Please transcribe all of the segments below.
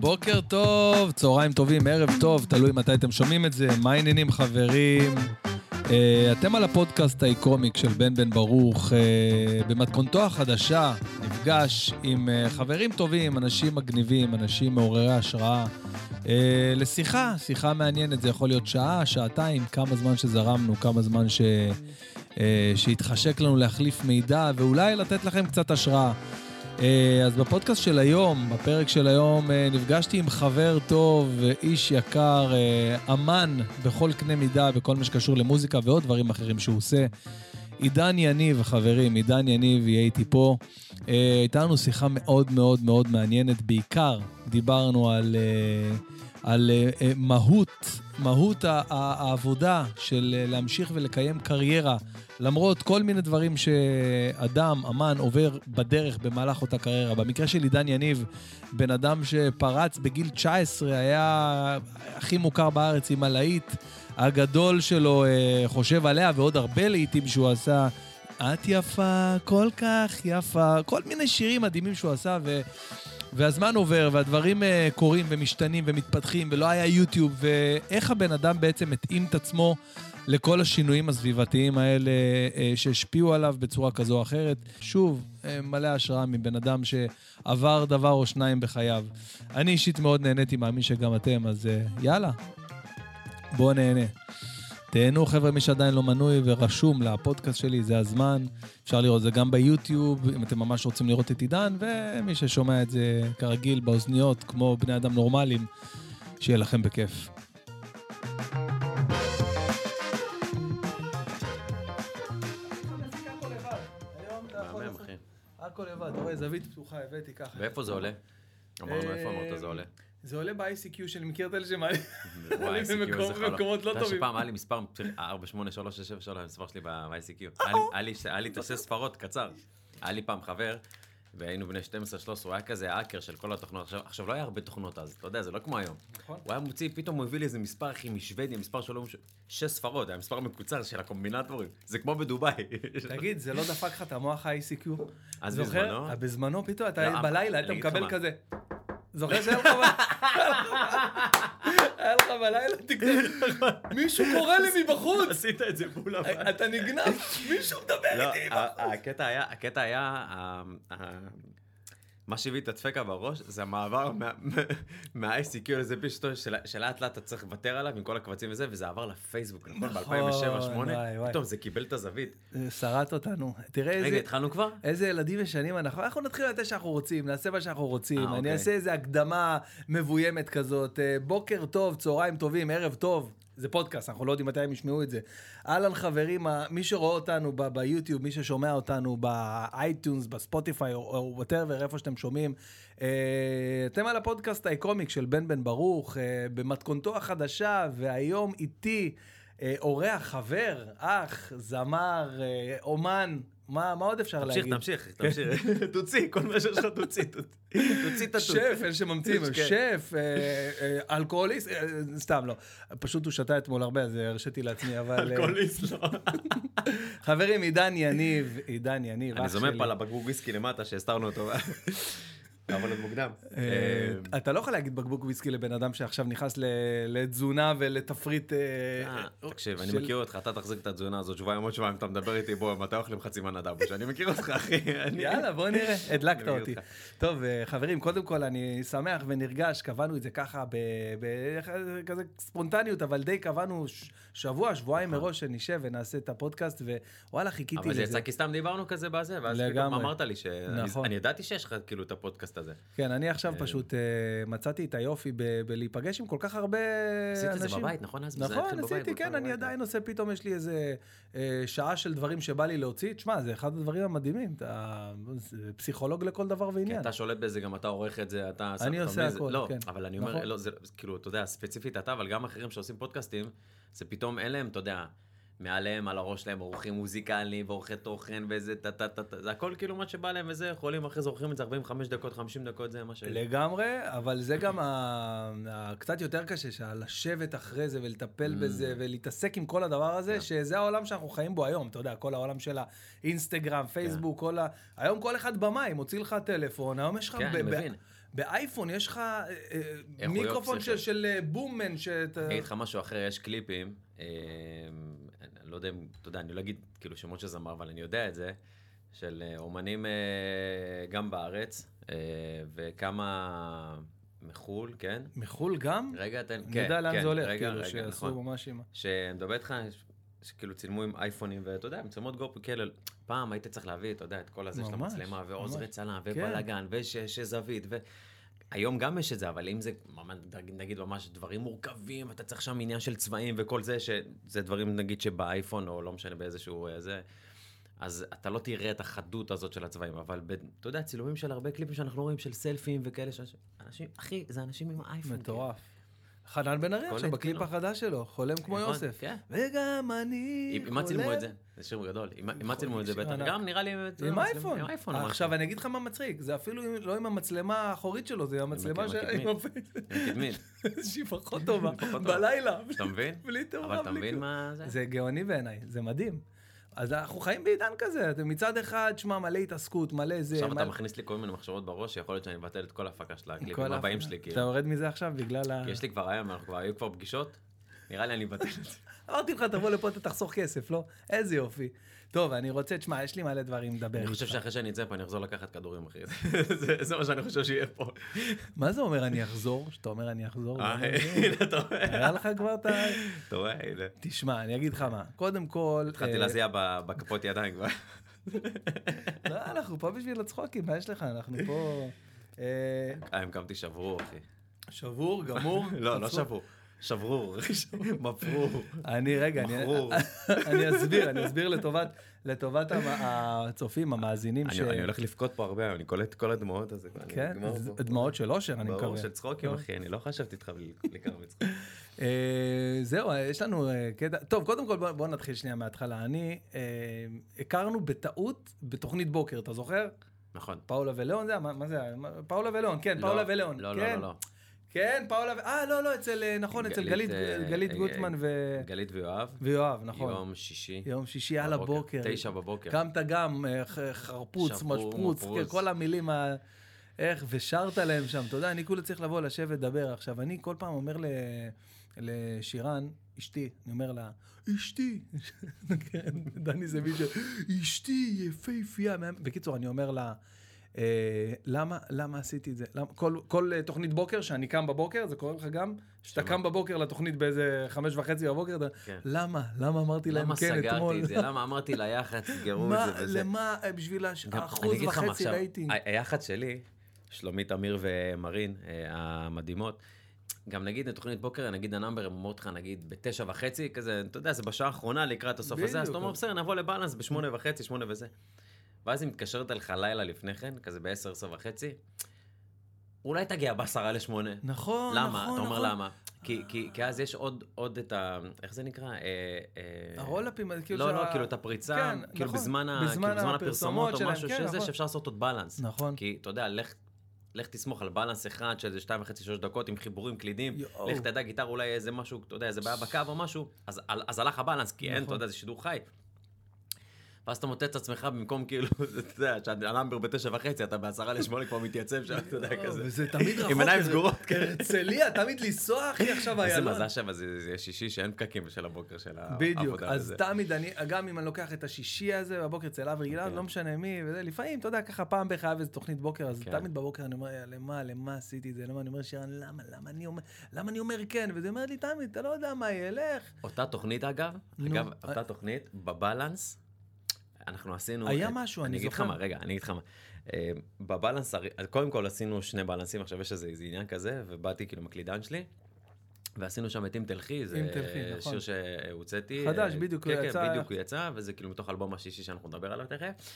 בוקר טוב, צהריים טובים, ערב טוב, תלוי מתי אתם שומעים את זה. מה העניינים חברים? אתם על הפודקאסט האיקרומיק של בן ברוך. במתכונתו החדשה נפגש עם חברים טובים, אנשים מגניבים, אנשים מעוררי השראה. שיחה מעניינת, זה יכול להיות שעה, שעתיים, כמה זמן שזרמנו, כמה זמן שהתחשק לנו להחליף מידע, ואולי לתת לכם קצת השראה. אז בפודקאסט של היום, בפרק של היום, נפגשתי עם חבר טוב, איש יקר, אמן בכל קנה מידה, בכל מה שקשור למוזיקה ועוד דברים אחרים שהוא עושה. עידן יניב, חברים, עידן יניב יהיה איתי פה. הייתה לנו שיחה מאוד מאוד מאוד מעניינת, בעיקר דיברנו על מהות העבודה של להמשיך ולקיים קריירה, למרות כל מיני דברים שאדם, אמן, עובר בדרך במהלך אותה קריירה. במקרה של עידן יניב, בן אדם שפרץ בגיל 19, היה הכי מוכר בארץ עם הלהיט הגדול שלו, חושב עליה, ועוד הרבה להיטים שהוא עשה. את יפה, כל כך יפה, כל מיני שירים מדהימים שהוא עשה, והזמן עובר, והדברים קורים ומשתנים ומתפתחים, ולא היה יוטיוב, ואיך הבן אדם בעצם מתאים את עצמו לכל השינויים הסביבתיים האלה שהשפיעו עליו בצורה כזו או אחרת. שוב, מלא השראה מבן אדם שעבר דבר או שניים בחייו. אני אישית מאוד נהניתי, מאמין שגם אתם, אז יאללה, בואו נהנה. תהנו חבר'ה, מי שעדיין לא מנוי ורשום לפודקאסט שלי, זה הזמן. אפשר לראות זה גם ביוטיוב, אם אתם ממש רוצים לראות את עידן, ומי ששומע את זה כרגיל באוזניות, כמו בני אדם נורמליים, שיהיה לכם בכיף. הכל לבד, רואה, זווית פתוחה, הבאתי ככה. ואיפה זה עולה? אמרנו, איפה אמרת זה עולה? זה עולה ב-ICQ שאני מכיר את אלה שמעלי. וואי, ICQ, במקומות לא טובים. אתה שפעם היה לי מספר 48367 המספר שלי ב-ICQ. היה לי את 6 ספרות, קצר. היה לי פעם חבר, והיינו בני 12-13, הוא היה כזה האקר של כל התוכנות. עכשיו לא היה הרבה תוכנות אז, אתה יודע, זה לא כמו היום. הוא היה מוציא, פתאום הוא הביא לי איזה מספר הכי משוודיה, מספר שלו 6 ספרות, היה מספר מקוצר של הקומבינטורים. זה כמו בדוביי. תגיד, זה לא דפק לך את המוח ה-ICQ? אז בזמנו? בזמנו פתאום, אתה בלילה, אתה מקבל כזה. זוכר שהיה לך היה לך בלילה, מישהו קורא לי מבחוץ. עשית את זה מול הבן. אתה נגנב, מישהו מדבר איתי מבחוץ. הקטע היה, מה שהביא את הדפקה בראש, זה המעבר מה-ICQ לזה פשוט, שלאט לאט אתה צריך לוותר עליו עם כל הקבצים וזה, וזה עבר לפייסבוק, נכון? ב-2007-2008, פתאום זה קיבל את הזווית. שרט אותנו. רגע, התחלנו כבר? איזה ילדים ישנים אנחנו נתחיל לתת שאנחנו רוצים, נעשה מה שאנחנו רוצים, אני אעשה איזה הקדמה מבוימת כזאת, בוקר טוב, צהריים טובים, ערב טוב. זה פודקאסט, אנחנו לא יודעים מתי הם ישמעו את זה. אהלן חברים, מי שרואה אותנו ביוטיוב, מי ששומע אותנו באייטונס, בספוטיפיי או whatever, איפה שאתם שומעים, אתם על הפודקאסט האיקרומיק של בן ברוך, במתכונתו החדשה, והיום איתי אורח, חבר, אח, זמר, אומן, מה עוד אפשר להגיד? תמשיך. תוציא, כל מה שיש לך תוציא את התות. שף, אין שממציאים, שף, אלכוהוליסט, סתם לא. פשוט הוא שתה אתמול הרבה, אז הרשיתי לעצמי, אבל... אלכוהוליסט לא. חברים, עידן יניב, אני זומם פה לבקבוק וויסקי למטה, שהסתרנו אותו. אבל עוד מוקדם. אתה לא יכול להגיד בקבוק וויסקי לבן אדם שעכשיו נכנס לתזונה ולתפריט... תקשיב, אני מכיר אותך, אתה תחזיק את התזונה הזאת, עוד שבועיים, אתה מדבר איתי, בוא, מתי אוכלים חצי מנה דבוש? אני מכיר אותך, אחי. יאללה, בוא נראה, הדלקת אותי. טוב, חברים, קודם כל אני שמח ונרגש, קבענו את זה ככה בכזה ספונטניות, אבל די קבענו שבועיים מראש שנשב ונעשה את הפודקאסט, ווואלה, חיכיתי לזה. אבל זה יצא כי סתם דיברנו כזה בזה, ואז פתאום אמרת לי שאני ידעתי שיש לך כאילו את הפודקאסט הזה. כן, אני עכשיו פשוט מצאתי את היופי בלהיפגש עם כל כך הרבה אנשים. עשית את זה בבית, נכון? נכון, עשיתי, כן, אני עדיין עושה, פתאום יש לי איזה שעה של דברים שבא לי להוציא. תשמע, זה אחד הדברים המדהימים, אתה פסיכולוג לכל דבר ועניין. כי אתה שולט בזה, גם אתה עורך את זה, אתה... אני עושה הכל, כן. אבל אני אומר, כאילו, אתה יודע, ספציפית אתה, אבל גם אחרים שעושים פודקאסטים, זה פתאום אין להם, אתה יודע, מעליהם, על הראש להם, עורכים מוזיקליים, ועורכי תוכן, וזה, זה הכל כאילו מה שבא להם, וזה, יכולים אחרי זה עורכים את זה 45 דקות, 50 דקות, זה מה ש... לגמרי, אבל זה גם קצת יותר קשה, לשבת אחרי זה, ולטפל בזה, ולהתעסק עם כל הדבר הזה, שזה העולם שאנחנו חיים בו היום, אתה יודע, כל העולם של האינסטגרם, פייסבוק, היום כל אחד במאי, מוציא לך טלפון, היום יש לך... באייפון יש לך מיקרופון של בומן, אני אגיד לך משהו אחר, יש קליפים, אני לא יודע אם, אתה יודע, אני לא אגיד כאילו שמות של זמר, אבל אני יודע את זה, של אומנים גם בארץ, וכמה מחול, כן? מחול גם? רגע, תן, אני יודע לאן זה הולך, כאילו, רגע, שעשו נכון. ממש עם... שמדבר איתך, שכאילו צילמו עם אייפונים, ואתה יודע, מצלמות גופו כאלה, פעם היית צריך להביא, אתה יודע, את כל הזה של המצלמה, ועוזרי צלם, ובלגן, ושזווית, היום גם יש את זה, אבל אם זה, נגיד, ממש דברים מורכבים, אתה צריך שם עניין של צבעים וכל זה, שזה דברים, נגיד, שבאייפון, או לא משנה באיזשהו זה, אז אתה לא תראה את החדות הזאת של הצבעים, אבל אתה יודע, צילומים של הרבה קליפים שאנחנו רואים, של סלפים וכאלה, אנשים, אחי, זה אנשים עם האייפון. מטורף. חנן בן ארי עכשיו בקליפ החדש שלו, חולם כמו יוסף. וגם אני חולם. אם מה צילמו את זה? זה שיר גדול. אם מה צילמו את זה בטח? גם נראה לי... עם אייפון. עכשיו אני אגיד לך מה מצחיק, זה אפילו לא עם המצלמה האחורית שלו, זה עם המצלמה של... עם הקדמית. שהיא פחות טובה. בלילה. אתה מבין? אבל אתה מבין מה זה? זה גאוני בעיניי, זה מדהים. אז אנחנו חיים בעידן כזה, מצד אחד, שמה, מלא התעסקות, מלא זה... עכשיו אתה מכניס לי כל מיני מחשבות בראש, שיכול להיות שאני מבטל את כל ההפקה של הקליפים הבאים שלי. אתה יורד מזה עכשיו בגלל ה... יש לי כבר היו כבר פגישות, נראה לי אני מבטל את זה. אמרתי לך, תבוא לפה, אתה תחסוך כסף, לא? איזה יופי. טוב, אני רוצה, תשמע, יש לי מלא דברים לדבר. אני חושב שאחרי שאני אצא פה, אני אחזור לקחת כדורים, אחי. זה מה שאני חושב שיהיה פה. מה זה אומר אני אחזור? שאתה אומר אני אחזור? הנה, אתה רואה. היה לך כבר את ה... אתה רואה, הנה. תשמע, אני אגיד לך מה. קודם כל... התחלתי להזיע בכפות ידיים כבר. לא, אנחנו פה בשביל הצחוקים, מה יש לך? אנחנו פה... הם קמתי שברור, אחי. שבור, גמור? לא, לא שבור. שברור, מפרור. אני אסביר לטובת הצופים, המאזינים אני הולך לפקוד פה הרבה, אני קולט כל הדמעות הזה. כן, דמעות של אושר, אני מקווה. ברור, של צחוקים, אחי, אני לא חשבתי איתך לקרוא מצחוק. זהו, יש לנו קטע, טוב, קודם כל בוא נתחיל שנייה מההתחלה. הכרנו בטעות בתוכנית בוקר, אתה זוכר? נכון. פאולה ולאון, מה זה? פאולה ולאון, כן, פאולה ולאון. לא. כן, פאולה, לא, נכון, אצל גלית גוטמן גלית ויואב. ויואב, נכון. יום שישי על הבוקר. 9 בבוקר. קמת גם חרפוץ, משפרוץ, כל המילים, ושרת להם שם, אתה יודע, אני כולה צריך לבוא לשבת, לדבר. עכשיו, אני כל פעם אומר לשירן, אשתי, אני אומר לה, אשתי, דני זה מישהו, אשתי יפהפייה. בקיצור, אני אומר לה, למה עשיתי את זה? כל תוכנית בוקר, שאני קם בבוקר, זה קורה לך גם, שאתה קם בבוקר לתוכנית באיזה 5:30 בבוקר, למה אמרתי להם כן אתמול? למה סגרתי את זה? למה אמרתי ליח"צ, סגרו את זה וזה? למה? בשביל 1.5% רייטינג. היח"צ שלי, שלומית, אמיר ומרין, המדהימות, גם נגיד לתוכנית בוקר, נגיד הנאמבר, הם אומרות לך, נגיד, ב9:30, כזה, אתה יודע, זה בשעה האחרונה לקראת הסוף הזה, אז אתה אומר, בסדר, נבוא לבאלנס ב8:30, 8 וזה. ואז היא מתקשרת אליך לילה לפני כן, כזה ב10:30, אולי תגיע ב7:50. נכון, למה? אתה אומר למה? כי אז יש עוד את ה... איך זה נקרא? הרולאפים, לא, כאילו את הפריצה, כאילו בזמן הפרסומות או משהו שזה, שאפשר לעשות עוד בלנס. נכון. כי אתה יודע, לך תסמוך על בלנס אחד של 2.5-3 דקות עם חיבורים קלידים, לך תדע גיטר אולי איזה משהו, אתה יודע, איזה בעיה בקו או משהו, אז הלך הבלנס, כי אין, אתה יודע, זה שידור חי. ואז אתה מוטט את עצמך במקום כאילו, אתה יודע, שהנאמבר ב9:30, אתה ב7:50 כבר מתייצב שם, אתה יודע, כזה. וזה תמיד רחוק. עם עיניים סגורות. הרצליה, תמיד לנסוע, אחי, עכשיו היה. איזה מזל שם, זה שישי שאין פקקים של הבוקר של העבודה. בדיוק, אז תמיד גם אם אני לוקח את השישי הזה, בבוקר אצל אב רגילה, לא משנה מי, וזה, לפעמים, אתה יודע, ככה פעם בחייב איזו תוכנית בוקר, אז תמיד בבוקר אני אומר, למה עשיתי את זה? למה אני אומר שירן, למה אני אומר כן? וזה אומר לי, תמיד, אתה לא יודע מה ילך. אותה תוכנית, אגב, אותה תוכנית, בבלנס, אנחנו עשינו... היה משהו, אני זוכר. אני אגיד לך מה. בבלנס, קודם כל עשינו 2 בלנסים, עכשיו יש איזה עניין כזה, ובאתי כאילו מקלידן שלי, ועשינו שם את אם תלכי, זה שיר שהוצאתי. חדש, בדיוק הוא יצא. כן, בדיוק הוא יצא, וזה כאילו מתוך אלבום השישי שאנחנו נדבר עליו תכף.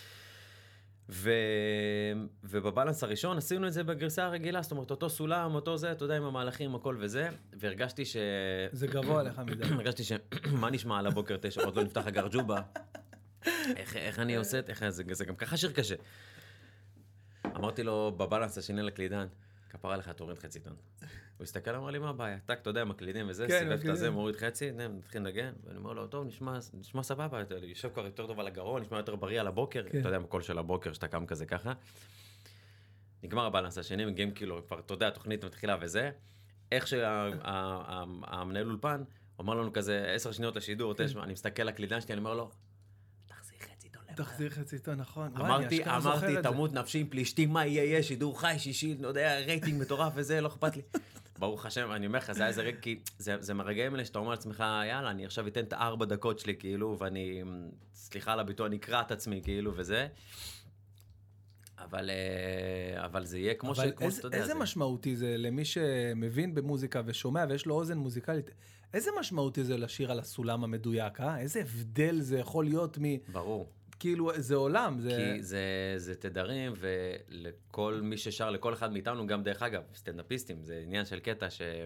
ובבלנס הראשון עשינו את זה בגרסה הרגילה, זאת אומרת, אותו סולם, אותו זה, אתה יודע, עם המהלכים, הכל וזה, והרגשתי זה גבוה לך מדי. הרגשתי מה נשמע על הבוקר 9, עוד לא נפתח הגרג'ובה. איך אני עושה את זה? גם ככה שיר קשה. אמרתי לו, בבלנס השני לקלידן, כפרה לך, תוריד חצי טון. הוא הסתכל, אמר לי, מה הבעיה? טק, אתה יודע, מקלידים וזה, סיבב את הזה, מוריד חצי, נתחיל לנגן, ואני אומר לו, טוב, נשמע סבבה, יושב כבר יותר טוב על הגרון, נשמע יותר בריא על הבוקר, אתה יודע, הקול של הבוקר, שאתה קם כזה ככה. נגמר הבלנס השני, מגיעים כאילו, כבר, אתה יודע, התוכנית מתחילה וזה, איך שהמנהל אולפן, אומר לנו כזה 10 שניות לשידור, אני מסתכל לקלידן שלי, אני אומר לו, תחזיר חצי טון, נכון. אמרתי, תמות נפשי עם פלישתים, מה יהיה, שידור חי, שישי, לא יודע, רייטינג מטורף וזה, לא אכפת לי. ברוך השם, אני אומר לך, זה היה איזה רגע, כי זה מרגעים אלה שאתה אומר לעצמך, יאללה, אני עכשיו אתן את 4 דקות שלי, כאילו, ואני, סליחה על הביטוי, אני אקרא את עצמי, כאילו, וזה. אבל זה יהיה כמו שאתה יודע. איזה משמעותי זה למי שמבין במוזיקה ושומע, ויש לו אוזן מוזיקלית, איזה משמעותי זה לשיר על הסולם המדויק, איזה הבדל זה יכול להיות ברור. כאילו, זה עולם. כי זה תדרים, ולכל מי ששר, לכל אחד מאיתנו, גם דרך אגב, סטנדאפיסטים, זה עניין של קטע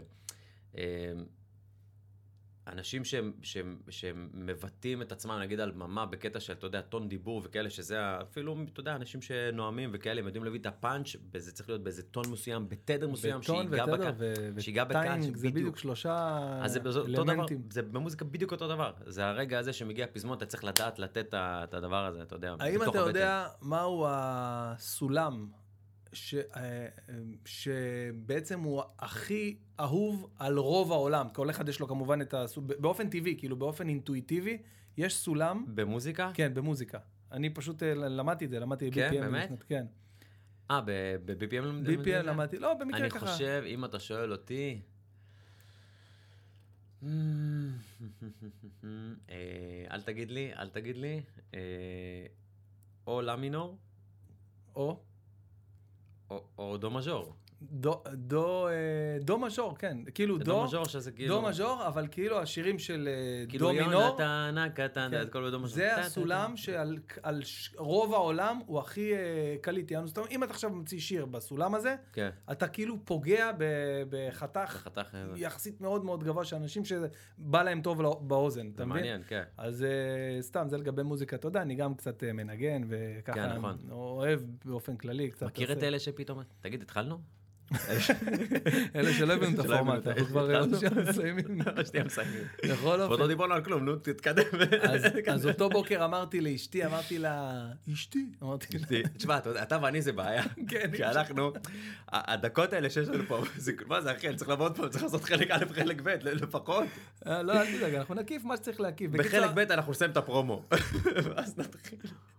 אנשים שמבטאים את עצמם, נגיד על במה, בקטע של, אתה יודע, טון דיבור וכאלה, שזה אפילו, אתה יודע, אנשים שנואמים וכאלה, הם יודעים להביא את הפאנץ', וזה צריך להיות באיזה טון מסוים, בתדר מסוים, שיגע בקהל, זה בדיוק 3 אלמנטים. זה במוזיקה בדיוק אותו דבר. זה הרגע הזה שמגיע פזמון, אתה צריך לדעת לתת את הדבר הזה, אתה יודע. האם אתה יודע מהו הסולם שבעצם הוא הכי אהוב על רוב העולם? כל אחד יש לו כמובן באופן טבעי, כאילו באופן אינטואיטיבי, יש סולם. במוזיקה? כן, במוזיקה. אני פשוט למדתי את זה, למדתי BPM. כן, באמת? כן. ב-BPM למדתי? BPM למדתי, לא, במקרה ככה. אני חושב, אם אתה שואל אותי, אל תגיד לי, או לה מינור, או דו מז'ור. דו מז'ור, כן. כאילו דו מז'ור, שזה כאילו... דו מז'ור, אבל כאילו השירים של כאילו דו מינור. כאילו יונתן, קטן, את כל בדו מז'ור. זה הסולם שעל רוב העולם הוא הכי קליט. אם אתה עכשיו ממציא שיר בסולם הזה, אתה כאילו פוגע בחתך יחסית מאוד מאוד גבוה, שאנשים שבא להם טוב באוזן. זה מעניין, כן. אז סתם, זה לגבי מוזיקה. אתה יודע, אני גם קצת מנגן, וככה אוהב באופן כללי. מכיר את אלה שפתאום... תגיד, התחלנו? אלה שלא הבינו את הפורמט, אנחנו כבר מסיימים. שנייה מסיימים. עוד לא דיברנו על כלום, נו, תתקדם. אז אותו בוקר אמרתי לאשתי, אמרתי לה, תשמע, אתה ואני זה בעיה. כי אנחנו, הדקות האלה שיש לנו פה, מה זה אחי, אני צריך לעבוד פה, צריך לעשות חלק א', חלק ב', לפחות. לא, אל תדאג, אנחנו נקיף מה שצריך להקיף. בחלק ב' אנחנו נסיים את הפרומו. ואז נתחיל.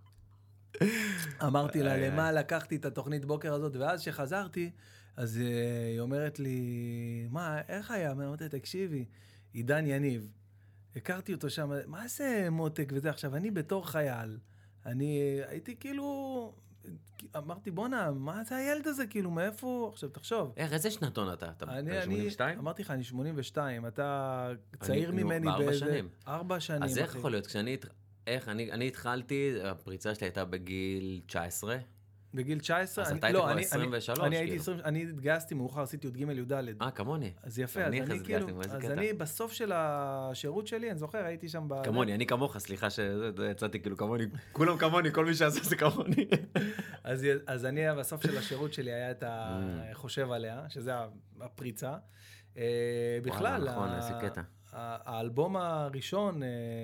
אמרתי לה, למה לקחתי את התוכנית בוקר הזאת, ואז שחזרתי, אז היא אומרת לי, מה, איך היה? אמרתי, תקשיבי, עידן יניב, הכרתי אותו שם, מה זה מותק וזה? עכשיו, אני בתור חייל, אני הייתי כאילו, אמרתי, בונה, מה זה הילד הזה? כאילו, מאיפה? עכשיו, תחשוב. איזה שנתון אתה? אתה 82? אמרתי לך, אני 82, אתה צעיר ממני באיזה... 4 שנים. אז איך יכול להיות? אני התחלתי, הפריצה שלי הייתה בגיל 19. בגיל 19? אז אתה היית כבר 23, כאילו. אני התגייסתי מאוחר, עשיתי עוד ג' י"ד. כמוני. אז יפה, אז אני בסוף של השירות שלי, אני זוכר, הייתי שם כמוני, אני כמוך, סליחה שיצאתי כאילו כמוני, כולם כמוני, כל מי שעשה זה כמוני. אז אני בסוף של השירות שלי היה את החושב עליה, שזה הפריצה. בכלל, האלבום הראשון,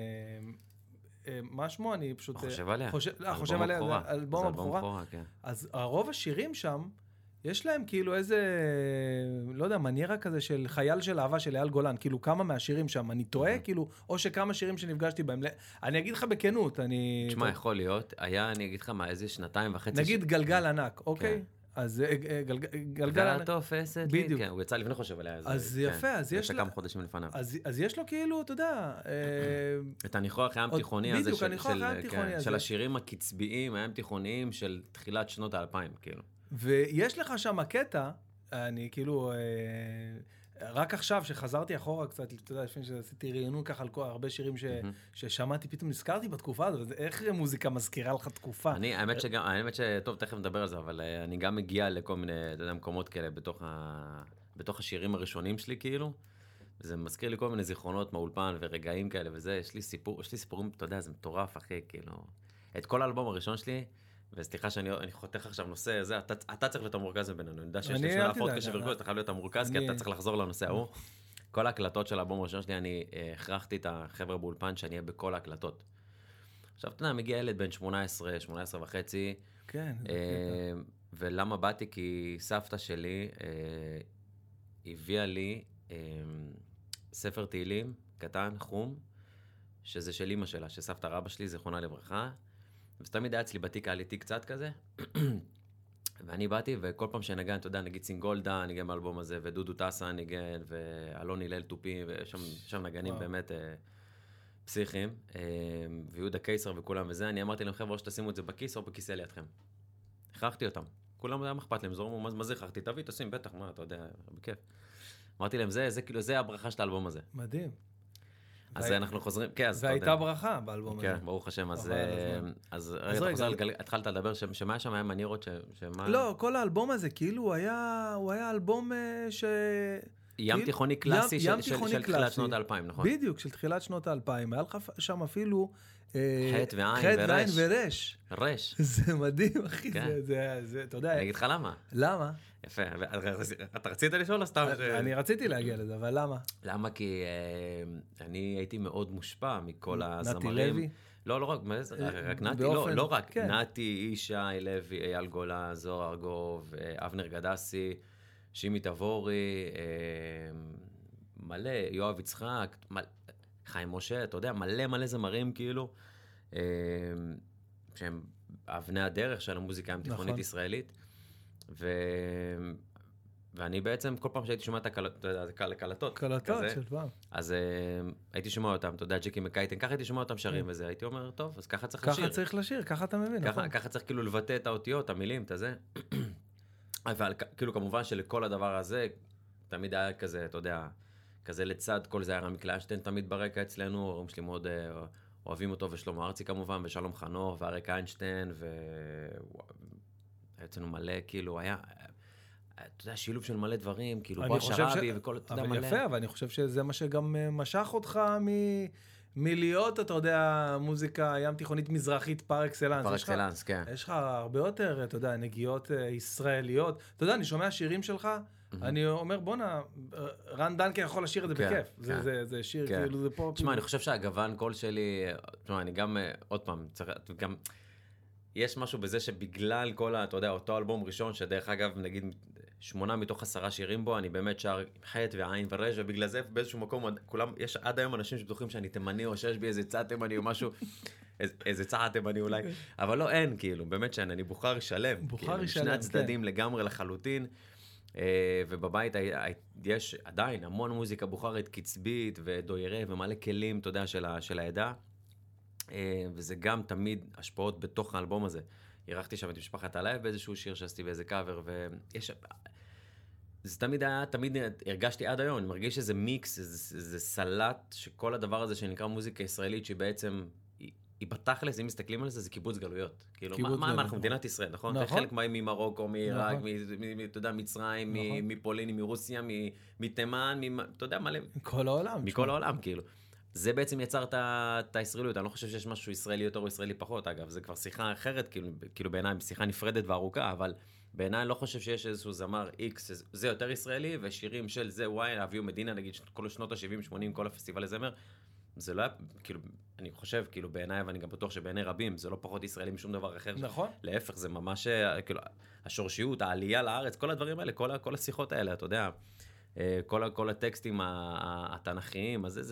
מה שמו? אני פשוט... חושב עליה. חושב עליה, זה אלבום הבכורה. אז הרוב השירים שם, יש להם כאילו איזה, לא יודע, מניירה כזה של חייל של אהבה של אייל גולן, כאילו כמה מהשירים שם, אני טועה, כאילו, או שכמה שירים שנפגשתי בהם. אני אגיד לך בכנות, תשמע, יכול להיות, היה, אני אגיד לך מה, איזה 2.5... נגיד גלגל ענק, אוקיי? אז גלגל תופסת, בדיוק. הוא יצא לפני חושב עליה. אז יפה, אז יש כמה חודשים לפניו. אז יש לו כאילו, אתה יודע... את הניחוח הים תיכוני הזה, בדיוק, הניחוח הים תיכוני הזה. של השירים הקצביים, הים תיכוניים של תחילת שנות ה-2000, כאילו. ויש לך שם קטע, אני כאילו... רק עכשיו שחזרתי אחורה קצת, אתה יודע, לפני שעשיתי רעיונות ככה על הרבה שירים ששמעתי, פתאום נזכרתי בתקופה הזאת, איך מוזיקה מזכירה לך תקופה? האמת שטוב, תכף נדבר על זה, אבל אני גם מגיע לכל מיני, אתה יודע, מקומות כאלה בתוך השירים הראשונים שלי, כאילו, וזה מזכיר לי כל מיני זיכרונות מהאולפן ורגעים כאלה, וזה, יש לי סיפורים, אתה יודע, זה מטורף, אחי, כאילו, את כל האלבום הראשון שלי, וסליחה שאני חותך עכשיו נושא, זה, אתה צריך להיות המורכז בינינו, אני יודע שיש לי שני להפות קשב וריכוז, אתה חייב להיות המורכז, כי אתה צריך לחזור לנושא ההוא. כל ההקלטות של האלבום הראשון שלי, אני הכרחתי את החבר'ה באולפן שאני אהיה בכל ההקלטות. עכשיו, אתה יודע, מגיע ילד בן 18 וחצי, ולמה באתי? כי סבתא שלי הביאה לי ספר תהילים קטן, חום, שזה של אמא שלה, שסבתא רבא שלי, זיכרונה לברכה, וזה תמיד היה אצלי בתיק, היה לי תיק קצת כזה, ואני באתי, וכל פעם שנגן, אתה יודע, נגיד סינגולדה, ניגן באלבום הזה, ודודו טסה ניגן, ואלון הלל טופים, ושם נגנים באמת פסיכיים, ויהודה קיסר וכולם וזה, אני אמרתי להם, חבר'ה, או שתשימו את זה בכיס או בכיסא לידכם. הכרחתי אותם. כולם היה מחפת להם, זורמו, מה זה הכרחתי? תביא, תשים, בטח, מה, אתה יודע, בכיף. אמרתי להם, זה הברכה של האלבום הזה. מדהים. אז אנחנו חוזרים, כן, אז והייתה ברכה באלבום הזה. כן, ברוך השם, אז רגע, התחלת לדבר, שמה היה שם היה מנירות, לא, כל האלבום הזה, כאילו, הוא היה אלבום ים תיכוני קלאסי של תחילת שנות ה-2000, נכון? בדיוק, של תחילת שנות ה-2000. היה לך שם אפילו חטא ועין ורש. רש. זה מדהים, אחי, זה, אתה יודע. אני אגיד לך למה. למה? יפה, אתה רצית לשאול או סתם? אני רציתי להגיע לזה, אבל למה? למה? כי אני הייתי מאוד מושפע מכל הזמרים. נתי לוי? לא רק נתי, לא רק. נתי, ישי לוי, אייל גולה, זוהר ארגוב, אבנר גדסי, שימי תבורי, מלא, יואב יצחק, חיים משה, אתה יודע, מלא זמרים כאילו, שהם אבני הדרך של המוזיקה התיכונית ישראלית. ואני בעצם, כל פעם שהייתי שומע את הקלטות, קלטות של פעם. אז הייתי שומע אותם, אתה יודע, ג'קי מקייטן, ככה הייתי שומע אותם שרים וזה, הייתי אומר, טוב, אז ככה צריך לשיר. ככה צריך לשיר, ככה אתה מבין, נכון. ככה צריך כאילו לבטא את האותיות, המילים, את הזה. אבל כאילו כמובן שלכל הדבר הזה, תמיד היה כזה, אתה יודע, כזה לצד כל זה היה רמי קליינשטיין תמיד ברקע אצלנו, הורים שלי מאוד אוהבים אותו, ושלמה ארצי כמובן, ושלום חנוך, ואריק איינשטיין, אצלנו מלא, כאילו, היה, אתה יודע, שילוב של מלא דברים, כאילו, בוש הרבי וכל, אתה יודע, מלא. אבל יפה, אבל אני חושב שזה מה שגם משך אותך מלהיות, אתה יודע, מוזיקה ים תיכונית מזרחית פר אקסלנס. פר אקסלנס, כן. יש לך הרבה יותר, אתה יודע, נגיעות ישראליות. אתה יודע, אני שומע שירים שלך, אני אומר, בונה, רן דנקר יכול לשיר את זה בכיף. זה שיר, כאילו, זה פה... תשמע, אני חושב שהגוון קול שלי, תשמע, אני גם, עוד פעם, גם... יש משהו בזה שבגלל כל, אתה יודע, אותו אלבום ראשון, שדרך אגב, נגיד, 8 מתוך 10 שירים בו, אני באמת שר חטא ועין ורש, ובגלל זה באיזשהו מקום, כולם, יש עד היום אנשים שבטוחים שאני תימני, או שיש בי איזה צד תימני או משהו, איזה צד תימני אולי, אבל לא, אין, כאילו, באמת שאין, אני בוכרי שלם. בוכרי שלם, שני הצדדים לגמרי לחלוטין, ובבית יש עדיין המון מוזיקה בוכרית, קצבית ודוירה, ומלא כלים, אתה יודע, של העדה. וזה גם תמיד השפעות בתוך האלבום הזה. ערכתי שם את משפחת הלייב באיזשהו שיר שעשיתי באיזה קאבר, ויש... זה תמיד היה, תמיד הרגשתי עד היום, אני מרגיש שזה מיקס, זה סלט, שכל הדבר הזה שנקרא מוזיקה ישראלית, שבעצם היא בתכלס, אם מסתכלים על זה, זה קיבוץ גלויות. כאילו, מה אנחנו מדינת ישראל, נכון? נכון. חלק ממרוקו, מעיראק, אתה יודע, מצרים, מפולין, מרוסיה, מתימן, אתה יודע, מלא. כל העולם. מכל העולם, כאילו. זה בעצם יצר את הישראליות, אני לא חושב שיש משהו ישראלי יותר או ישראלי פחות, אגב, זה כבר שיחה אחרת, כאילו בעיניי, שיחה נפרדת וארוכה, אבל בעיניי אני לא חושב שיש איזשהו זמר X, זה יותר ישראלי, ושירים של זה Y, אביו מדינה, נגיד, כל שנות ה-70-80, כל הפסטיבל לזמר, זה לא היה, כאילו, אני חושב, כאילו בעיניי, ואני גם בטוח שבעיני רבים, זה לא פחות ישראלי משום דבר אחר. נכון. להפך, זה ממש, כאילו, השורשיות, העלייה לארץ, כל הדברים האלה, כל השיחות האלה, אתה יודע, כל הטקסטים התנ"כיים, אז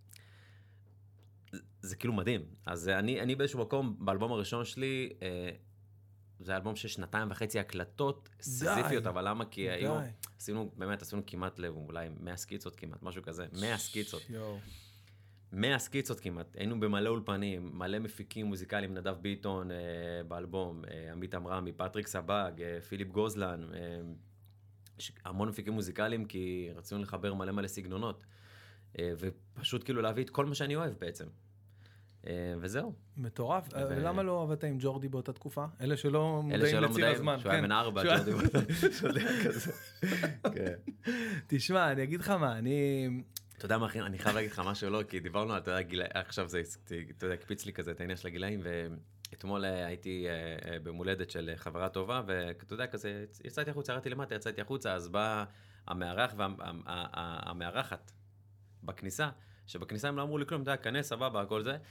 זה כאילו מדהים. אז אני באיזשהו מקום, באלבום הראשון שלי, זה אלבום של 2.5 הקלטות סזיפיות, אבל למה? כי עשינו כמעט אולי 100 סקיצות כמעט, משהו כזה, 100 סקיצות. 100 סקיצות כמעט. היינו במלא אולפנים, מלא מפיקים מוזיקליים, נדב ביטון באלבום, עמית אמרמי, פטריק סבג, פיליפ גוזלן, המון מפיקים מוזיקליים, כי רצינו לחבר מלא סגנונות. ופשוט כאילו להביא את כל מה שאני אוהב בעצם. וזהו. מטורף. למה לא עבדת עם ג'ורדי באותה תקופה? אלה שלא מודעים לציר הזמן. שהוא היה בן 4, ג'ורדי באותה. כזה. תשמע, אני אגיד לך מה, אתה יודע מה, אחי, אני חייב להגיד לך משהו לא, כי דיברנו על, אתה יודע, גילאים, עכשיו זה, אתה יודע, הקפיץ לי כזה את העניין של הגילאים, ואתמול הייתי במולדת של חברה טובה, ואתה יודע, כזה, יצאתי החוצה, ירדתי למטה, יצאתי החוצה, אז בא המארח והמארחת בכניסה, שבכניסה הם לא אמרו לי כלום, אתה יודע, כנס, סבבה, הכל זה,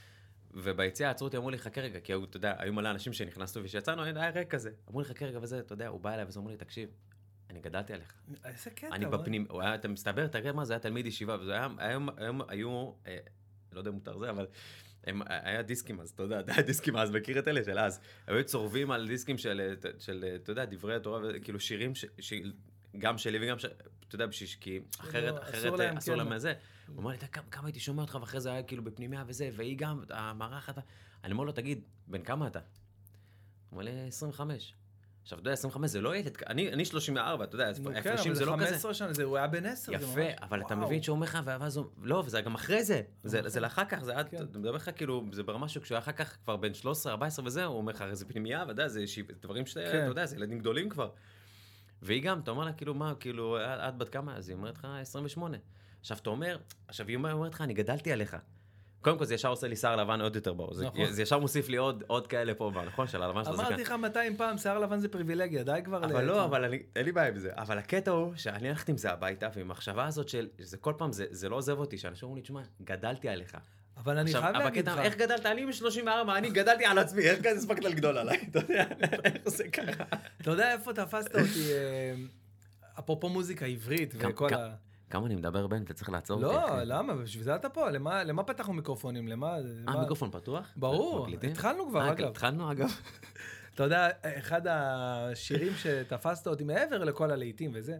וביציאה עצרו אותי, אמרו לי, חכה רגע, כי אתה יודע, היו מלא אנשים שנכנסנו ושיצאנו, היה ריק כזה. אמרו לי, חכה רגע וזה, אתה יודע, הוא בא אליי וזה, אמרו לי, תקשיב, אני גדלתי עליך. איזה קטע. אני בפנים, אתה מסתבר, תראה מה, זה היה תלמיד ישיבה, וזה היה, היום היו, לא יודע אם מותר זה, אבל היה דיסקים אז, אתה יודע, היה דיסקים אז, מכיר את אלה של אז, היו צורבים על דיסקים של, אתה יודע, דברי התורה, כאילו שירים, גם שלי וגם אתה יודע, כי אחרת אסור להם זה. הוא אומר לי, כמה הייתי שומע אותך, ואחרי זה היה כאילו בפנימיה וזה, והיא גם, המערכת, אני אומר לו, תגיד, בן כמה אתה? הוא אומר לי, 25. עכשיו, אתה יודע, 25 זה לא ילד, אני 34, אתה יודע, הפרשים זה לא כזה. 15 שנה, הוא היה בן 10. יפה, אבל אתה מבין שהוא אומר לך, לא, וזה גם אחרי זה, זה לאחר כך, אתה מדבר לך כאילו, זה ברמה שכשהוא היה אחר כך כבר בן 13, 14 וזה, הוא אומר לך, זה פנימיה, ואתה יודע, זה דברים שאתה יודע, זה ילדים גדולים כבר. והיא גם, אתה אומר לה, כאילו, מה, כאילו, את בת כמה? אז היא אומרת לך, 28. עכשיו, היא אומרת לך, אני גדלתי עליך. קודם כל, זה ישר עושה לי שיער לבן עוד יותר ברור. זה ישר מוסיף לי עוד כאלה פה, נכון? של הלבן של הזקן. אמרתי לך 200 פעם, שיער לבן זה פריבילגיה, די כבר. אבל לא, אבל אין לי בעיה בזה. אבל הקטע הוא שאני הלכתי עם זה הביתה, ועם המחשבה הזאת שזה כל פעם, זה לא עוזב אותי, שאנשים אומרים לי, תשמע, גדלתי עליך. אבל אני חייב להגיד לך. איך גדלת? אני מ-34, אני גדלתי על עצמי, איך כזה הספקת לגדול עליי? אתה יודע, איך זה קרה? אתה יודע איפה תפסת אותי, אפרופו מוזיקה עברית וכל ה... כמה אני מדבר בן, אתה צריך לעצור אותי. לא, למה? בשביל זה אתה פה. למה פתחנו מיקרופונים? מיקרופון פתוח? ברור, התחלנו כבר, אגב. התחלנו, אגב. אתה יודע, אחד השירים שתפסת אותי מעבר לכל הלהיטים וזה,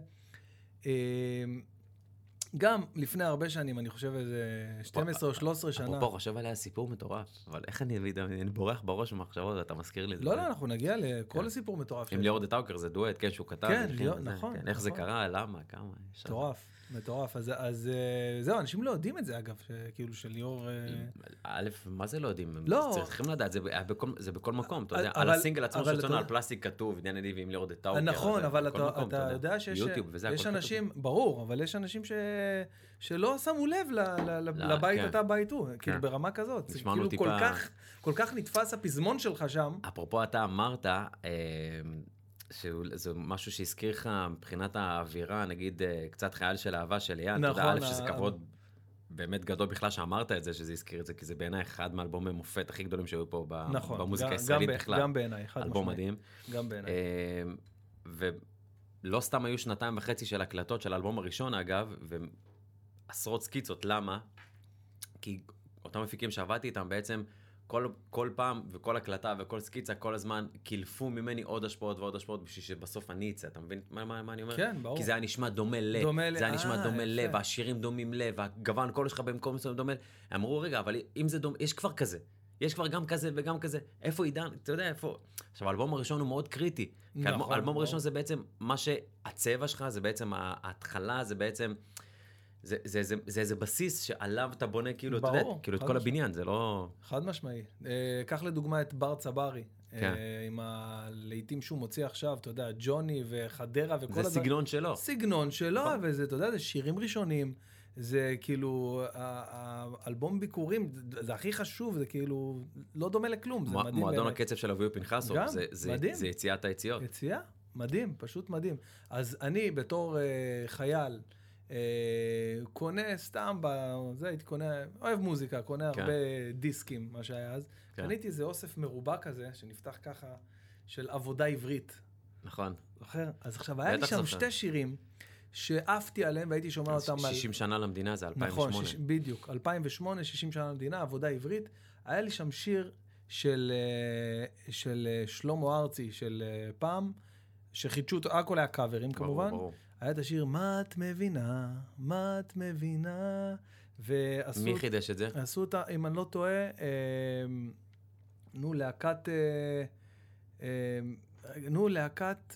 גם לפני הרבה שנים, אני חושב איזה 12 או 13 שנה. אפרופו, חושב עליה סיפור מטורף, אבל איך אני בורח בראש במחשבות, אתה מזכיר לי את זה. לא, אנחנו נגיע לכל הסיפור מטורף. עם ליאור דטאוקר זה דואט, כן, שהוא כתב. כן, נכון. איך זה קרה, למה, כמה. מטורף. אז זהו, אנשים לא יודעים את זה, אגב, כאילו של ליאור... א', מה זה לא יודעים? לא. צריכים לדעת, זה בכל מקום, אתה יודע, על הסינגל עצמו שצונו, על פלסטיק כתוב, עניין נדיב עם ליאור דטאוקר. נכון, אבל אתה יודע שיש אנשים, ברור, אבל יש אנשים שלא שמו לב לבית אתה ביתו, כאילו ברמה כזאת. כאילו כל כך נתפס הפזמון שלך שם. אפרופו, אתה אמרת... שזה משהו שהזכיר לך מבחינת האווירה, נגיד קצת חייל של אהבה של ליאן, אתה יודע, א' שזה כבוד באמת גדול בכלל שאמרת את זה, שזה הזכיר את זה, כי זה בעיניי אחד מהאלבומי המופת הכי גדולים שהיו פה במוזיקה הישראלית בכלל. גם בעיניי, אחד אלבום מדהים. גם בעיניי. ולא סתם היו 2.5 של הקלטות של האלבום הראשון, אגב, ועשרות סקיצות, למה? כי אותם מפיקים שעבדתי איתם בעצם, כל פעם וכל הקלטה וכל סקיצה, כל הזמן קילפו ממני עוד השפעות ועוד השפעות בשביל שבסוף אני אצא, אתה מבין מה אני אומר? כן, ברור. כי זה היה נשמע דומה לב, זה היה נשמע דומה לב, והשירים דומים לב, והגוון קול שלך במקום מסוים דומה. הם אמרו, רגע, אבל אם זה דומה, יש כבר כזה. יש כבר גם כזה וגם כזה. איפה עידן? אתה יודע, איפה? עכשיו, האלבום הראשון הוא מאוד קריטי. נכון. האלבום הראשון זה בעצם מה שהצבע שלך, זה בעצם ההתחלה, זה בעצם... זה איזה בסיס שעליו אתה בונה, כאילו, אתה יודע, כאילו את כל הבניין, זה לא... חד משמעי. קח לדוגמה את בר צברי, עם הלהיטים שהוא מוציא עכשיו, אתה יודע, ג'וני וחדרה וכל הדבר. זה סגנון שלו. סגנון שלו, וזה, אתה יודע, זה שירים ראשונים, זה כאילו, האלבום ביקורים, זה הכי חשוב, זה כאילו, לא דומה לכלום, זה מדהים. מועדון הקצב של אביהו פנחסוב, זה יציאת היציאות. יציאה? מדהים, פשוט מדהים. אז אני, בתור חייל, קונה סתם, הייתי קונה, אוהב מוזיקה, קונה הרבה דיסקים, מה שהיה אז. קניתי איזה אוסף מרובע כזה, שנפתח ככה, של עבודה עברית. נכון. זוכר? אז עכשיו, היה לי שם שתי שירים, שאפתי עליהם, והייתי שומע אותם על... 60 שנה למדינה, זה 2008. נכון, בדיוק. 2008, 60 שנה למדינה, עבודה עברית. היה לי שם שיר של שלמה ארצי, של פעם, שחידשו אותו, הכל היה קאברים כמובן. ברור. היה את השיר, מה את מבינה, מה את מבינה, מי חידש את זה? עשו אותה, אם אני לא טועה, להקת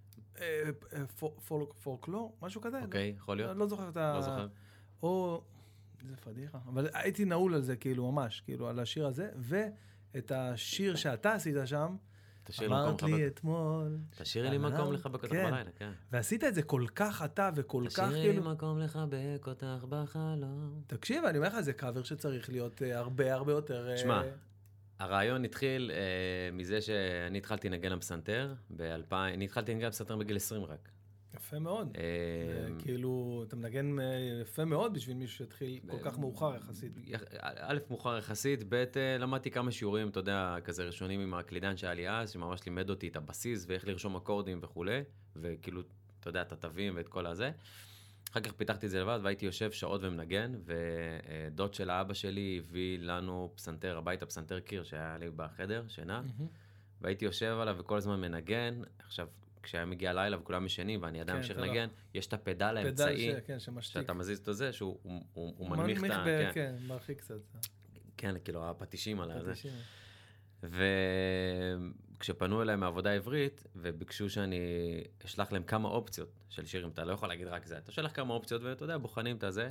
פולקלור, משהו כזה. אוקיי, יכול להיות. לא זוכר את ה... לא זוכר. או, זה פדיחה, אבל הייתי נעול על זה, כאילו, ממש, כאילו, על השיר הזה, ואת השיר שאתה עשית שם, אמרת לי אתמול... תשאירי לי מקום לחבק אותך בלילה, כן. ועשית את זה כל כך אתה וכל כך כאילו... תשאירי לי מקום לחבק אותך בחלום. תקשיב, אני אומר לך, זה קאבר שצריך להיות הרבה הרבה יותר... שמע, הרעיון התחיל מזה שאני התחלתי לנגן על פסנתר, אני התחלתי לנגן על פסנתר בגיל 20 רק. יפה מאוד. כאילו, אתה מנגן יפה מאוד בשביל מישהו שהתחיל כל כך מאוחר יחסית. א', מאוחר יחסית, ב', למדתי כמה שיעורים, אתה יודע, כזה ראשונים עם הקלידן שהיה לי אז, שממש לימד אותי את הבסיס ואיך לרשום אקורדים וכו', וכאילו, אתה יודע, את התווים ואת כל הזה. אחר כך פיתחתי את זה לבד, והייתי יושב שעות ומנגן, ודוד של האבא שלי הביא לנו פסנתר, הביתה פסנתר קיר שהיה לי בחדר, שינה, והייתי יושב עליו וכל הזמן מנגן. עכשיו, כשהיה מגיע לילה וכולם ישנים, ואני עדיין ממשיך לנגן, יש את הפדל האמצעי, שאתה מזיז את זה, שהוא מנמיך את ה... כן, מרחיק קצת. כן, כאילו, הפטישים על הזה. וכשפנו אליי מעבודה עברית, וביקשו שאני אשלח להם כמה אופציות של שירים, אתה לא יכול להגיד רק זה, אתה שלח כמה אופציות, ואתה יודע, בוחנים את הזה,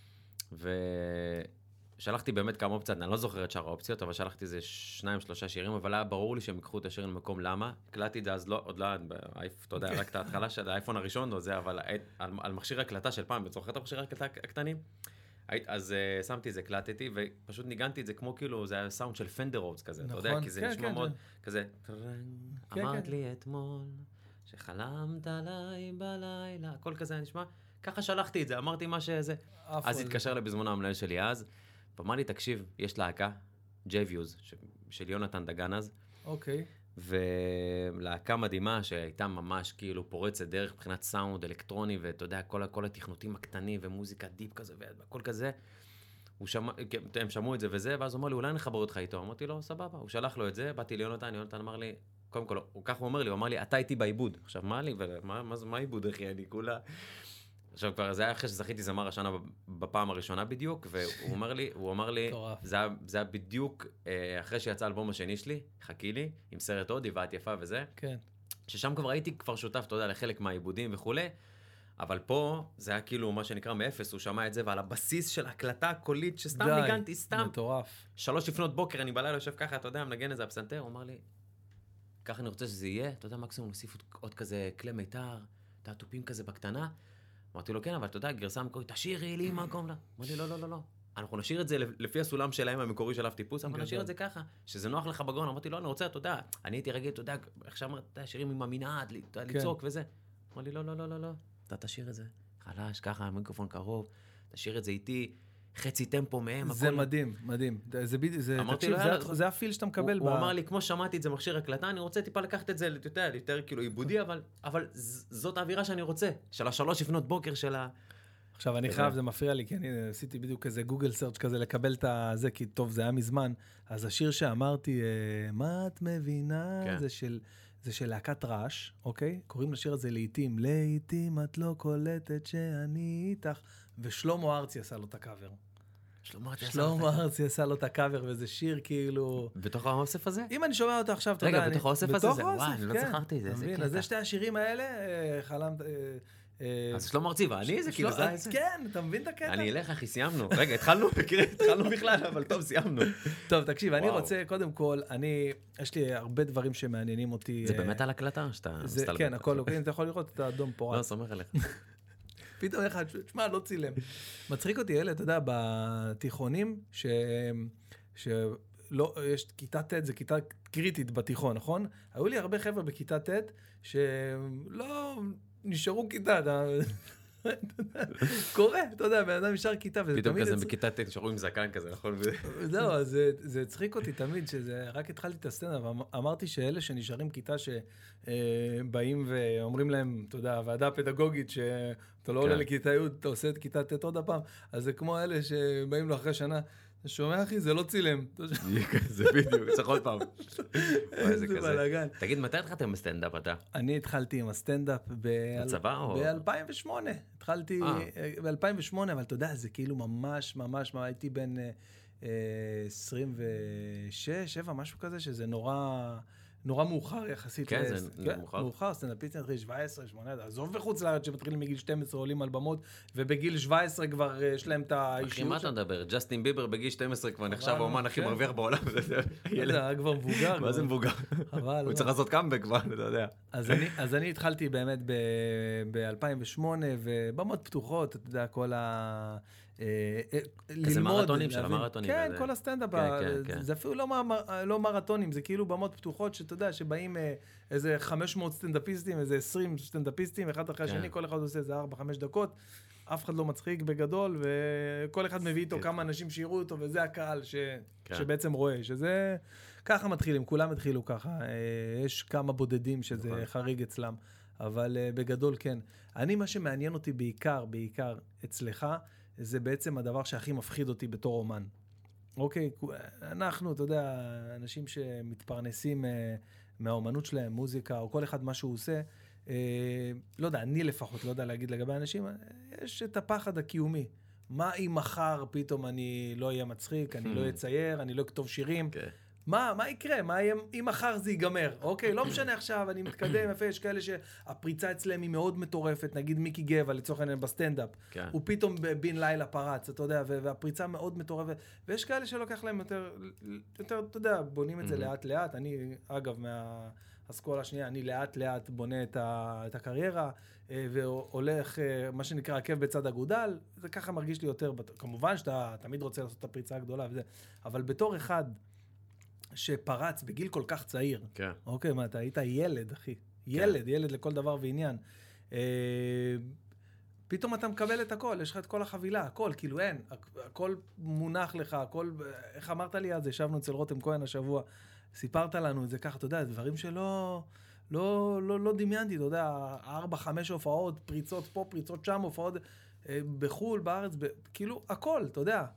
ושלחתי באמת כמה אופציות, אני לא זוכר את שאר האופציות, אבל שלחתי איזה 2-3 שירים, אבל היה ברור לי שהם ייקחו את השיר למקום, למה? הקלטתי את זה אז עוד לא, אתה יודע, רק את ההתחלה של האייפון הראשון, או זה, אבל על מכשיר הקלטה של פעם, בצורך את המכשיר הקלטה הקטנים, אז שמתי את זה, הקלטתי, ופשוט ניגנתי את זה כמו כאילו, זה היה סאונד של פנדר רודס כזה, אתה יודע, כי זה נשמע מאוד כזה, אמרת לי אתמול, שחלמת עליי בלילה, הכל כזה נשמע, ככה שלחתי את זה, אמרתי מה שזה, אז התקשר לי בזמנו המנהל שלי אז, ואמר לי, תקשיב, יש להקה, J-Views, של יונתן דגן אז, אוקיי. ולהקה מדהימה שהייתה ממש כאילו פורצת דרך מבחינת סאונד אלקטרוני, ואתה יודע, כל התכנותים הקטנים ומוזיקה דיפ כזה והכל כזה, הם שמעו את זה וזה, ואז הוא אמר לי, אולי נחבר אותך איתו, אמרתי לו, סבבה, הוא שלח לו את זה, באתי ליונתן, יונתן אמר לי, קודם כל, כך הוא אמר לי, אתה איתי בעיבוד, עכשיו מה לי, מה עיבוד אחי, אני כולה, עכשיו כבר זה היה אחרי שזכיתי זמר השנה בפעם הראשונה בדיוק, והוא אמר לי, זה היה בדיוק אחרי שיצא האלבום השני שלי, חכי לי, עם סרט הודי ואת יפה וזה, כן. ששם כבר הייתי כבר שותף, אתה יודע, לחלק מהעיבודים וכו', אבל פה זה היה כאילו מה שנקרא מאפס, הוא שמע את זה, ועל הבסיס של הקלטה הקולית שסתם ניגנתי, סתם. מטורף. 3 לפנות בוקר, אני בלילה יושב ככה, אתה יודע, מנגן איזה הפסנתר, הוא אמר לי, ככה אני רוצה שזה יהיה, אתה יודע, מקסימום נוסיף עוד כזה כלי מיתר, תעטופים כזה בקטנה. אמרתי לו, כן, אבל אתה יודע, גרסה המקורית, תשאירי לי מקום לה. אמרתי, לא. אנחנו נשאיר את זה לפי הסולם שלהם המקורי של אף טיפוס, אבל נשאיר את זה ככה, שזה נוח לך בגרון. אמרתי, לא, אני רוצה, אתה יודע, אני הייתי רגיל, אתה יודע, איך שאמרת, שירים עם המנעד, לצעוק וזה. אמרתי, לא, אתה תשאיר את זה. חלש, ככה, המיקרופון קרוב, תשאיר את זה איתי, חצי טמפו מהם. זה מדהים. זה הפיל שאתה מקבל. הוא אמר לי, כמו שמעתי את זה מכשיר הקלטה, אני רוצה טיפה לקחת את זה יותר כאילו עיבודי, אבל זאת האווירה שאני רוצה, של 3 לפנות בוקר של ה... עכשיו אני חייב, זה מפריע לי, כי אני עשיתי בדיוק איזה גוגל סרצ' כזה לקבל את זה, כי טוב, זה היה מזמן. אז השיר שאמרתי, מה את מבינה? זה של להקת רעש, אוקיי? קוראים לשיר הזה לעתים. לעתים את לא קולטת שאני איתך. ושלמה ארצי עשה לו את הקאבר. שלמה ארצי עשה לו את הקאבר, וזה שיר כאילו... בתוך האוסף הזה? אם אני שומע אותו עכשיו, אתה יודע... רגע, בתוך האוסף הזה? וואי, אני לא זכרתי את זה. אז זה שתי השירים האלה, חלמת... אז שלמה ארצי ואני, זה כאילו זה... כן, אתה מבין את הקטע? אני אלך, אחי, סיימנו. רגע, התחלנו בכלל, אבל טוב, סיימנו. טוב, תקשיב, אני רוצה, קודם כל, יש לי הרבה דברים שמעניינים אותי. זה באמת על הקלטה, שאתה... כן, הכל, אתה יכול לראות את האדום פורט. לא, סומך עליך. פתאום אחד, שמע, לא צילם. מצחיק אותי, אלה, אתה יודע, בתיכונים, שלא, יש כיתה ט', זה כיתה קריטית בתיכון, נכון? היו לי הרבה חבר'ה בכיתה ט', שלא נשארו כיתה, קורה, אתה יודע, בן אדם נשאר כיתה, פתאום כזה בכיתה ט' נשארו עם זקן כזה, נכון? זהו, אז זה הצחיק אותי תמיד, רק התחלתי את הסצנה, ואמרתי שאלה שנשארים כיתה שבאים ואומרים להם, אתה יודע, הוועדה הפדגוגית, שאתה לא עולה לכיתה י', אתה עושה את כיתה ט' עוד הפעם, אז זה כמו אלה שבאים לו אחרי שנה, אתה שומע אחי, זה לא צילם. זה בדיוק, צריך עוד פעם. איזה בלגן. תגיד, מתי התחלת עם הסטנדאפ אתה? אני התחלתי עם הסטנדאפ בצבא או? ב-2008. התחלתי ב-2008, אבל אתה יודע, זה כאילו ממש, הייתי בן 26, 7, משהו כזה, שזה נורא מאוחר יחסית. כן, זה מאוחר. מאוחר, סטנדאפיסטים מתחיל 17, 18, עזוב בחוץ לארץ שמתחילים מגיל 12 עולים על במות, ובגיל 17 כבר יש להם את האישיות. אחי, מה אתה מדבר? ג'סטין ביבר בגיל 12 כבר נחשב האומן הכי מרוויח בעולם. זה היה כבר מבוגר. מה זה מבוגר? הוא צריך לעשות קאמבק כבר, אתה יודע. אז אני התחלתי באמת ב-2008, ובמות פתוחות, אתה יודע, כל כזה מרתונים של המרתונים. כן, כל הסטנדאפ, זה אפילו לא מרתונים, זה כאילו במות פתוחות, שאתה יודע, שבאים איזה 500 סטנדאפיסטים, איזה 20 סטנדאפיסטים, אחד אחרי השני, כל אחד עושה איזה 4-5 דקות, אף אחד לא מצחיק בגדול, וכל אחד מביא איתו כמה אנשים שיראו אותו, וזה הקהל שבעצם רואה, שזה, ככה מתחילים, כולם התחילו ככה, יש כמה בודדים שזה חריג אצלם, אבל בגדול כן. אני, מה שמעניין אותי בעיקר אצלך, זה בעצם הדבר שהכי מפחיד אותי בתור אומן. אוקיי, אנחנו, אתה יודע, אנשים שמתפרנסים מהאומנות שלהם, מוזיקה, או כל אחד מה שהוא עושה, לא יודע, אני לפחות לא יודע להגיד לגבי אנשים, יש את הפחד הקיומי. מה אם מחר פתאום אני לא אהיה מצחיק, אני לא אצייר, אני לא אכתוב שירים? מה יקרה? מה אם מחר זה ייגמר? אוקיי, לא משנה עכשיו, אני מתקדם, יפה, יש כאלה שהפריצה אצלם היא מאוד מטורפת, נגיד מיקי גבע, לצורך העניין בסטנדאפ, הוא פתאום בין לילה פרץ, אתה יודע, והפריצה מאוד מטורפת, ויש כאלה שלוקח להם יותר, אתה יודע, בונים את זה לאט לאט, אני, אגב, מהאסכולה השנייה, אני לאט לאט בונה את הקריירה, והולך, מה שנקרא, עקב בצד אגודל, זה ככה מרגיש לי יותר, כמובן שאתה תמיד רוצה לעשות את הפריצה הגדולה וזה, אבל בתור אחד שפרץ בגיל כל כך צעיר. כן. אוקיי, מה, אתה היית ילד, אחי. ילד לכל דבר ועניין. פתאום אתה מקבל את הכל, יש לך את כל החבילה, הכל, כאילו אין, הכל מונח לך, הכל, איך אמרת לי אז, ישבנו אצל רותם כהן השבוע, סיפרת לנו את זה ככה, אתה יודע, דברים שלא לא דמיינתי, אתה יודע, 4-5 הופעות, פריצות פה, פריצות שם, הופעות בחול, בארץ, כאילו, הכל, אתה יודע,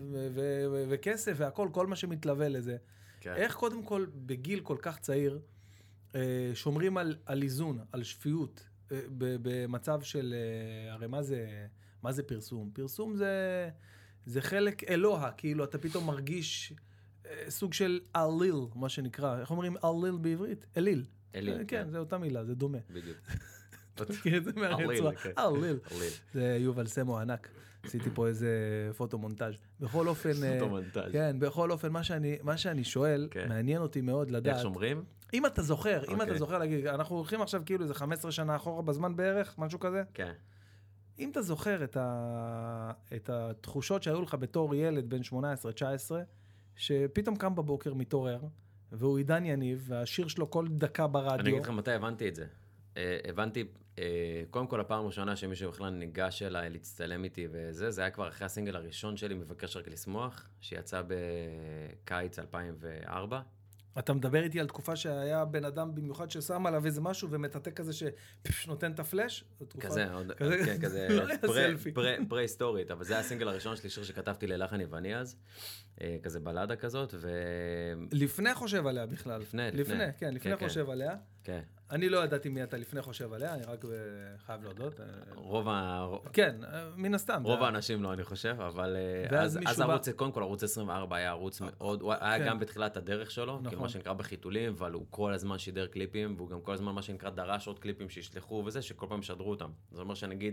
וכסף והכל, כל מה שמתלווה לזה. איך קודם כל, בגיל כל כך צעיר, שומרים על איזון, על שפיות, במצב של, הרי מה זה פרסום? פרסום זה חלק אלוה, כאילו אתה פתאום מרגיש סוג של אליל, מה שנקרא. איך אומרים אליל בעברית? אליל. אליל. כן, זה אותה מילה, זה דומה. בדיוק. תזכיר את זה מהרצועה. אליל. זה יובל סמו ענק. עשיתי פה איזה פוטו-מונטאז'. בכל אופן, כן, בכל אופן, מה שאני שואל, מעניין אותי מאוד לדעת. איך שומרים? אם אתה זוכר להגיד, אנחנו הולכים עכשיו כאילו איזה 15 שנה אחורה בזמן בערך, משהו כזה? כן. אם אתה זוכר את התחושות שהיו לך בתור ילד בן 18-19, שפתאום קם בבוקר מתעורר, והוא עידן יניב, והשיר שלו כל דקה ברדיו. אני אגיד לך מתי הבנתי את זה. הבנתי, קודם כל הפעם הראשונה שמישהו בכלל ניגש אליי להצטלם איתי וזה, זה היה כבר אחרי הסינגל הראשון שלי, מבקש רק לשמוח, שיצא בקיץ 2004. אתה מדבר איתי על תקופה שהיה בן אדם במיוחד ששם עליו איזה משהו ומטאטק כזה שנותן את הפלאש? כזה, כזה פרה-היסטורית, אבל זה היה הסינגל הראשון שלי, שיר שכתבתי ללחן יווני אז, כזה בלדה כזאת, לפני חושב עליה בכלל. לפני חושב עליה. כן. אני לא ידעתי מי אתה לפני חושב עליה, אני רק חייב להודות. כן, מן הסתם. רוב האנשים לא, אני חושב, אבל אז ערוץ, קודם כל ערוץ 24 היה ערוץ מאוד, הוא היה גם בתחילת הדרך שלו, כאילו מה שנקרא בחיתולים, אבל הוא כל הזמן שידר קליפים, והוא גם כל הזמן מה שנקרא דרש עוד קליפים שישלחו וזה, שכל פעם שדרו אותם. זאת אומרת שנגיד,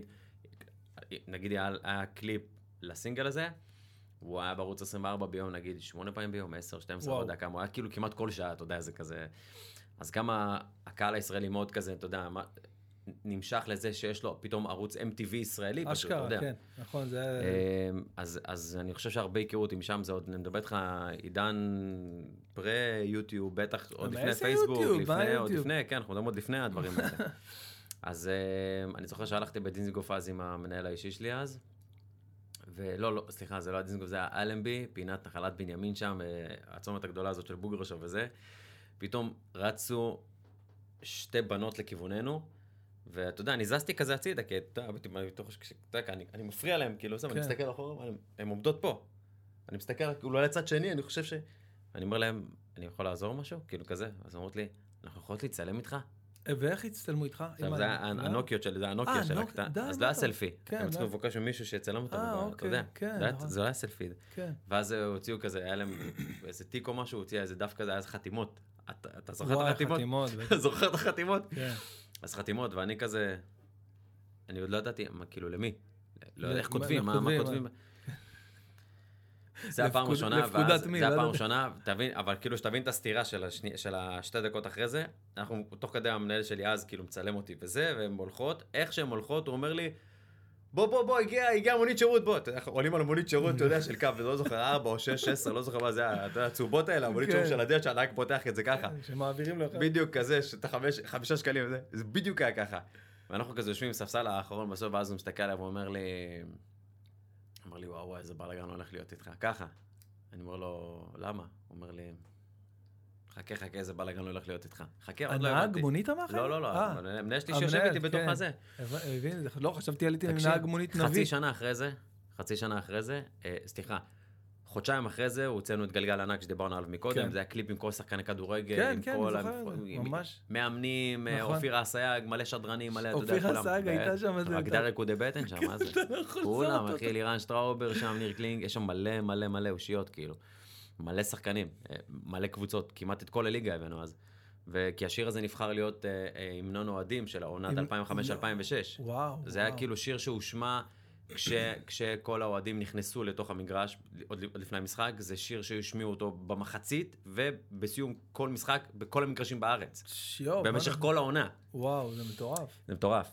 היה קליפ לסינגל הזה, הוא היה בערוץ 24 ביום, נגיד 8 פעמים ביום, 10, 12, לא יודע כמה, הוא היה כאילו כמעט כל שעה, אתה יודע, זה כזה. אז גם הקהל הישראלי מאוד כזה, אתה יודע, נמשך לזה שיש לו פתאום ערוץ MTV ישראלי, פשוט, אתה יודע. כן, נכון, זה... אז אני חושב שהרבה הכירו אותי משם, זה עוד, אני מדבר איתך, עידן פרה-יוטיוב, בטח עוד לפני פייסבוק, עוד לפני, כן, אנחנו מדברים עוד לפני הדברים האלה. אז אני זוכר שהלכתי בדיזנגוף אז עם המנהל האישי שלי אז, ולא, סליחה, זה לא הדיזנגוף, זה היה אלנבי, פינת נחלת בנימין שם, הצומת הגדולה הזאת של בוגרשוב וזה. פתאום רצו 2 בנות לכיווננו, ואתה יודע, אני זזתי כזה הצידה, כי אני מפריע להם, כאילו, אני מסתכל אחורה, הן עומדות פה. אני מסתכל, אולי לצד שני, אני חושב אני אומר להם, אני יכול לעזור משהו? כאילו כזה. אז אמרות לי, אנחנו יכולות להצטלם איתך? ואיך הצטלמו איתך? זה הנוקיות שלי, זה הנוקיה של הקטע. אז לא היה סלפי. הם צריכים לבקש ממישהו שיצלם אותנו, אתה יודע. זה לא היה סלפי. ואז הוציאו כזה, היה להם איזה תיק או משהו, הוציאה איזה דף כזה, היה חתימות. אתה זוכר את החתימות? זוכר את החתימות? כן. אז חתימות, ואני כזה, אני עוד לא ידעתי, כאילו, למי? לא יודע איך כותבים, מה כותבים? זה הפעם ראשונה, זה הפעם ראשונה, אבל כאילו שתבין את הסתירה של 2 דקות אחרי זה, אנחנו, תוך כדי המנהל שלי אז, כאילו מצלם אותי וזה, והן הולכות, איך שהן הולכות, הוא אומר לי, בוא, הגיע מונית שירות, בוא. עולים על מונית שירות, אתה יודע, של קו, ולא זוכר 4 או 6, 10, לא זוכר מה זה, אתה יודע, הצהובות האלה, המונית שירות של הדלת, שהנהג פותח את זה ככה. שמעבירים לך. בדיוק כזה, שאתה 5 שקלים וזה, זה בדיוק היה ככה. ואנחנו כזה יושבים עם ספסל האחרון בסוף, ואז הוא מסתכל עליו ואומר לי, וואו, איזה בלגן הולך להיות איתך. ככה. אני אומר לו, למה? הוא אומר לי, חכה, איזה בלגן הולך להיות איתך. חכה, עוד לא הבנתי. הנהג מונית אמר לכם? לא, המנהל שלי שיושב איתי בתוך הזה. לא, חשבתי עליתי עם נהג מונית נביא. חצי שנה אחרי זה, סליחה, חודשיים אחרי זה, הוא הוצאנו את גלגל ענק שדיברנו עליו מקודם, זה היה קליפ עם כל שחקני כדורגל, עם כל מאמנים, אופיר אסייג, מלא שדרנים, מלא, אתה יודע, כולם. אופיר אסייג הייתה שם. הגדר ריקודי בטן שם, מה זה? כולם, אחי, לירן שטראובר שם, ניר קלינג, יש שם מלא אושיות, כאילו. מלא שחקנים, מלא קבוצות, כמעט את כל הליגה הבאנו אז. וכי השיר הזה נבחר להיות המנון אוהדים של העונת 2005-2006. וואו. זה היה כאילו שיר שהושמע כשכל האוהדים נכנסו לתוך המגרש, עוד לפני המשחק, זה שיר שהשמיעו אותו במחצית, ובסיום כל משחק, בכל המגרשים בארץ. במשך כל העונה. וואו, זה מטורף. זה מטורף.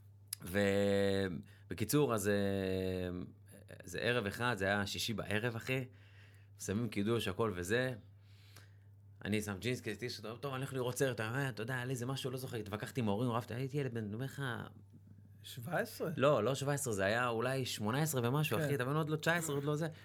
ובקיצור, אז זה ערב אחד, זה היה שישי בערב, אחי. שמים קידוש, הכל וזה. אני שם ג'ינס, טוב, אני הולך לראות סרט, אתה יודע, היה לי זה משהו, לא זוכר, התווכחתי עם ההורים, הייתי ילד בן, אומר לך... 17? לא 17, זה היה אולי 18 ומשהו, אחי, אתה מבין, עוד לא 19, עוד לא זה.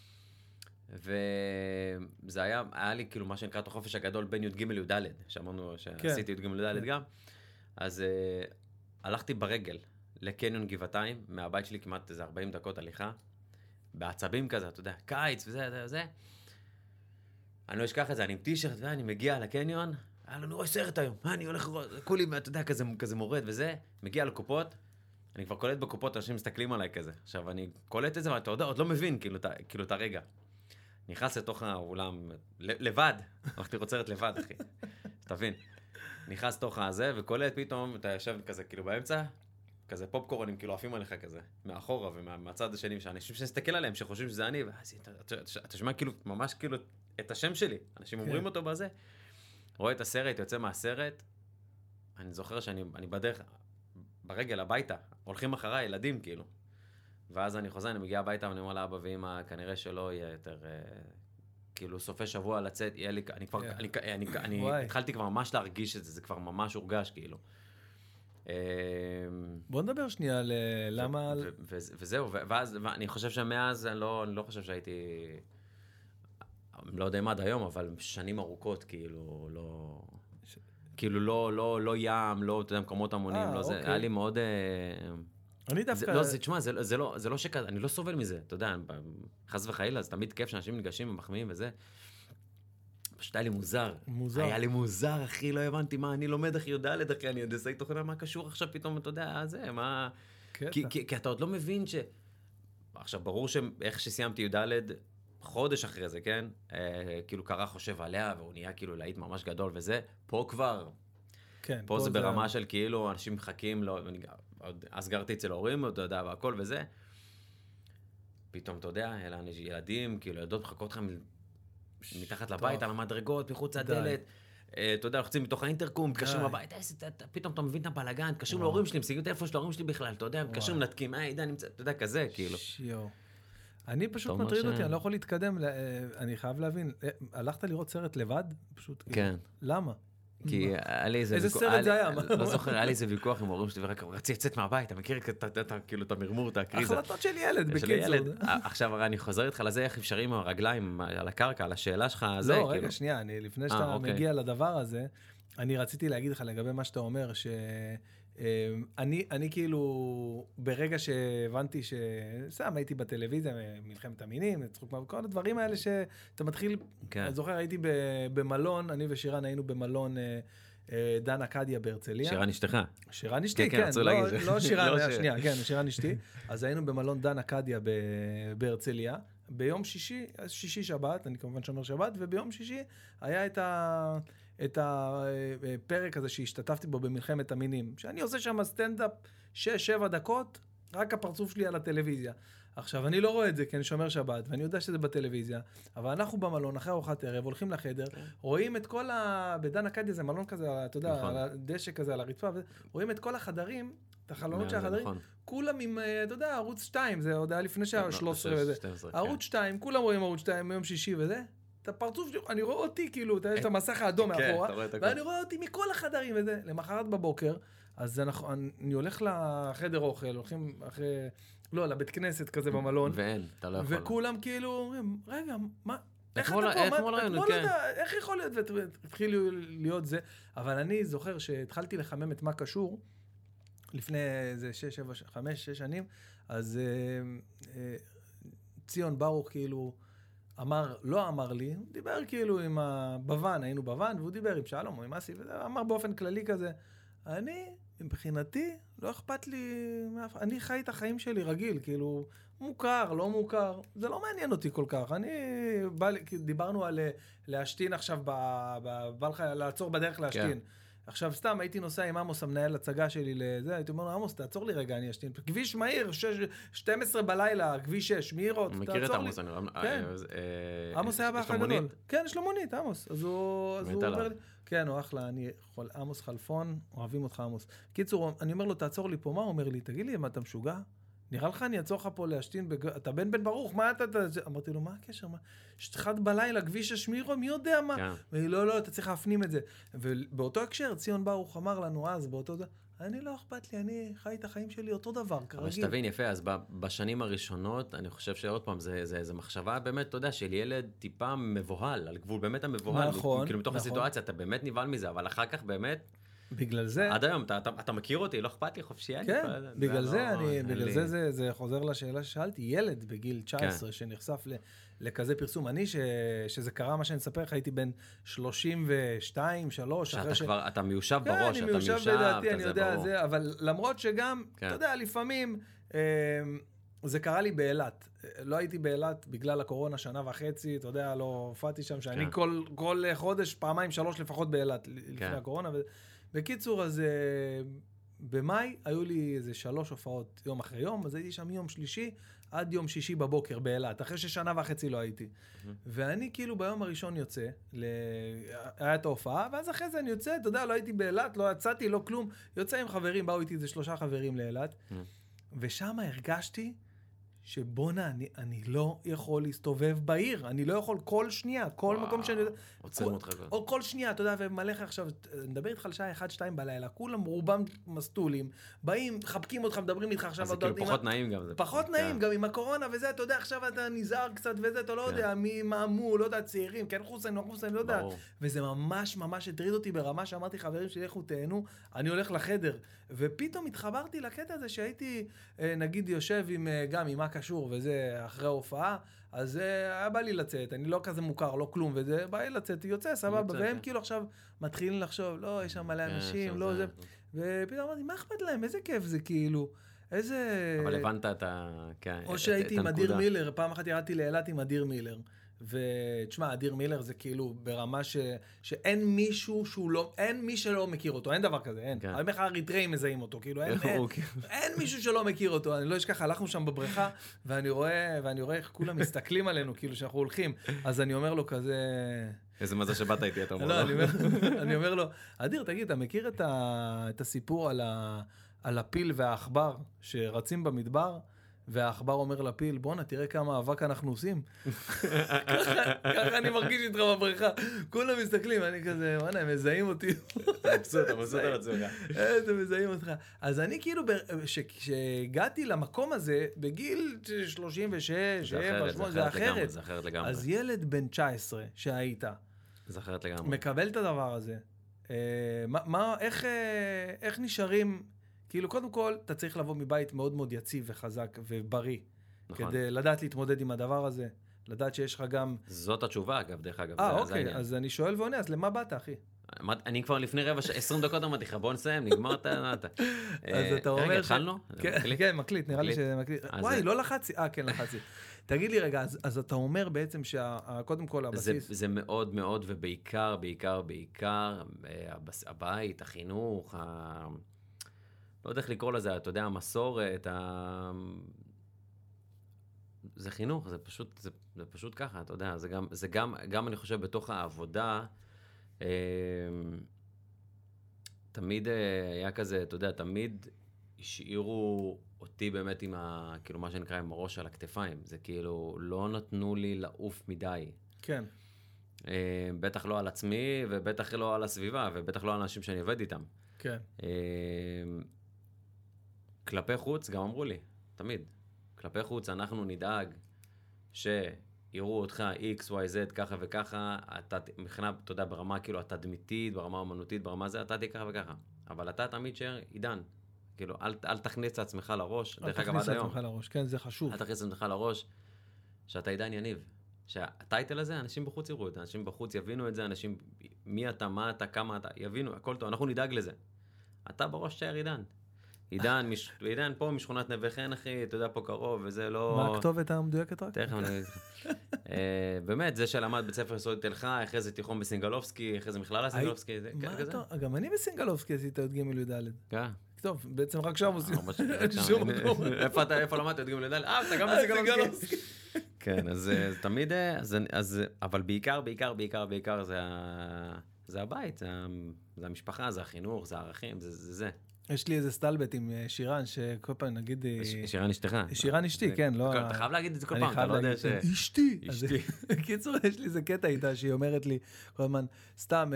וזה היה לי כאילו מה שנקרא את החופש הגדול בין י"ג י"ד, שאמרנו שעשיתי י"ג י"ד גם, אז הלכתי ברגל לקניון גבעתיים, מהבית שלי כמעט איזה 40 דקות הליכה, בעצבים כזה, אתה יודע, קיץ וזה. אני לא אשכח את זה, אני עם טישרט, ואני מגיע לקניון, אני רואה סרט היום, אני הולך לראות, כולי, אתה יודע, כזה מורד וזה, מגיע לקופות, אני כבר קולט בקופות, אנשים מסתכלים עליי כזה. עכשיו, אני קולט את זה, ואתה עוד לא מבין, כאילו, את הרגע. נכנס לתוך האולם, לבד, הלכתי לראות סרט לבד, אחי. תבין. נכנס לתוך הזה, וקולט פתאום, אתה יושב כזה, כאילו, באמצע, כזה פופקורנים, כאילו, עפים עליך כזה, מאחורה ומהצד השני, שאנשים שנסתכל עליהם, שחושבים שזה אני, ואז אתה שומע כאילו, ממש כאילו, את השם שלי. אנשים אומרים אותו בזה. רואה את הסרט, יוצא מהסרט, אני זוכר שאני בדרך, ברגל הביתה, הולכים אחריי, ילדים כאילו. ואז אני חוזר, אני מגיע הביתה, ואני אומר לאבא ואמא, כנראה שלא יהיה יותר, כאילו, סופי שבוע לצאת, יהיה לי, אני התחלתי כבר ממש להרגיש את זה, זה כבר ממש הורגש, כאילו. בוא נדבר שנייה על למה... וזהו, ואז אני חושב שמאז, אני לא חושב שהייתי, לא יודע מה עד היום, אבל שנים ארוכות, כאילו, לא ים, לא, אתה יודע, מקומות המונים, לא זה, היה לי מאוד... אני דווקא... לא, תשמע, זה לא שכזה, אני לא סובל מזה, אתה יודע, חס וחלילה, זה תמיד כיף שאנשים ניגשים ומחמיאים וזה. פשוט היה לי מוזר. היה לי מוזר, אחי, לא הבנתי מה, אני לומד אחי, יודע לדחי, אני יודע, זה תוכנה, מה קשור עכשיו פתאום, אתה יודע, זה, מה... כי אתה עוד לא מבין ש... עכשיו, ברור שאיך שסיימתי י"ד, חודש אחרי זה, כן? כאילו קרא חושב עליה, והוא נהיה כאילו להיט ממש גדול וזה, פה כבר. כן. פה זה ברמה של כאילו, אנשים מחכים, אז גרתי אצל ההורים, אתה יודע, והכל וזה. פתאום, אתה יודע, אלה ילדים, כאילו, ילדות מחכות לכם מתחת לבית, על המדרגות, מחוץ לדלת. אתה יודע, לוחצים מתוך האינטרקום, מתקשרים לבית, פתאום אתה מבין את הבלגן, מתקשרים להורים שלי, משיגים את האיפה של ההורים שלי בכלל, אתה יודע, מתקשרים נתקים, עידן נמצא, אתה יודע, כזה, כאילו. אני פשוט מטריד אותי, אני לא יכול להתקדם, אני חייב להבין, הלכת לראות סרט לבד? פשוט, כן. למה? כי היה לי איזה... איזה סרט זה היה? לא זוכר, היה לי איזה ויכוח עם הורים שלי, ורק רציתי לצאת מהבית, אתה מכיר כאילו את המרמור, את הקריזה. החלטות של ילד, בקיצור. עכשיו, אני חוזר איתך לזה, איך אפשרי עם הרגליים על הקרקע, על השאלה שלך, זה כאילו... לא, רגע, שנייה, לפני שאתה מגיע לדבר הזה, אני רציתי להגיד לך לגבי מה שאתה אומר, אני כאילו, ברגע שהבנתי שסתם הייתי בטלוויזיה, מלחמת המינים, כל הדברים האלה שאתה מתחיל, אני זוכר, הייתי במלון, אני ושירן היינו במלון דן אקדיה בהרצליה. שירן אשתך. שירן אשתי, כן, לא שירן, שנייה, כן, שירן אשתי. אז היינו במלון דן אקדיה בהרצליה, ביום שישי שבת, אני כמובן שומר שבת, וביום שישי היה את הפרק הזה שהשתתפתי בו במלחמת המינים, שאני עושה שם סטנדאפ 6-7 דקות, רק הפרצוף שלי על הטלוויזיה. עכשיו, אני לא רואה את זה, כי אני שומר שבת, ואני יודע שזה בטלוויזיה, אבל אנחנו במלון, אחרי ארוחת ערב, הולכים לחדר, רואים את כל בדן אקדיה, זה מלון כזה, אתה יודע, על הדשא כזה, על הרצפה, רואים את כל החדרים, את החלונות של החדרים, כולם עם, אתה יודע, ערוץ 2, זה עוד היה לפני שעה 13 וזה. ערוץ 2, כולם רואים ערוץ 2 מיום שישי וזה. את הפרצוף שלי, אני רואה אותי, כאילו, יש את המסך האדום מאחורה, ואני רואה אותי מכל החדרים וזה. למחרת בבוקר, אז אני הולך לחדר אוכל, הולכים אחרי, לא, לבית כנסת כזה במלון. ואין, אתה לא יכול. וכולם כאילו אומרים, רגע, מה? איך אתה אתמול ראינו, כן. איך יכול להיות? והתחילו להיות זה. אבל אני זוכר שהתחלתי לחמם את מה קשור, לפני איזה 5-6 שנים, אז ציון ברוך כאילו לא אמר לי, הוא דיבר כאילו עם בוון, היינו בוון, והוא דיבר עם שלום או עם אסי, ואמר באופן כללי כזה, אני, מבחינתי, לא אכפת לי, אני חי את החיים שלי רגיל, כאילו, מוכר, לא מוכר, זה לא מעניין אותי כל כך, דיברנו על להשתין עכשיו, בא לך לעצור בדרך להשתין, עכשיו סתם הייתי נוסע עם עמוס, המנהל הצגה שלי לזה, הייתי אומר לו, עמוס, תעצור לי רגע, אני אשתין. כביש מהיר, 12 בלילה, כביש 6, מהירות, תעצור לי. מכיר את עמוס, אני כן. עמוס היה באח הגדול. כן, יש לו מונית, עמוס. אז הוא אומר לי, כן, הוא אחלה, עמוס חלפון, אוהבים אותך עמוס. קיצור, אני אומר לו, תעצור לי פה, מה הוא אומר לי? תגיד לי, מה אתה משוגע? נראה לך אני אעצור לך פה להשתין, אתה בן ברוך, מה אתה... אמרתי לו, מה הקשר? שתחת בלילה, כביש השמירו, מי יודע מה? לא, אתה צריך להפנים את זה. ובאותו הקשר, ציון ברוך אמר לנו אז, אני לא אכפת לי, אני חי את החיים שלי אותו דבר, כרגיל. אבל שתבין, יפה, אז בשנים הראשונות, אני חושב שעוד פעם, זה מחשבה באמת, אתה יודע, של ילד טיפה מבוהל, על גבול באמת המבוהל. נכון. כאילו מתוך הסיטואציה, אתה באמת נבהל מזה, אבל אחר כך באמת... בגלל זה... עד היום, אתה מכיר אותי, לא אכפת לי, חופשי. כן, בגלל זה זה חוזר לשאלה ששאלתי, ילד בגיל 19 שנחשף לכזה פרסום, אני שזה קרה מה שאני אספר לך, הייתי בן 32, 3, אתה מיושב בראש, אני מיושב בדעתי, אני יודע זה, אבל למרות שגם, אתה יודע, לפעמים זה קרה לי באילת, לא הייתי באילת בגלל הקורונה 1.5 שנה, אתה יודע, לא הופעתי שם, שאני כל חודש, 2-3 לפחות באילת לפני הקורונה, בקיצור, אז במאי היו לי איזה 3 הופעות יום אחרי יום, אז הייתי שם יום שלישי עד יום שישי בבוקר באילת, אחרי ש1.5 שנה לא הייתי. ואני כאילו ביום הראשון יוצא, היה את ההופעה, ואז אחרי זה אני יוצא, אתה יודע, לא הייתי באילת, לא יצאתי, לא כלום, יוצא עם חברים, באו איתי איזה 3 חברים לאילת, ושם הרגשתי שבונה, אני לא יכול להסתובב בעיר, אני לא יכול כל שנייה, כל מקום שאני... עוצרים אותך כבר. או כל שנייה, אתה יודע, ומלך עכשיו, נדבר איתך לשעה 1-2 בלילה, כולם רובם מסטולים, באים, חבקים אותך, מדברים איתך עכשיו... אז זה כאילו פחות נעים גם. פחות נעים, גם עם הקורונה וזה, אתה יודע, עכשיו אתה נזהר קצת וזה, אתה לא יודע, מי מאמו, לא יודע, צעירים, כן חוסן, לא חוסן, לא יודע. וזה ממש ממש הטריד אותי ברמה שאמרתי, חברים שלי, לכו תהנו, אני הולך לחדר. ופתאום התחברתי לקטע הזה שהייתי, נגיד, יושב גם עם מה קשור וזה אחרי ההופעה, אז היה בא לי לצאת, אני לא כזה מוכר, לא כלום, וזה בא לי לצאת, יוצא, סבבה, והם כאילו עכשיו מתחילים לחשוב, לא, יש שם מלא אנשים, לא זה, ופתאום אמרתי, מה אכפת להם, איזה כיף זה כאילו, איזה... אבל הבנת את ה... או שהייתי עם אדיר מילר, פעם אחת ירדתי לאילת עם אדיר מילר, ותשמע, אדיר מילר זה כאילו ברמה שאין מישהו שהוא לא, אין מי שלא מכיר אותו, אין דבר כזה, אין. אני אומר לך, אריתראים מזהים אותו, כאילו אין מישהו שלא מכיר אותו, אני לא אשכח, הלכנו שם בבריכה, ואני רואה איך כולם מסתכלים עלינו, כאילו שאנחנו הולכים, אז אני אומר לו כזה... איזה מזל שבאת איתי, אתה אומר. לא, אני אומר לו, אדיר, תגיד, אתה מכיר את הסיפור על הפיל והעכבר שרצים במדבר? והעכבר אומר לפיל, בוא'נה, תראה כמה אבק אנחנו עושים. ככה אני מרגיש איתך בבריכה. כולם מסתכלים, אני כזה, וואנה, הם מזהים אותי. אתה מבסוט על עצמך. הם מזהים אותך. אז אני כאילו, כשהגעתי למקום הזה, בגיל 36, 7, 8, זה אחרת. זה אחרת לגמרי. אז ילד בן 19 שהיית, זה אחרת לגמרי. מקבל את הדבר הזה. איך נשארים... כאילו, קודם כל, אתה צריך לבוא מבית מאוד מאוד יציב וחזק ובריא. נכון. כדי לדעת להתמודד עם הדבר הזה. לדעת שיש לך גם... זאת התשובה, אגב, דרך אגב. אוקיי, אז אני שואל ועונה, אז למה באת, אחי? אני כבר לפני 20 דקות אמרתי לך, בוא נסיים, נגמר את הנתה. אז אתה אומר... רגע, התחלנו? כן, מקליט, נראה לי שמקליט. וואי, לא לחצי. כן, לחצי. תגיד לי רגע, אז אתה אומר בעצם שקודם כל הבסיס... זה מאוד מאוד, ובעיקר, הבית, החינוך, לא יודע איך לקרוא לזה, אתה יודע, המסורת, זה חינוך, זה פשוט ככה, אתה יודע, זה גם אני חושב בתוך העבודה, תמיד היה כזה, אתה יודע, תמיד השאירו אותי באמת עם כאילו מה שנקרא עם הראש על הכתפיים, זה כאילו לא נתנו לי לעוף מדי. כן. בטח לא על עצמי, ובטח לא על הסביבה, ובטח לא על אנשים שאני עובד איתם. כן. כלפי חוץ, גם אמרו לי, תמיד. כלפי חוץ, אנחנו נדאג שיראו אותך X, Y, Z, ככה וככה, אתה, מבחינה, אתה יודע, ברמה כאילו התדמיתית, ברמה האמנותית, ברמה זה, אתה תהיה ככה וככה. אבל אתה תמיד שער עידן. כאילו, אל תכניס את עצמך לראש, דרך אגב עד היום. אל תכניס את עצמך לראש, כן, זה חשוב. אל תכניס את עצמך לראש, שאתה עידן יניב. שהטייטל הזה, אנשים בחוץ יראו את זה, אנשים בחוץ יבינו את זה, אנשים, מי אתה, מה אתה, כמה אתה, יבינו, הכל טוב, אנחנו נדאג לזה. אתה בראש שער עידן. עידן פה משכונת נווה חן, אחי, אתה יודע, פה קרוב, וזה לא... מה הכתובת המדויקת רק? תכף אני... באמת, זה שלמד בית ספר יסודי תל חי, אחרי זה תיכון בסינגלובסקי, אחרי זה מכללה סינגלובסקי, זה כזה. גם אני בסינגלובסקי עשית את ג' י"ד. כן. טוב, בעצם רק שם עושים. שום מקום. איפה למדת את ג' י"ד? אתה גם בסינגלובסקי. כן, אז תמיד, אבל בעיקר זה הבית, זה המשפחה, זה החינוך, זה הערכים, זה. יש לי איזה סטלבט עם שירן, שכל פעם נגיד... שירן אשתך. שירן אשתי, כן, לא... אתה חייב להגיד את זה כל פעם, אתה לא יודע ש... אשתי. קיצור, יש לי איזה קטע איתה, שהיא אומרת לי כל הזמן, סתם,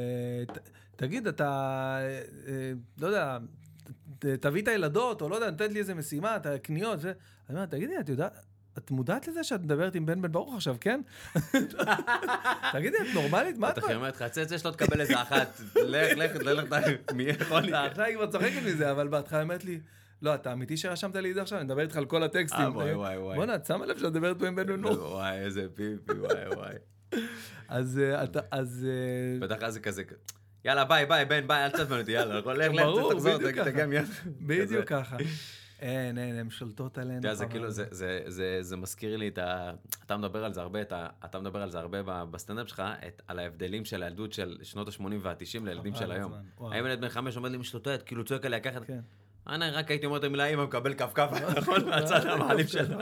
תגיד, אתה, לא יודע, תביא את הילדות, או לא יודע, נתת לי איזה משימה, את הקניות, אני אומר, תגידי, את יודעת... את מודעת לזה שאת מדברת עם בן ברוך עכשיו, כן? תגידי, את נורמלית? מה את... אתה אומרת לך, צא שלא תקבל איזה אחת, לך, מי יכול לי? עכשיו היא כבר צוחקת מזה, אבל בהתחלה אומרת לי, לא, אתה אמיתי שרשמת לי את זה עכשיו? אני מדבר איתך על כל הטקסטים. וואי. בוא'נה, את שמה לב שאת מדברת פה עם בן ברוך. וואי, איזה פיפי, וואי. אז... בטח אז זה כזה... יאללה, ביי, אל תצטמן אותי, יאללה, לך, תחזור, תגיע מיד. בדיוק ככה. אין, הן שולטות עלינו. אתה יודע, זה כאילו, זה מזכיר לי אתה מדבר על זה הרבה בסטנדאפ שלך, על ההבדלים של הילדות של שנות ה-80 וה-90 לילדים של היום. האם ילד בן 5 עומד לי משלוטות, כאילו צועק עליה ככה, אני רק הייתי אומר את המילה, אמא מקבל כף, נכון? מהצד המעליף שלו.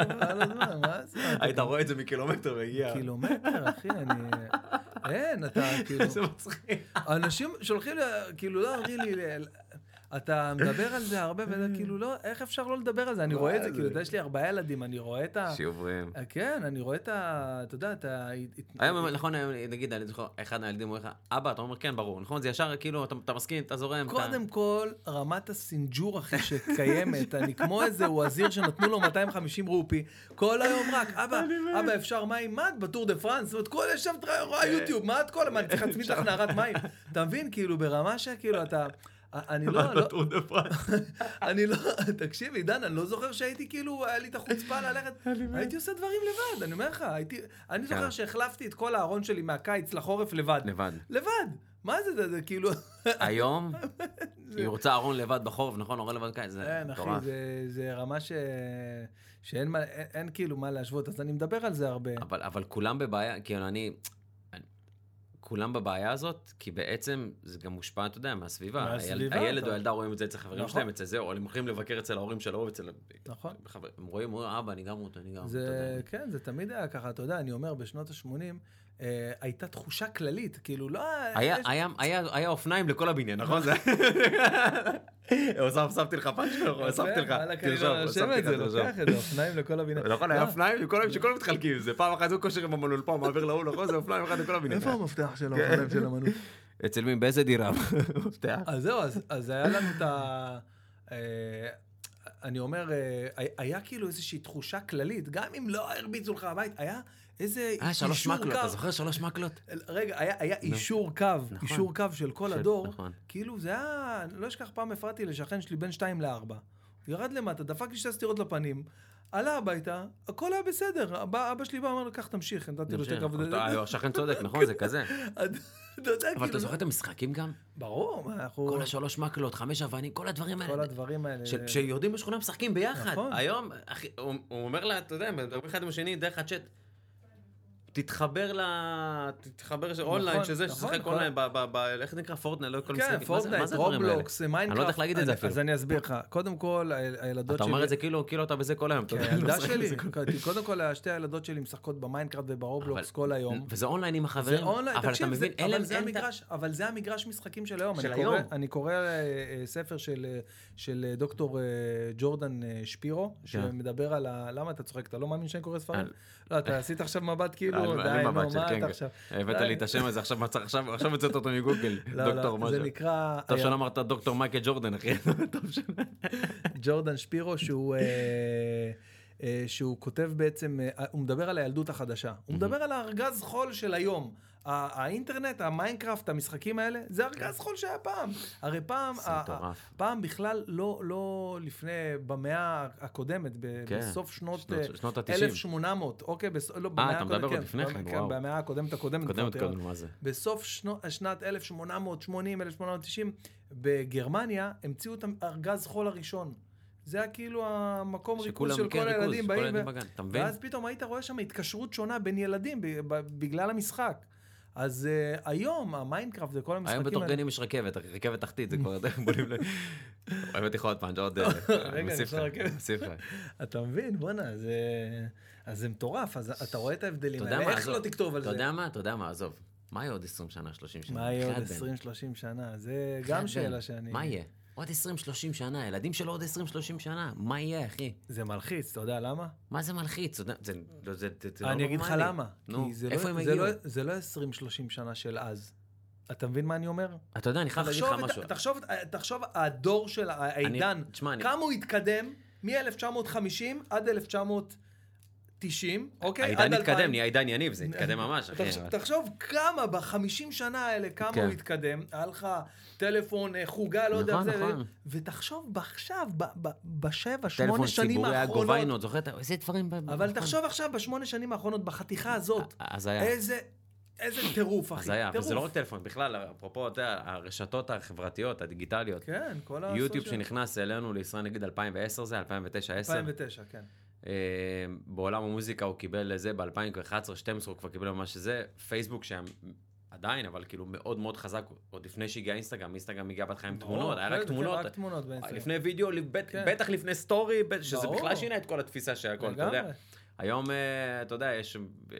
היית רואה את זה מקילומטר והגיע. קילומטר, אחי, אין, אתה כאילו... זה מצחיק. אנשים שולחים לי, כאילו לא אומרים לי... אתה מדבר על זה הרבה, וזה כאילו לא, איך אפשר לא לדבר על זה? אני רואה את זה, כאילו, יש לי 4 ילדים, אני רואה את ה... שיעוברים. כן, אני רואה את ה... אתה יודע, את ה... היום, נכון, נגיד, אני זוכר, אחד מהילדים אומר לך, אבא, אתה אומר, כן, ברור, נכון? זה ישר, כאילו, אתה מסכים, אתה זורם. קודם כל, רמת הסינג'ור, אחי, שקיימת, אני כמו איזה וזיר שנתנו לו 250 רופי, כל היום רק, אבא, אפשר מים? מה את בטור דה פרנס? זאת אומרת, כל ישב רואה יוטיוב, מה את כל... מה, אני צריך להצמיד לך נערת מים? אתה מבין, כאילו, ברמה שכאילו, אתה... אני לא, תקשיב, עידן, אני לא זוכר שהייתי כאילו, היה לי את החוצפה ללכת, הייתי עושה דברים לבד, אני אומר לך, אני זוכר שהחלפתי את כל הארון שלי מהקיץ לחורף לבד. מה זה כאילו... היום, היא רוצה ארון לבד בחורף, נכון, ארון לבד קיץ, זה מטורף. זה רמה שאין כאילו מה להשוות, אז אני מדבר על זה הרבה. אבל כולם בבעיה, כאילו כולם בבעיה הזאת, כי בעצם זה גם מושפע, אתה יודע, מהסביבה. הילד או הילדה רואים את זה אצל חברים שלהם, אצל זה, או הם הולכים לבקר אצל ההורים שלו, נכון. הם רואים, אבא, אני גם רואה, כן, זה תמיד היה ככה, אתה יודע, אני אומר, בשנות ה-80, הייתה תחושה כללית, כאילו, לא... היה אופניים לכל הבניין, נכון? הוספתי לך פאנץ' הוספתי לך. תרשום את זה, לוקח את זה, אופניים לכל הבניין. נכון, היה אופניים שכולם מתחלקים, זה פעם אחת הוא קושר עם המנעול פה, מעביר להוא, נכון? זה אופניים אחד לכל הבניין. איפה המפתח של האופניים של המנעול? אצל מי? באיזה דירה? אז זהו, אז היה לנו את ה... אני אומר, היה כאילו איזושהי תחושה כללית, גם אם לא הרביצו לך הבית, היה איזה אישור 3 מקלות, אתה זוכר 3 מקלות? רגע, היה אישור קו, אישור קו של כל הדור, כאילו זה היה, לא אשכח פעם הפרעתי לשכן שלי בין 2 ל-4, ירד למטה, דפק לי 2 סטירות לפנים, עלה הביתה, הכל היה בסדר, אבא שלי בא, אמר לו, כך תמשיך, נתתי לו 2 כבוד. השכן צודק, נכון, זה כזה. אבל אתה זוכר את המשחקים גם? ברור, כל 3 מקלות, 5 אבנים, כל הדברים האלה. כל הדברים האלה. שיורדים בשכונה משחקים ביחד. היום, הוא אומר לה, אתה יודע, מדברים אחד עם השני, דרך הצ'אט. תתחבר אונליין, שזה ששחק אונליין, איך זה נקרא? פורטנייט, לא כל משחק. כן, פורטנייט, רובלוקס, מיינקראפט. אני לא יודע איך להגיד את זה אפילו. אז אני אסביר לך. קודם כל, הילדות אתה שלי... אומר את זה כאילו אתה בזה כל היום. הילדה שלי, קודם כל, שתי הילדות שלי משחקות במיינקראפט וברובלוקס כל היום. וזה אונליין עם החברים, אבל אתה מבין, אבל זה המגרש משחקים של היום. אני קורא ספר של דוקטור ג'ורדן שפירו, שמדבר על למה אתה צוחק, אתה לא מאמין שאני קורא ספרים? לא, אתה עשית עכשיו מבט כאילו, די, נו, מה אתה עכשיו? הבאת לי את השם הזה, עכשיו מצאת אותו מגוגל, דוקטור משהו. זה נקרא... טוב שלא אמרת דוקטור מייקל ג'ורדן, אחי. ג'ורדן שפירו, שהוא כותב בעצם, הוא מדבר על הילדות החדשה. הוא מדבר על הארגז חול של היום. האינטרנט, המיינקראפט, המשחקים האלה, זה ארגז חול שהיה פעם. הרי פעם בכלל לא לפני, במאה הקודמת, בסוף שנות 1800, אוקיי? אתה מדבר עוד לפני כן, וואו. במאה הקודמת. מה זה? בסוף שנת 1880, 1890, בגרמניה, המציאו את ארגז חול הראשון. זה היה כאילו המקום ריכוז של כל הילדים באים, ואז פתאום היית רואה שם התקשרות שונה בין ילדים בגלל המשחק. אז היום המיינקראפט וכל המשחקים... היום בתוך גנים יש רכבת תחתית, זה כבר בולים לב. הבאתי לך עוד פעם, עוד מוסיף לך. אתה מבין, בוא'נה, אז זה מטורף, אז אתה רואה את ההבדלים האלה, איך לא תכתוב על זה? אתה יודע מה, עזוב, מה יהיה עוד 20 שנה, 30 שנה? מה יהיה עוד 20-30 שנה? זה גם שאלה שאני... מה יהיה? עוד 20-30 שנה, ילדים שלו עוד 20-30 שנה, מה יהיה, אחי? זה מלחיץ, אתה יודע למה? מה זה מלחיץ? אני אגיד לך למה. כי זה לא 20-30 שנה של אז. אתה מבין מה אני אומר? אתה יודע, אני חייב להגיד לך משהו. תחשוב, הדור של העידן, כמה הוא התקדם מ-1950 עד 1990, אוקיי? העידן התקדם, נהיה עידן יניב, זה התקדם ממש. תחשוב כמה, ב-50 שנה האלה, כמה הוא התקדם, היה לך טלפון, חוגה, לא יודע, ותחשוב עכשיו, ב7, 8 שנים האחרונות, טלפון ציבורי, הגוביינות, זוכרת, איזה דברים... אבל תחשוב עכשיו, ב8 שנים האחרונות, בחתיכה הזאת, איזה טירוף, אחי. אז היה, וזה לא רק טלפון, בכלל, אפרופו, הרשתות החברתיות, הדיגיטליות, כן, כל יוטיוב שנכנס אלינו לישראל, נגיד 2010 זה, 2009, 2009, כן. בעולם המוזיקה הוא קיבל לזה, ב-2011-2012 הוא כבר קיבל ממש זה, פייסבוק שהיה עדיין, אבל כאילו מאוד מאוד חזק, עוד לפני שהגיע אינסטגרם הגיע בהתחלה עם תמונות, היה רק תמונות, לפני וידאו, בטח לפני סטורי, שזה בכלל שינה את כל התפיסה של הכל, אתה יודע. היום, אתה יודע, יש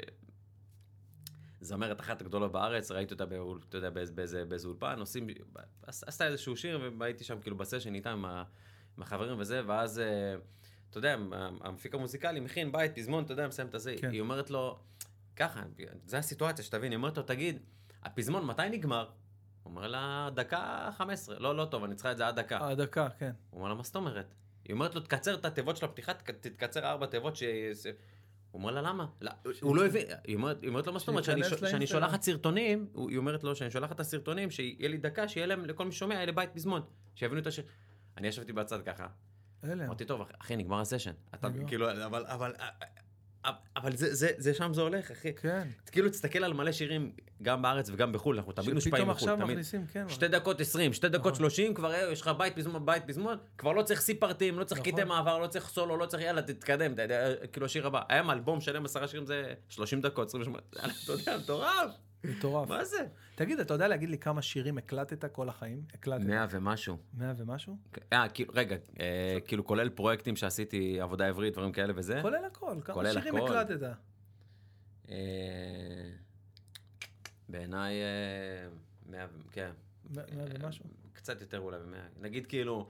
זמרת אחת הגדולה בארץ, ראיתי אותה באיזה אולפן, עשתה איזשהו שיר, והייתי שם כאילו בסשן איתם עם החברים וזה, ואז אתה יודע, המפיק המוזיקלי מכין בית, פזמון, אתה יודע, מסיים את זה, היא אומרת לו, ככה, זו הסיטואציה שתבין, היא אומרת לו, תגיד, הפזמון מתי נגמר? הוא אומר לה, דקה 15, לא טוב, אני צריכה את זה עד דקה. דקה, כן. הוא אומר לה, מה זאת אומרת? היא אומרת לו, תקצר את התיבות של הפתיחה, תתקצר 4 תיבות הוא אומר לה, למה? הוא לא הבין, היא אומרת לו, מה זאת אומרת, שאני שולחת סרטונים, היא אומרת לו, שאני שולחת את הסרטונים, שיהיה לי דקה, שיהיה להם, לכל מי שומע, יהיה לי בית פזמון, שיבינו את השיר. אני ישבתי בצד ככה. אמרתי, טוב, אחי, נגמר הסשן. כאילו, אבל זה שם זה הולך, אחי. כן. כאילו, תסתכל על מלא שירים, גם בארץ וגם בחו"ל, אנחנו תמיד מושפעים בחו"ל. שפתאום עכשיו מכניסים, כן. 2 דקות 20, 2 דקות 30, כבר יש לך בית פזמון, כבר לא צריך סיפרטים, לא צריך קטעי מעבר, לא צריך סולו, לא צריך, יאללה, תתקדם, כאילו, השיר הבא. היה אלבום שלם 10 שירים, זה 30 דקות, 28, אתה יודע, מטורף. מטורף. מה זה? תגיד, אתה יודע להגיד לי כמה שירים הקלטת כל החיים? 100 ומשהו. 100 ומשהו? רגע, כאילו כולל פרויקטים שעשיתי, עבודה עברית, דברים כאלה וזה? כולל הכל. כמה שירים הקלטת? בעיניי 100, כן. 100 ומשהו? קצת יותר אולי ב100. נגיד כאילו,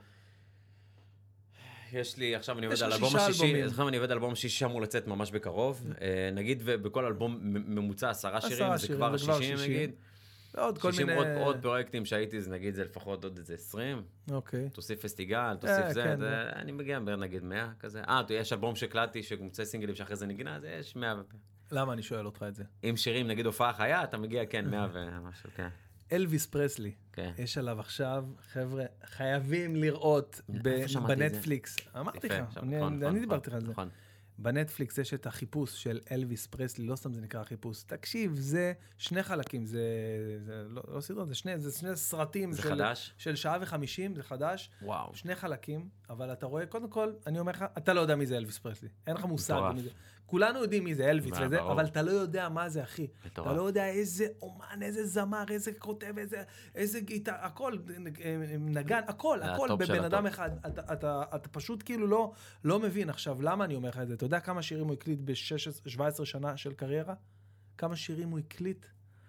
יש לי, עכשיו אני עובד על אלבום השישי, עכשיו אני עובד על אלבום השישי שאמור לצאת ממש בקרוב. נגיד, ובכל אלבום ממוצע 10 שירים, זה כבר 60 נגיד. עוד כל מיני... עוד פרויקטים שהייתי, נגיד זה לפחות עוד איזה 20. אוקיי. תוסיף פסטיגל, תוסיף זה, אני מגיע נגיד 100 כזה. יש אלבום שקלטתי שמוצא סינגלים שאחרי זה נגינה, אז יש 100. למה אני שואל אותך את זה? אם שירים, נגיד הופעה חיה, אתה מגיע, כן, 100 ומשהו, כן. אלוויס פרסלי, יש עליו עכשיו, חבר'ה, חייבים לראות בנטפליקס. אמרתי לך, אני דיברתי לך על זה. בנטפליקס יש את החיפוש של אלוויס פרסלי, לא סתם זה נקרא חיפוש. תקשיב, זה שני חלקים, זה לא סרטון, זה שני סרטים. זה חדש? של שעה ו50, זה חדש. וואו. שני חלקים, אבל אתה רואה, קודם כל, אני אומר לך, אתה לא יודע מי זה אלוויס פרסלי. אין לך מושג מי זה. כולנו יודעים מי זה אלוויס וזה, אבל אתה לא יודע מה זה, אחי. אתה לא יודע איזה אומן, איזה זמר, איזה כותב, איזה גיטר, הכל, נגן, הכל בבן אדם אחד. אתה פשוט כאילו לא מבין. עכשיו, למה אני אומר לך את זה? אתה יודע כמה שירים הוא הקליט ב-17 שנה של קריירה? כמה שירים הוא הקליט?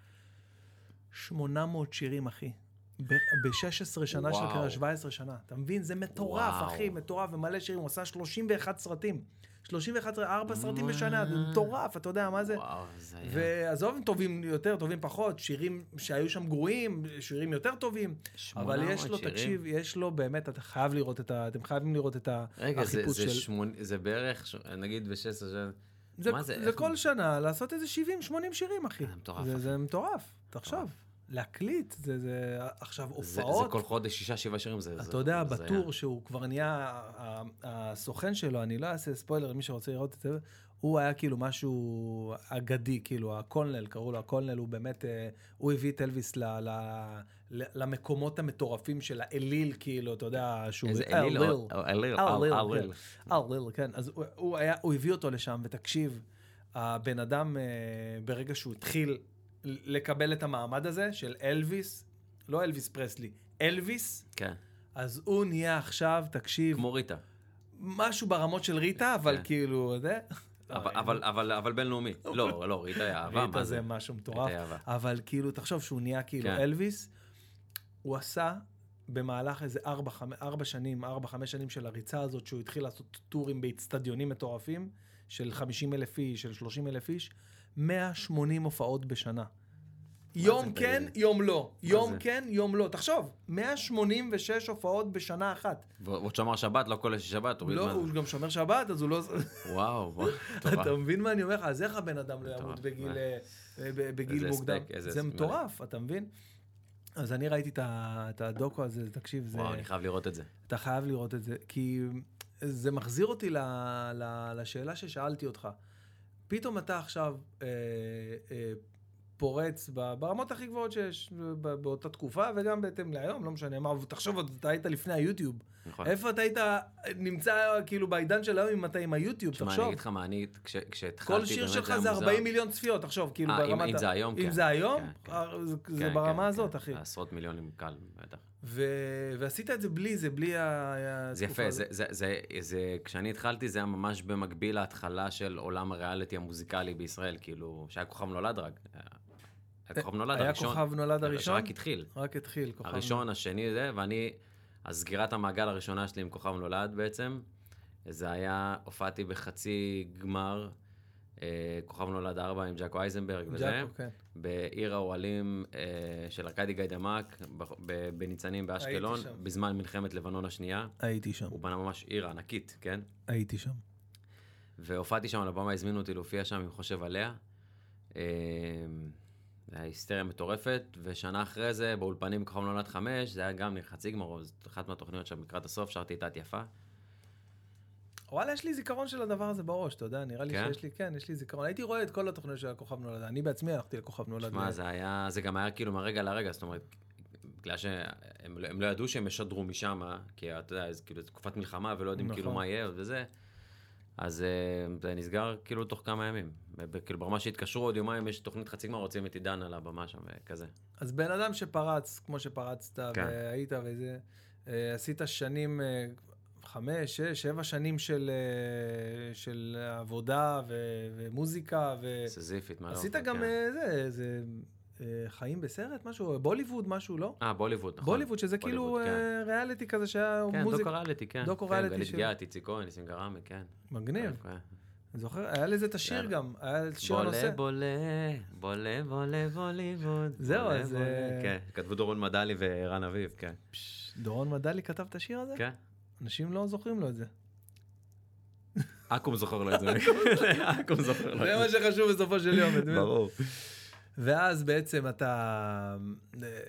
800 שירים, אחי. ב-16 שנה של קריירה, 17 שנה. אתה מבין? זה מטורף, אחי, מטורף, ומלא שירים. הוא עשה 31 סרטים. 31, 4 סרטים בשנה, זה מטורף, אתה יודע מה זה? וואו, זה היה. ועזוב, טובים יותר, טובים פחות, שירים שהיו שם גרועים, שירים יותר טובים, אבל יש לו, תקשיב, יש לו באמת, אתם חייבים לראות את החיפוש של... רגע, זה בערך, נגיד ב-16 שנה, מה זה? זה כל שנה, לעשות איזה 70-80 שירים, אחי. זה מטורף. זה מטורף, תחשוב. להקליט, זה עכשיו הופעות. זה כל חודש 6-7 שירים, זה... אתה יודע, בטור שהוא כבר נהיה, הסוכן שלו, אני לא אעשה ספוילר, מי שרוצה לראות את זה, הוא היה כאילו משהו אגדי, כאילו הקולנל, קראו לו הקולנל, הוא באמת, הוא הביא את אלוויס למקומות המטורפים של האליל, כאילו, אתה יודע, שהוא... איזה אליל? אליל, כן. אז הוא הביא אותו לשם, ותקשיב, הבן אדם, ברגע שהוא התחיל לקבל את המעמד הזה של אלוויס, לא אלוויס פרסלי, אלוויס, כן. אז הוא נהיה עכשיו, תקשיב... כמו ריטה. משהו ברמות של ריטה, אבל כאילו, זה... אבל בינלאומי. לא, ריטה היה אהבה. ריטה זה משהו מטורף. אבל כאילו, תחשוב שהוא נהיה כאילו אלוויס, הוא עשה במהלך איזה 4-5 שנים של הריצה הזאת, שהוא התחיל לעשות טורים באצטדיונים מטורפים, של 50,000 איש, של 30,000 איש, 180 הופעות בשנה. יום כן, יום לא. יום כן, יום לא. תחשוב, 186 הופעות בשנה אחת. ועוד שומר שבת, לא כל שבת. לא, הוא גם שומר שבת, אז הוא לא... וואו. אתה מבין מה אני אומר לך? אז איך הבן אדם לא ימות בגיל מוקדם? זה מטורף, אתה מבין? אז אני ראיתי את הדוקו הזה, תקשיב, זה... וואו, אני חייב לראות את זה. אתה חייב לראות את זה, כי זה מחזיר אותי לשאלה ששאלתי אותך. פתאום אתה עכשיו פורץ ברמות הכי גבוהות שיש באותה תקופה, וגם בהתאם להיום, לא משנה מה, תחשוב, אתה היית לפני היוטיוב. נכון. איפה אתה היית נמצא כאילו בעידן של היום אם אתה עם היוטיוב, תחשוב. אני אגיד לך מה, אני, כשהתחלתי... כל שיר שלך זה 40 מיליון צפיות, תחשוב, כאילו ברמת... אם זה היום, כן. אם זה היום, זה ברמה הזאת, אחי. עשרות מיליונים קל, בטח. ועשית את זה בלי זה יפה, זה, כשאני התחלתי, זה היה ממש במקביל להתחלה של עולם הריאליטי המוזיקלי בישראל, כאילו, שהיה כוכב נולד רק. היה כוכב נולד הראשון. היה כוכב נולד הראשון? שרק התחיל. רק התחיל. הראשון, השני זה, ואני, אז סגירת המעגל הראשונה שלי עם כוכב נולד בעצם, זה היה, הופעתי בחצי גמר, כוכב נולד 4 עם ג'קו אייזנברג וזה, בעיר האוהלים של ארקדי גיידמק, בניצנים באשקלון, בזמן מלחמת לבנון השנייה. הייתי שם. הוא בנה ממש עיר ענקית, כן? הייתי שם. והופעתי שם על הבמה, הזמינו אותי להופיע שם, אם חושב עליה. זה היה היסטריה מטורפת, ושנה אחרי זה, באולפנים כוכב נולד 5, זה היה גם חצי גמר, אחת מהתוכניות שם לקראת הסוף, שרתי איתת יפה. וואלה, יש לי זיכרון של הדבר הזה בראש, אתה יודע, נראה לי שיש לי, כן, יש לי זיכרון. הייתי רואה את כל התוכניות של הכוכב נולד, אני בעצמי הלכתי לכוכב נולד. מה, זה גם היה כאילו מהרגע לרגע, זאת אומרת, בגלל שהם לא ידעו שהם ישדרו משם, כי אתה יודע, זה כאילו תקופת מלחמה ולא יודעים כאילו מה יהיה וזה, אז זה נסגר כאילו תוך כמה ימים. כאילו ברמה שהתקשרו עוד יומיים, יש תוכנית חצי גמר, רוצים את עידן על הבמה שם וכזה. אז בן אדם שפרץ, כמו שפרצת והיית וזה, עשית שנים... 5, 6, 7 שנים של עבודה ומוזיקה. סזיפית, מה לא? עשית גם זה חיים בסרט, משהו, בוליווד, משהו, לא? בוליווד, נכון. בוליווד, שזה כאילו ריאליטי כזה שהיה מוזיק. כן, דוקו ריאליטי, כן. דוקו ריאליטי. גלית גיאת, איציק כהן, ניסים גרמי, כן. מגניב. אני זוכר, היה לזה את השיר גם, היה שיר הנושא. בולה, בוליווד. זהו, אז... כן, כתבו דורון מדלי וערן אביב, כן. דורון מדלי כתב את השיר הזה? כן. אנשים לא זוכרים לו את זה. אקום זוכר לו את זה. אקום זוכר לו את זה. זה מה שחשוב בסופו של יום. ברור. ואז בעצם אתה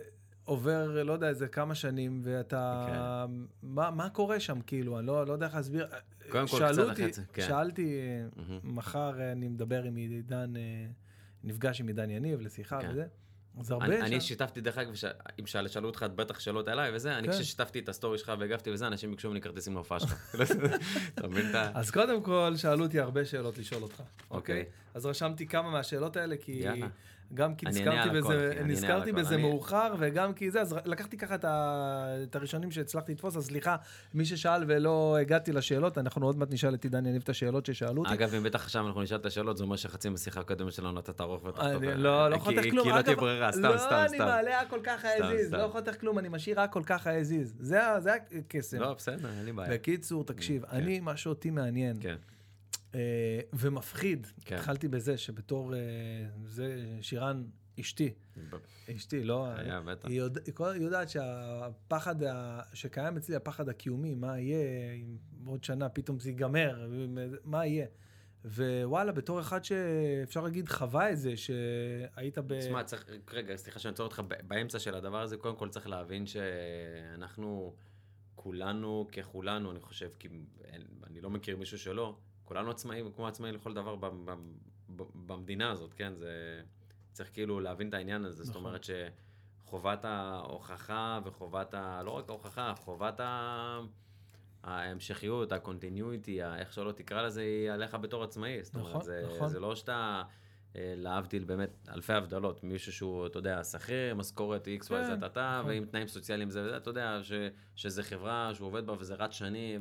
עובר, לא יודע, איזה כמה שנים, ואתה... מה קורה שם, כאילו? אני לא יודע איך להסביר. קודם כל קצת לחצי. שאלתי, מחר אני מדבר עם עידן, נפגש עם עידן יניב לשיחה וזה. אני שיתפתי דרך אגב, אם שאלו אותך בטח שאלות אליי וזה, אני כששיתפתי את הסטורי שלך והגבתי וזה, אנשים ביקשו ממני כרטיסים להופעה שלך. אז קודם כל, שאלו אותי הרבה שאלות לשאול אותך. אוקיי? אז רשמתי כמה מהשאלות האלה, כי גם כי נזכרתי בזה מאוחר, וגם כי זה, אז לקחתי ככה את הראשונים שהצלחתי לתפוס, אז סליחה, מי ששאל ולא הגעתי לשאלות, אנחנו עוד מעט נשאל את עידן יניב את השאלות ששאלו אותי. אגב, אם בטח עכשיו אנחנו נשאל את השאלות, זה אומר שחצי משיחה הקודמת שלנו אתה תערוך ותחתוך. לא חותך כלום. כי לא תהיה ברירה, סתם. לא, אני מעלה הכל ככה הזיז, לא חותך כלום, אני משאיר הכל ככה הזיז. זה הקסם. לא, בסדר, אין לי בעיה. בקיצור, תקשיב, אני, מה שאותי מעניין, ומפחיד, התחלתי בזה שבתור, זה שירן אשתי, לא, היא יודעת שהפחד שקיים אצלי, הפחד הקיומי, מה יהיה, עוד שנה פתאום זה ייגמר, מה יהיה. ווואלה, בתור אחד שאפשר להגיד חווה את זה, שהיית תשמע, רגע, סליחה שאני אצור אותך, באמצע של הדבר הזה, קודם כל צריך להבין שאנחנו, כולנו ככולנו, אני חושב, כי אני לא מכיר מישהו שלא, כולנו עצמאים, כמו עצמאים לכל דבר במדינה הזאת, כן? זה צריך כאילו להבין את העניין הזה, זאת אומרת שחובת ההוכחה וחובת לא רק ההוכחה, חובת ההמשכיות, הקונטיניויטי, איך שלא תקרא לזה, היא עליך בתור עצמאי. זאת אומרת, זה לא שאתה להבדיל באמת אלפי הבדלות, מישהו שהוא, אתה יודע, שכיר, משכורת X, Y, Z, אתה, ועם תנאים סוציאליים זה, אתה יודע, שזה חברה שהוא עובד בה וזה רץ שני,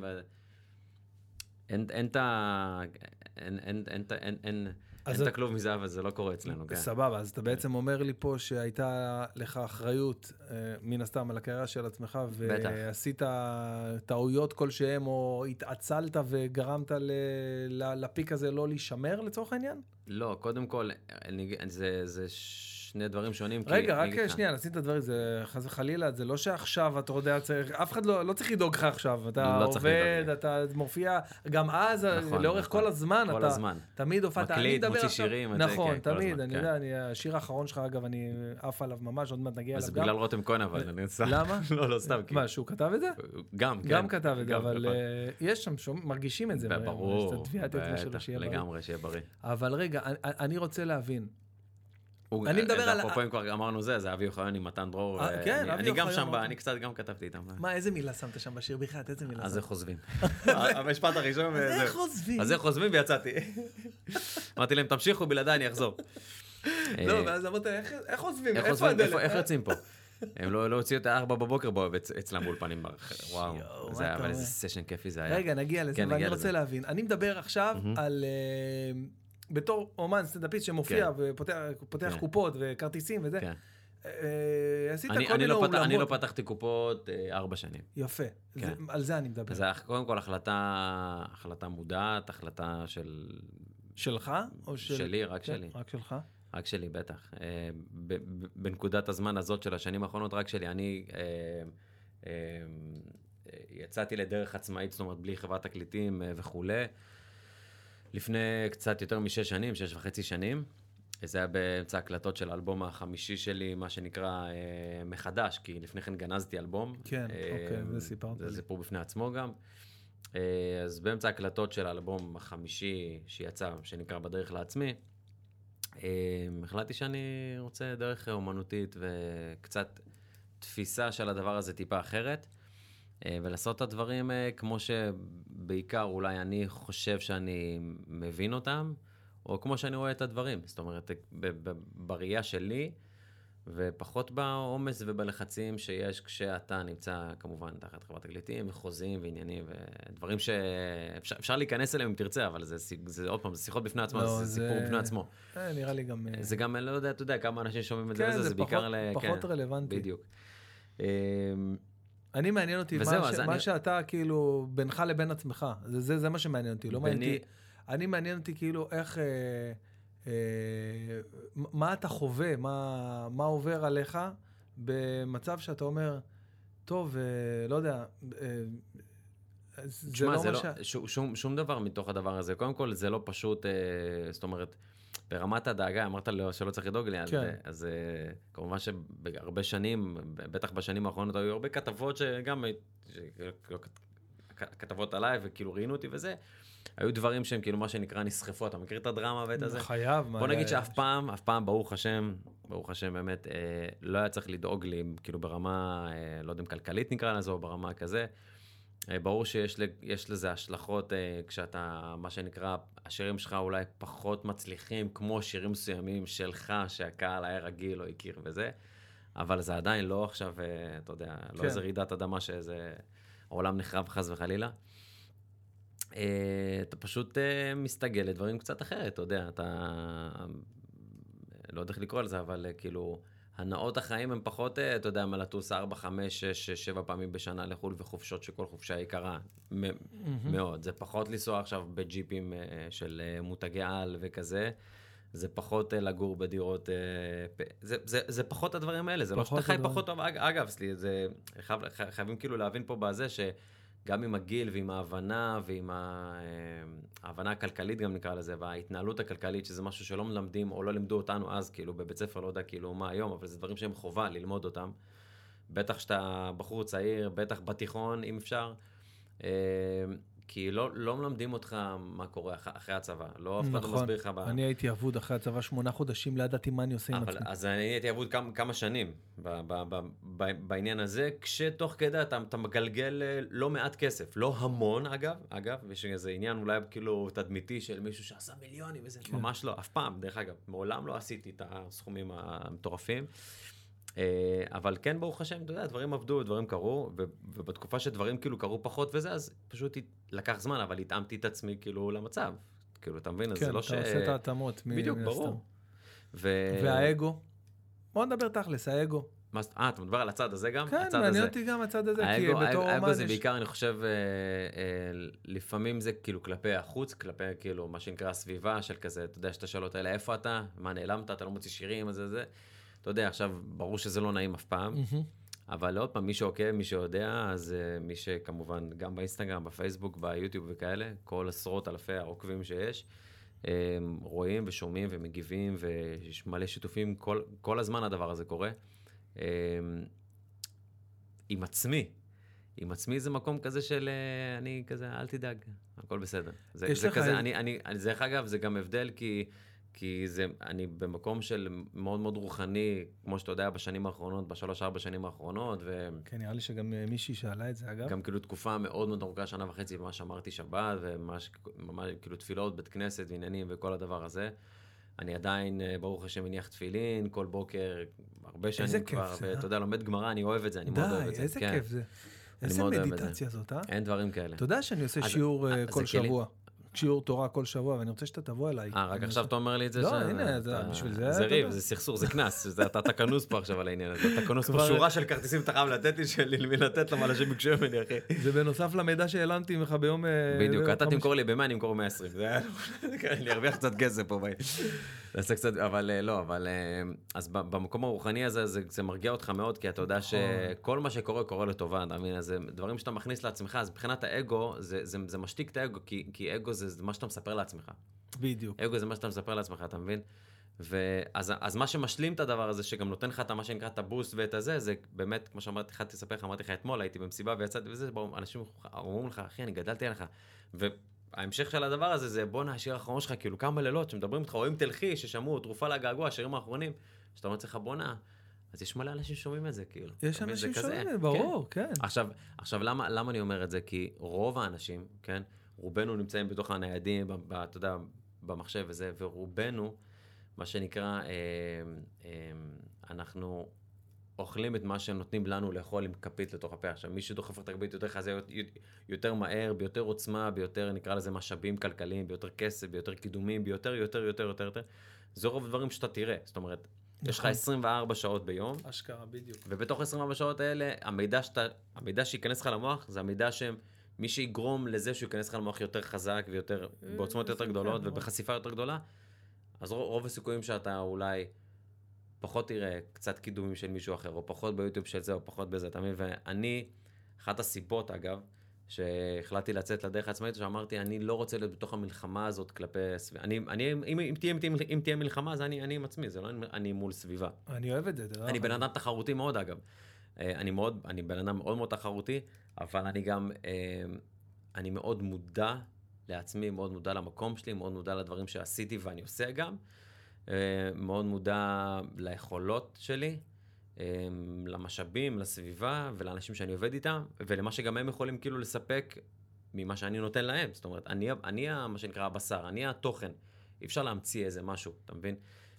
אין את הכלוב מזה, אבל זה לא קורה אצלנו. סבבה, אז אתה בעצם אומר לי פה שהייתה לך אחריות, מן הסתם, על הקריירה של עצמך, ועשית טעויות כלשהם, או התעצלת וגרמת לפיק הזה לא להישמר לצורך העניין? לא, קודם כל, זה שני דברים שונים. רגע, רק שנייה, נשים את הדברים, זה חס וחלילה, זה לא שעכשיו, אתה יודע, אף אחד לא צריך לדאוג לך עכשיו, אתה עובד, אתה מופיע, גם אז, לאורך כל הזמן, אתה תמיד הופעת, מקליט, מוציא שירים, נכון, תמיד, אני יודע, השיר האחרון שלך, אגב, אני עף עליו ממש, עוד מעט נגיע אליו. אז בגלל רותם כהן, אבל אני אצא. למה? לא, סתם. מה, שהוא כתב את זה? גם כתב את זה, אבל יש שם, מרגישים את זה. ברור, לגמרי, שיהיה בריא. אבל רגע, אני רוצה להבין. אני מדבר על... אפרופו אם כבר אמרנו זה אבי אוחיון עם מתן דרור. כן, אני גם שם, אני קצת גם כתבתי איתם. מה, איזה מילה שמת שם בשיר בכלל? איזה מילה? אז איך חוזבים. המשפט הראשון. אז איך חוזבים? אז איך חוזבים ויצאתי. אמרתי להם, תמשיכו, בלעדיי אני אחזור. לא, ואז אמרת, איך חוזבים? איפה הדלת? איך יוצאים פה? הם לא הוציאו את 4 בבוקר אצלם באולפנים. וואו, אבל איזה סשן כיפי זה היה. רגע, נגיע לזה, ואני רוצה להבין. אני מדבר עכשיו על... בתור אומן סטנדאפיסט שמופיע ופותח קופות וכרטיסים וזה, עשית כל מיני אולמות. אני לא פתחתי קופות 4 שנים. יפה, על זה אני מדבר. זה קודם כל החלטה מודעת, החלטה של... שלך? שלי, רק שלי. רק שלך? רק שלי, בטח. בנקודת הזמן הזאת של השנים האחרונות, רק שלי. אני יצאתי לדרך עצמאית, זאת אומרת, בלי חברת תקליטים וכו'. לפני קצת יותר מ6 שנים, 6.5 שנים. זה היה באמצע הקלטות של האלבום החמישי שלי, מה שנקרא מחדש, כי לפני כן גנזתי אלבום. כן, אוקיי, זה סיפרת לי. זה סיפור בפני עצמו גם. אז באמצע הקלטות של האלבום החמישי שיצא, שנקרא בדרך לעצמי, החלטתי שאני רוצה דרך אומנותית וקצת תפיסה של הדבר הזה טיפה אחרת. ולעשות את הדברים כמו שבעיקר אולי אני חושב שאני מבין אותם, או כמו שאני רואה את הדברים. זאת אומרת, בראייה שלי, ופחות בעומס ובלחצים שיש כשאתה נמצא כמובן תחת חברת תקליטים, וחוזים ועניינים, ודברים שאפשר להיכנס אליהם אם תרצה, אבל זה עוד פעם, זה שיחות בפני עצמו, זה סיפור בפני עצמו. נראה לי גם... זה גם, אני לא יודע, אתה יודע, כמה אנשים שומעים את זה וזה, זה בעיקר... פחות רלוונטי. בדיוק. אני מעניין אותי מה שאתה כאילו בינך לבין עצמך, זה מה שמעניין אותי, לא מעניין אותי, אני מעניין אותי כאילו איך, מה אתה חווה, מה עובר עליך במצב שאתה אומר, טוב, לא יודע, תשמע, זה לא, שום דבר מתוך הדבר הזה, קודם כל זה לא פשוט, זאת אומרת, ברמת הדאגה, אמרת לו שלא צריך לדאוג לי, אז כמובן שבהרבה שנים, בטח בשנים האחרונות, היו הרבה כתבות שגם, כתבות עליי, וכאילו ראינו אותי וזה, היו דברים שהם כאילו מה שנקרא נסחפות, אתה מכיר את הדרמה ואת הזה? חייב. בוא נגיד שאף פעם, ברוך השם באמת, לא היה צריך לדאוג לי, כאילו ברמה, לא יודע אם כלכלית נקרא לזה, או ברמה כזה, ברור שיש לזה השלכות כשאתה, מה שנקרא, השירים שלך אולי פחות מצליחים, כמו שירים מסוימים שלך, שהקהל היה רגיל או הכיר וזה, אבל זה עדיין לא עכשיו, אתה יודע, לא איזה רעידת אדמה שאיזה העולם נחרב חס וחלילה. אתה פשוט מסתגל לדברים קצת אחרת, אתה יודע, אתה לא יודע איך לקרוא לזה, אבל כאילו, הנאות החיים הם פחות, אתה יודע, מלטוס 4, 5, 6, 7 פעמים בשנה לחול וחופשות שכל חופשה יקרה מאוד. זה פחות לנסוע עכשיו בג'יפים של מותגי על וכזה, זה פחות לגור בדירות, זה פחות הדברים האלה, זה לא שאתה חי פחות טוב. אגב, חייבים כאילו להבין פה בזה שגם עם הגיל ועם ההבנה ועם ההבנה הכלכלית גם נקרא לזה, וההתנהלות הכלכלית, שזה משהו שלא מלמדים או לא לימדו אותנו אז, כאילו בבית ספר, לא יודע כאילו מה היום, אבל זה דברים שהם חובה ללמוד אותם. בטח שאתה בחור צעיר, בטח בתיכון, אם אפשר. כי לא מלמדים אותך מה קורה אחרי הצבא, לא אף אחד לא מסביר לך. אני הייתי עבוד אחרי הצבא 8 חודשים, לא ידעתי מה אני עושה עם עצמי. אז אני הייתי עבוד כמה שנים בעניין הזה, כשתוך כדי אתה מגלגל לא מעט כסף, לא המון אגב, יש איזה עניין אולי כאילו תדמיתי של מישהו שעשה מיליונים וזה, ממש לא, אף פעם, דרך אגב, מעולם לא עשיתי את הסכומים המטורפים. אבל כן, ברוך השם, אתה יודע, דברים עבדו, דברים קרו, ובתקופה שדברים כאילו קרו פחות וזה, אז פשוט לקח זמן, אבל התאמתי את עצמי כאילו למצב. כאילו, אתה מבין? אז זה לא ש... כן, אתה עושה את ההתאמות. בדיוק, ברור. והאגו? בוא נדבר תכלס, האגו. אתה מדבר על הצד הזה גם? כן, מעניין אותי גם הצד הזה, כי בתור אומן האגו זה בעיקר, אני חושב, לפעמים זה כאילו כלפי החוץ, כלפי כאילו מה שנקרא הסביבה של כזה, אתה יודע, שאתה שואל אותה, איפה אתה? מה נעלמת? אתה לא מוציא שירים, אז זה. אתה יודע, עכשיו, ברור שזה לא נעים אף פעם, אבל עוד פעם, מי שעוקב, מי שיודע, אז מי שכמובן, גם באינסטגרם, בפייסבוק, ביוטיוב וכאלה, כל עשרות אלפי העוקבים שיש, רואים ושומעים ומגיבים, ויש מלא שיתופים, כל הזמן הדבר הזה קורה. עם עצמי זה מקום כזה של, אני כזה, אל תדאג, הכל בסדר. זה כזה, דרך אגב, זה גם הבדל, כי אני במקום של מאוד מאוד רוחני, כמו שאתה יודע, בשנים האחרונות, ב3-4 שנים האחרונות, כן, נראה לי שגם מישהי שאלה את זה, אגב. גם כאילו תקופה מאוד מאוד ארוכה, 1.5 שנה, ממש אמרתי שבת, וממש כאילו תפילות, בית כנסת ועניינים וכל הדבר הזה. אני עדיין, ברוך השם, מניח תפילין, כל בוקר, הרבה שנים כבר, ואתה יודע, לומד גמרא, אני אוהב את זה, אני מאוד אוהב את זה. איזה כיף זה. איזה מדיטציה זאת, אין דברים כאלה. אתה יודע שאני עושה שיעור כל שבוע. שיעור תורה כל שבוע, ואני רוצה שאתה תבוא אליי. רק עכשיו אתה אומר לי את זה? לא, הנה, בשביל זה... זה ריב, זה סכסוך, זה כנס, אתה כנוס פה עכשיו על העניין הזה, אתה כנוס פה שורה של כרטיסים אתה חייב לתת לי, של מי לתת למה אנשים ביקשו ממני, אחי. זה בנוסף למידע שהעלמתי ממך ביום... בדיוק, אתה תמכור לי ב-100, אני אמכור 120, אני ארוויח קצת כסף פה, נעשה קצת, אבל לא, אבל... אז במקום הרוחני הזה, זה מרגיע אותך מאוד, כי אתה יודע שכל מה שקורה, קורה לטובה, אתה מבין? אז דברים שאתה מכניס לעצמך, אז מבחינת האגו, זה משתיק את האגו, כי אגו זה מה שאתה מספר לעצמך. בדיוק. אגו זה מה שאתה מספר לעצמך, אתה מבין? אז מה שמשלים את הדבר הזה, שגם נותן לך את מה שנקרא את הבוסט ואת הזה, זה באמת, כמו שאמרתי, התחלתי לספר לך, אמרתי לך אתמול, הייתי במסיבה ויצאתי וזה, אנשים אומרים לך, אחי, אני גדלתי עליך. וההמשך של הדבר הזה, זה בוא השיר האחרון שלך, כאילו כמה לילות, שמדברים איתך, רואים תלכי, ששמעו, תרופה לגעגוע, השירים האחרונים, שאתה אומר לך, בונה, אז יש מלא אנשים שומעים את זה, כאילו. יש אנשים שומעים את זה, ברור, כן. עכשיו, למה אני אומר את זה? כי רוב האנשים, כן, רובנו נמצאים בתוך הניידים, אתה יודע, במחשב וזה, ורובנו, מה שנקרא, אנחנו אוכלים את מה שהם נותנים לנו לאכול עם כפית לתוך הפה. עכשיו, מי שדוחף את הכפית יותר חזה, יותר מהר, ביותר עוצמה, ביותר, נקרא לזה, משאבים כלכליים, ביותר כסף, ביותר קידומים, יותר. זה רוב הדברים שאתה תראה. זאת אומרת, יש לך 24 שעות ביום. אשכרה, בדיוק. ובתוך 24 שעות האלה, המידע שיכנס לך למוח, זה המידע שהם, מי שיגרום לזה שהוא ייכנס לך למוח יותר חזק ויותר, בעוצמות יותר גדולות ובחשיפה יותר גדולה, אז רוב הסיכויים שאתה אולי פחות תראה קצת קידומים של מישהו אחר, או פחות ביוטיוב של זה, או פחות בזה, אתה מבין? ואני, אחת הסיבות, אגב, שהחלטתי לצאת לדרך העצמאית, שאמרתי, אני לא רוצה להיות בתוך המלחמה הזאת כלפי סביבה. אם תהיה מלחמה, אז אני עם עצמי, זה לא אני מול סביבה. אני אוהב את זה. אני בן אדם תחרותי מאוד, אגב. אני בן אדם מאוד מאוד תחרותי, אבל אני מאוד מודע לעצמי, מאוד מודע למקום שלי, מאוד מודע לדברים שעשיתי ואני עושה גם, מאוד מודע ליכולות שלי, למשאבים, לסביבה ולאנשים שאני עובד איתם, ולמה שגם הם יכולים כאילו לספק ממה שאני נותן להם. זאת אומרת, אני מה שנקרא הבשר, אני התוכן. אי אפשר להמציא איזה משהו, אתה מבין?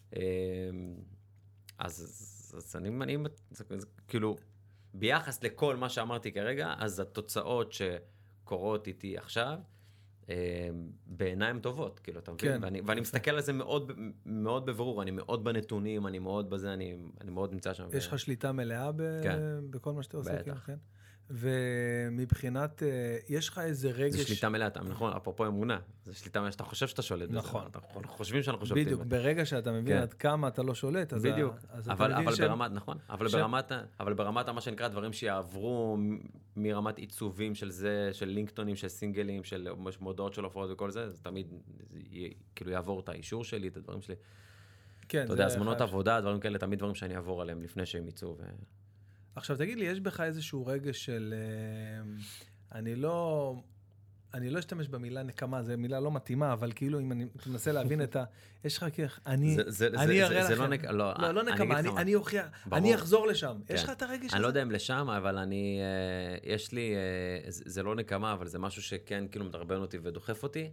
אז אני כאילו, ביחס לכל מה שאמרתי כרגע, אז התוצאות שקורות איתי עכשיו, בעיניים טובות, כאילו, אתה מבין? ואני מסתכל על זה מאוד, מאוד בברור, אני מאוד בנתונים, אני מאוד בזה, אני מאוד נמצא שם. יש לך שליטה מלאה בכל מה שאתה עושה? בטח. ומבחינת, יש לך איזה רגש... זה שליטה מלאה, נכון, אפרופו אמונה, זה שליטה מלאה שאתה חושב שאתה שולט. נכון. אנחנו חושבים שאנחנו שולטים. בדיוק, ברגע שאתה מבין עד כמה אתה לא שולט, אז... בדיוק, אבל ברמת, נכון, אבל ברמת מה שנקרא דברים שיעברו מרמת עיצובים של זה, של לינקטונים, של סינגלים, של מודעות של הופעות וכל זה, זה תמיד כאילו יעבור את האישור שלי, את הדברים שלי. כן, אתה יודע, הזמנות עבודה, דברים כאלה, תמיד דברים שאני אעבור עליהם לפני שהם יצאו. עכשיו תגיד לי, יש בך איזשהו רגש של, אני לא אשתמש במילה נקמה, זו מילה לא מתאימה, אבל כאילו אם אני מנסה להבין את יש לך כך, אני אראה לכם, לא נקמה, אני אוכיח, אני אחזור לשם, יש לך את הרגש הזה? אני לא יודע אם לשם, אבל יש לי, זה לא נקמה, אבל זה משהו שכן כאילו מדרבן אותי ודוחף אותי,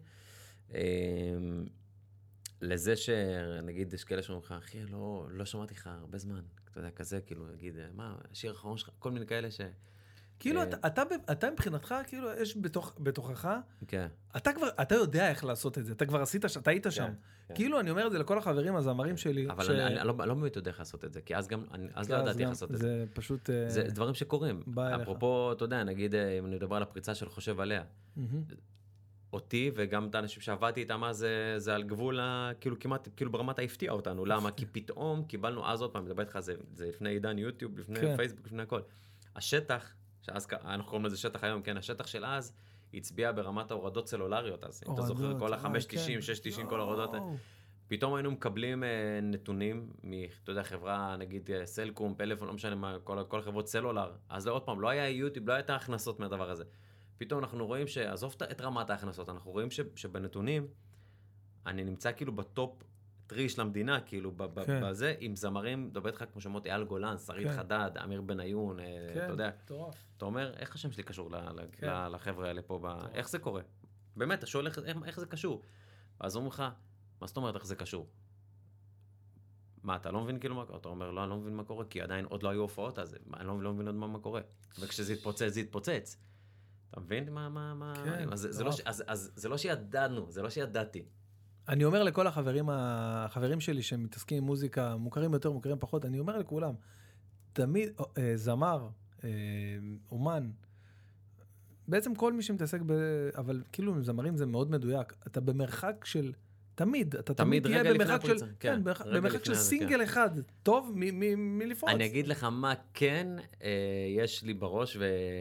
לזה שנגיד יש כאלה שאומרים לך, אחי, לא שמעתי לך הרבה זמן, אתה יודע, כזה, כאילו, נגיד, מה, השיר האחרון שלך, כל מיני כאלה ש... כאילו, אתה מבחינתך, כאילו, יש בתוכך, כן. אתה יודע איך לעשות את זה, אתה כבר עשית, אתה היית שם. כאילו, אני אומר את זה לכל החברים הזמרים שלי. אבל אני לא באמת יודע איך לעשות את זה, כי אז גם, אז לא ידעתי איך לעשות את זה. זה פשוט... זה דברים שקורים. אפרופו, אתה יודע, נגיד, אם אני מדבר על הפריצה של חושב עליה, אותי וגם את האנשים שעבדתי איתם, זה על גבול, כאילו כמעט, כאילו ברמת ההפתיע אותנו. למה? כי פתאום קיבלנו אז עוד פעם, מדבר איתך, זה לפני עידן יוטיוב, לפני פייסבוק, לפני הכל. השטח, שאז אנחנו קוראים לזה שטח היום, כן, השטח של אז, הצביע ברמת ההורדות סלולריות, אז אם אתה זוכר, כל ה-590, 690, כל ההורדות, פתאום היינו מקבלים נתונים, אתה יודע, חברה, נגיד סלקום, פלאפון, לא משנה מה, כל חברות סלולר, אז עוד פעם, לא היה יוטיוב, לא הייתה הכנסות מהדבר הזה. פתאום אנחנו רואים שעזוב את רמת ההכנסות, אנחנו רואים שבנתונים, אני נמצא כאילו בטופ טרי של המדינה, כאילו בזה, עם זמרים, דובר איתך כמו שמות אייל גולן, שרית חדד, אמיר בניון, אתה יודע. אתה אומר, איך השם שלי קשור לחבר'ה האלה פה, איך זה קורה? באמת, אתה שואל איך זה קשור? אז אומרים לך, מה זאת אומרת איך זה קשור? מה, אתה לא מבין כאילו מה קורה? אתה אומר, לא, אני לא מבין מה קורה, כי עדיין עוד לא היו הופעות, אז אני לא מבין עוד מה קורה. וכשזה יתפוצץ, זה יתפוצץ. אתה מבין מה... כן. אז זה לא שידענו, זה לא שידעתי. אני אומר לכל החברים שלי שמתעסקים עם מוזיקה, מוכרים יותר, מוכרים פחות, אני אומר לכולם, תמיד, זמר, אומן, בעצם כל מי שמתעסק אבל כאילו עם זמרים זה מאוד מדויק, אתה במרחק של, תמיד תהיה במרחק של, כן, במרחק של סינגל אחד, טוב מלפרוץ. אני אגיד לך מה כן יש לי בראש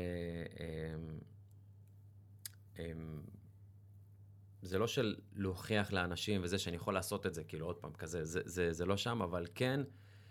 זה לא של להוכיח לאנשים וזה שאני יכול לעשות את זה, כאילו עוד פעם כזה, זה לא שם, אבל כן,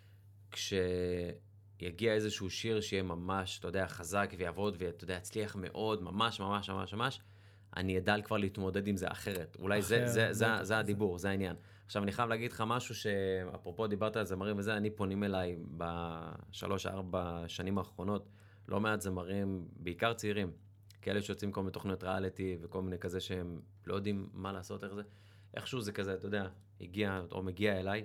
כשיגיע איזשהו שיר שיהיה ממש, אתה יודע, חזק ויעבוד, ואתה יודע, הצליח מאוד, ממש, ממש, ממש, ממש, אני אדע כבר להתמודד עם זה אחרת. אולי זה הדיבור, זה העניין. עכשיו, אני חייב להגיד לך משהו שאפרופו דיברת על זמרים וזה, אני פונים אליי ב3-4 שנים האחרונות, לא מעט זמרים, בעיקר צעירים, כאלה שיוצאים כל מיני תוכניות ריאליטי וכל מיני כזה שהם לא יודעים מה לעשות, איך זה. איכשהו זה כזה, אתה יודע, הגיע או מגיע אליי,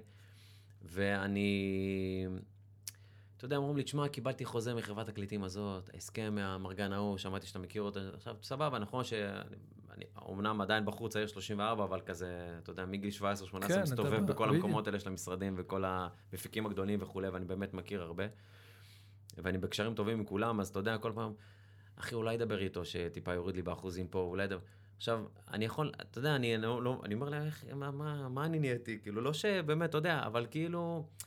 ואני, אתה יודע, אומרים לי, תשמע, קיבלתי חוזה מחברת הקליטים הזאת, ההסכם מהמרגן ההוא, שמעתי שאתה מכיר אותו, עכשיו, סבבה, נכון שאני אומנם עדיין בחוץ, העיר 34, אבל כזה, אתה יודע, מגיל 17-18, מסתובב בכל המקומות האלה של המשרדים וכל המפיקים הגדולים וכו', ואני באמת מכיר הרבה, ואני בקשרים טובים עם כולם, אז אתה יודע, כל פעם, אחי, אולי דבר איתו, שטיפה יוריד לי באחוזים פה, אולי דבר... עכשיו, אני יכול, אתה יודע, אני אומר לה, מה אני נהייתי? כאילו, לא שבאמת, אתה יודע, אבל כאילו,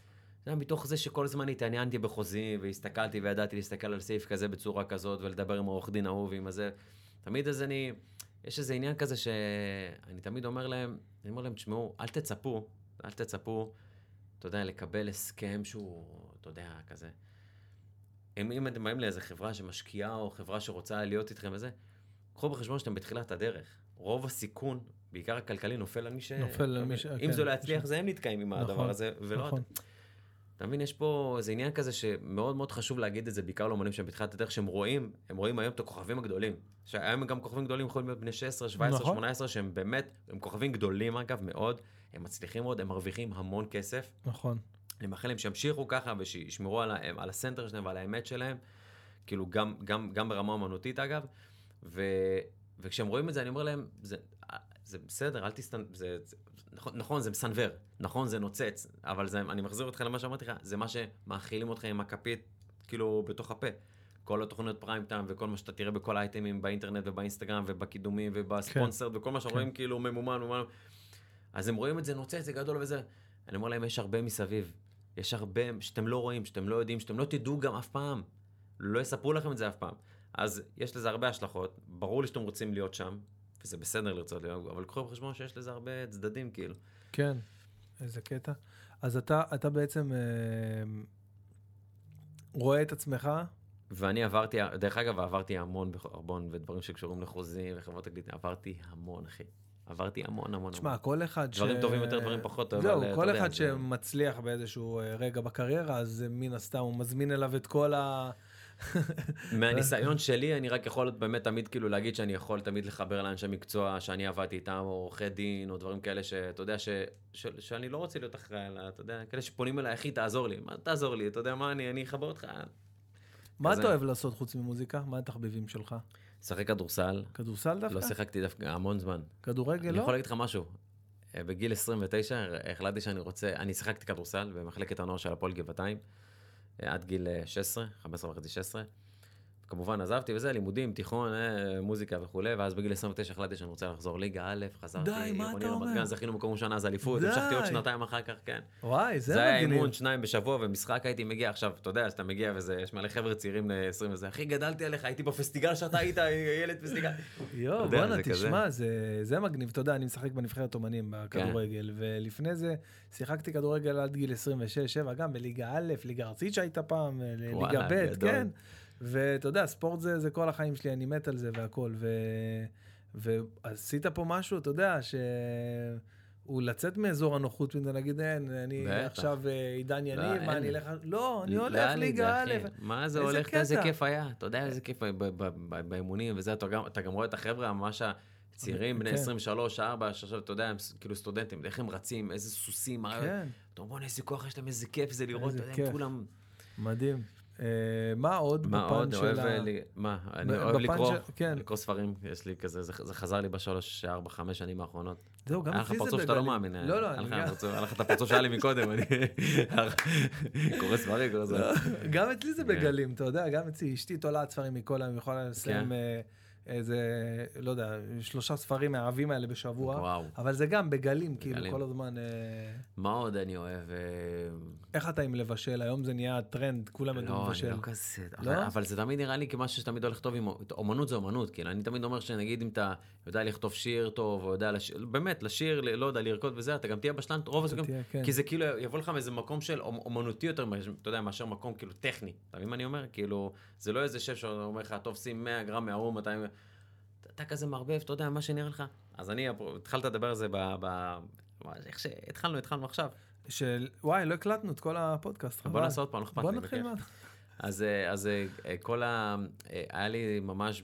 מתוך זה שכל הזמן התעניינתי בחוזים, והסתכלתי וידעתי להסתכל על סעיף כזה בצורה כזאת, ולדבר עם העורך דין אהוב, עם הזה. תמיד אז יש איזה עניין כזה שאני תמיד אומר להם, תשמעו, אל תצפו, אתה יודע, לקבל הסכם שהוא, אתה יודע, כזה. אם אתם באים לאיזה חברה שמשקיעה, או חברה שרוצה להיות איתכם וזה, קחו בחשבון שאתם בתחילת הדרך. רוב הסיכון, בעיקר הכלכלי, נופל על מי אם זה לא יצליח, זה הם נתקעים עם הדבר הזה, ולא אתה. אתה מבין, יש פה איזה עניין כזה שמאוד מאוד חשוב להגיד את זה, בעיקר לאמנים שהם בתחילת הדרך, שהם רואים היום את הכוכבים הגדולים. שהיום גם כוכבים גדולים יכולים להיות בני 16, 17, 18, שהם באמת, הם כוכבים גדולים אגב מאוד, הם מצליחים מאוד, הם מרוויחים המון כסף. נכון. אני מאחל להם שימשיכו ככה ושישמרו על הסנטר שלהם ועל האמת שלהם, כאילו גם ברמה אומנותית אגב, וכשהם רואים את זה אני אומר להם, זה בסדר, אל תסתן, נכון, זה מסנבר, נכון, זה נוצץ, אבל אני מחזיר אותך למה שאמרתי לך, זה מה שמאכילים אותך עם הכפית, כאילו, בתוך הפה. כל התוכניות פריים טיים וכל מה שאתה תראה בכל האייטמים באינטרנט ובאינסטגרם ובקידומים ובספונסר וכל מה שרואים כאילו ממומן. אז הם רואים את זה נוצץ, זה גדול וזה. אני אומר להם, יש הרבה מסביב. יש הרבה שאתם לא רואים, שאתם לא יודעים, שאתם לא תדעו גם אף פעם. לא יספרו לכם את זה אף פעם. אז יש לזה הרבה השלכות. ברור לי שאתם רוצים להיות שם, וזה בסדר לרצות להיות, אבל קחו בחשבון שיש לזה הרבה צדדים, כאילו. כן, איזה קטע. אז אתה בעצם רואה את עצמך? ואני עברתי, דרך אגב, עברתי המון ודברים שקשורים לחוזים וחברות תקליטים, עברתי המון, אחי. עברתי המון. תשמע, כל אחד דברים טובים יותר, דברים פחות. זהו, כל אחד שמצליח באיזשהו רגע בקריירה, אז מן הסתם הוא מזמין אליו את כל מהניסיון שלי, אני רק יכול באמת תמיד כאילו להגיד שאני יכול תמיד לחבר לאנשי מקצוע שאני עבדתי איתם, או עורכי דין, או דברים כאלה שאתה יודע שאני לא רוצה להיות אחראי, אתה יודע, כאלה שפונים אליי, אחי, תעזור לי. מה תעזור לי? אתה יודע מה, אני אחבר אותך. מה אתה אוהב לעשות חוץ ממוזיקה? מה התחביבים שלך? שחק כדורסל. כדורסל דווקא? לא שיחקתי דווקא המון זמן. כדורגל לא? אני יכול להגיד לך משהו. בגיל 29 החלטתי שאני רוצה, אני שיחקתי כדורסל במחלקת הנוער של הפועל גבעתיים, עד גיל 16, 15.5-16. כמובן עזבתי וזה, לימודים, תיכון, מוזיקה וכו', ואז בגיל 29 החלטתי שאני רוצה לחזור ליגה א', חזרתי, די, מה אתה אומר? גן, זכינו מקום ראשון אז אליפות, המשכתי עוד שנתיים אחר כך, כן. וואי, זה זה היה אימון 2 בשבוע, ומשחק הייתי מגיע, עכשיו, אתה יודע, שאתה מגיע וזה, יש מלא חבר'ה צעירים ל-20 וזה, אחי, גדלתי עליך, הייתי בפסטיגל שאתה היית, ילד פסטיגל. יו, בוא'נה, תשמע, זה מגניב, אתה יודע, אני משחק בנבחרת אומנים בכדורגל, ולפני זה שיחקתי כדורגל עד גיל 26-7, גם בליגה א', ליגה ארצית שהייתה פעם, ליגה ב', כן. ואתה יודע, ספורט זה כל החיים שלי, אני מת על זה והכל, ועשית פה משהו, אתה יודע, שהוא לצאת מאזור הנוחות, ונגיד, אני עכשיו עידן יניב, מה אני אלך, לא, אני הולך ליגה א', מה זה הולך, איזה כיף היה, אתה יודע איזה כיף באימונים, וזה, אתה גם רואה את החבר'ה, ממש הצעירים, בני 23, 4, עכשיו, אתה יודע, הם כאילו סטודנטים, איך הם רצים, איזה סוסים, אתה אומר, איזה כוח יש להם, איזה כיף זה לראות, כולם... מדהים. מה עוד בפן של מה? אני אוהב לקרוא ספרים, יש לי כזה, זה חזר לי ב3, 4, 5 שנים האחרונות. זהו, גם אצלי זה בגלים. היה לך פרצוף שאתה לא מאמין. היה לך את הפרצוף שהיה לי מקודם, אני קורא ספרים, גם אצלי זה בגלים, אתה יודע, גם אצלי, אשתי תולעת ספרים מכל היום, יכולה לסיים איזה, לא יודע, 3 ספרים מהאהבים האלה בשבוע, אבל זה גם בגלים, כאילו, כל הזמן... מה עוד אני אוהב? איך אתה עם לבשל? היום זה נהיה טרנד, כולם יודעים לבשל. לא, אני לא כזה, אבל זה תמיד נראה לי כמשהו שתמיד הולך טוב עם... אומנות זה אומנות, כאילו, אני תמיד אומר שנגיד אם אתה יודע לכתוב שיר טוב, או יודע באמת, לשיר, לא יודע, לרקוד וזה, אתה גם תהיה בשלן, רוב הזה גם... כי זה כאילו, יבוא לך מאיזה מקום של אומנותי יותר, אתה יודע, מאשר מקום כאילו טכני. אתה מבין מה אני אומר? כאילו, זה לא איזה שף שאומר לך, טוב, שים 100 גרם מהאום, 200... אתה כזה מערבב, אתה יודע, מה שנראה לך. אז אני התחלת לדבר על זה איך שהתחלנו עכשיו. וואי, לא הקלטנו את כל הפודקאסט. בוא נעשה עוד פעם, לא אכפת לי. בוא נתחיל מה. אז כל היה לי ממש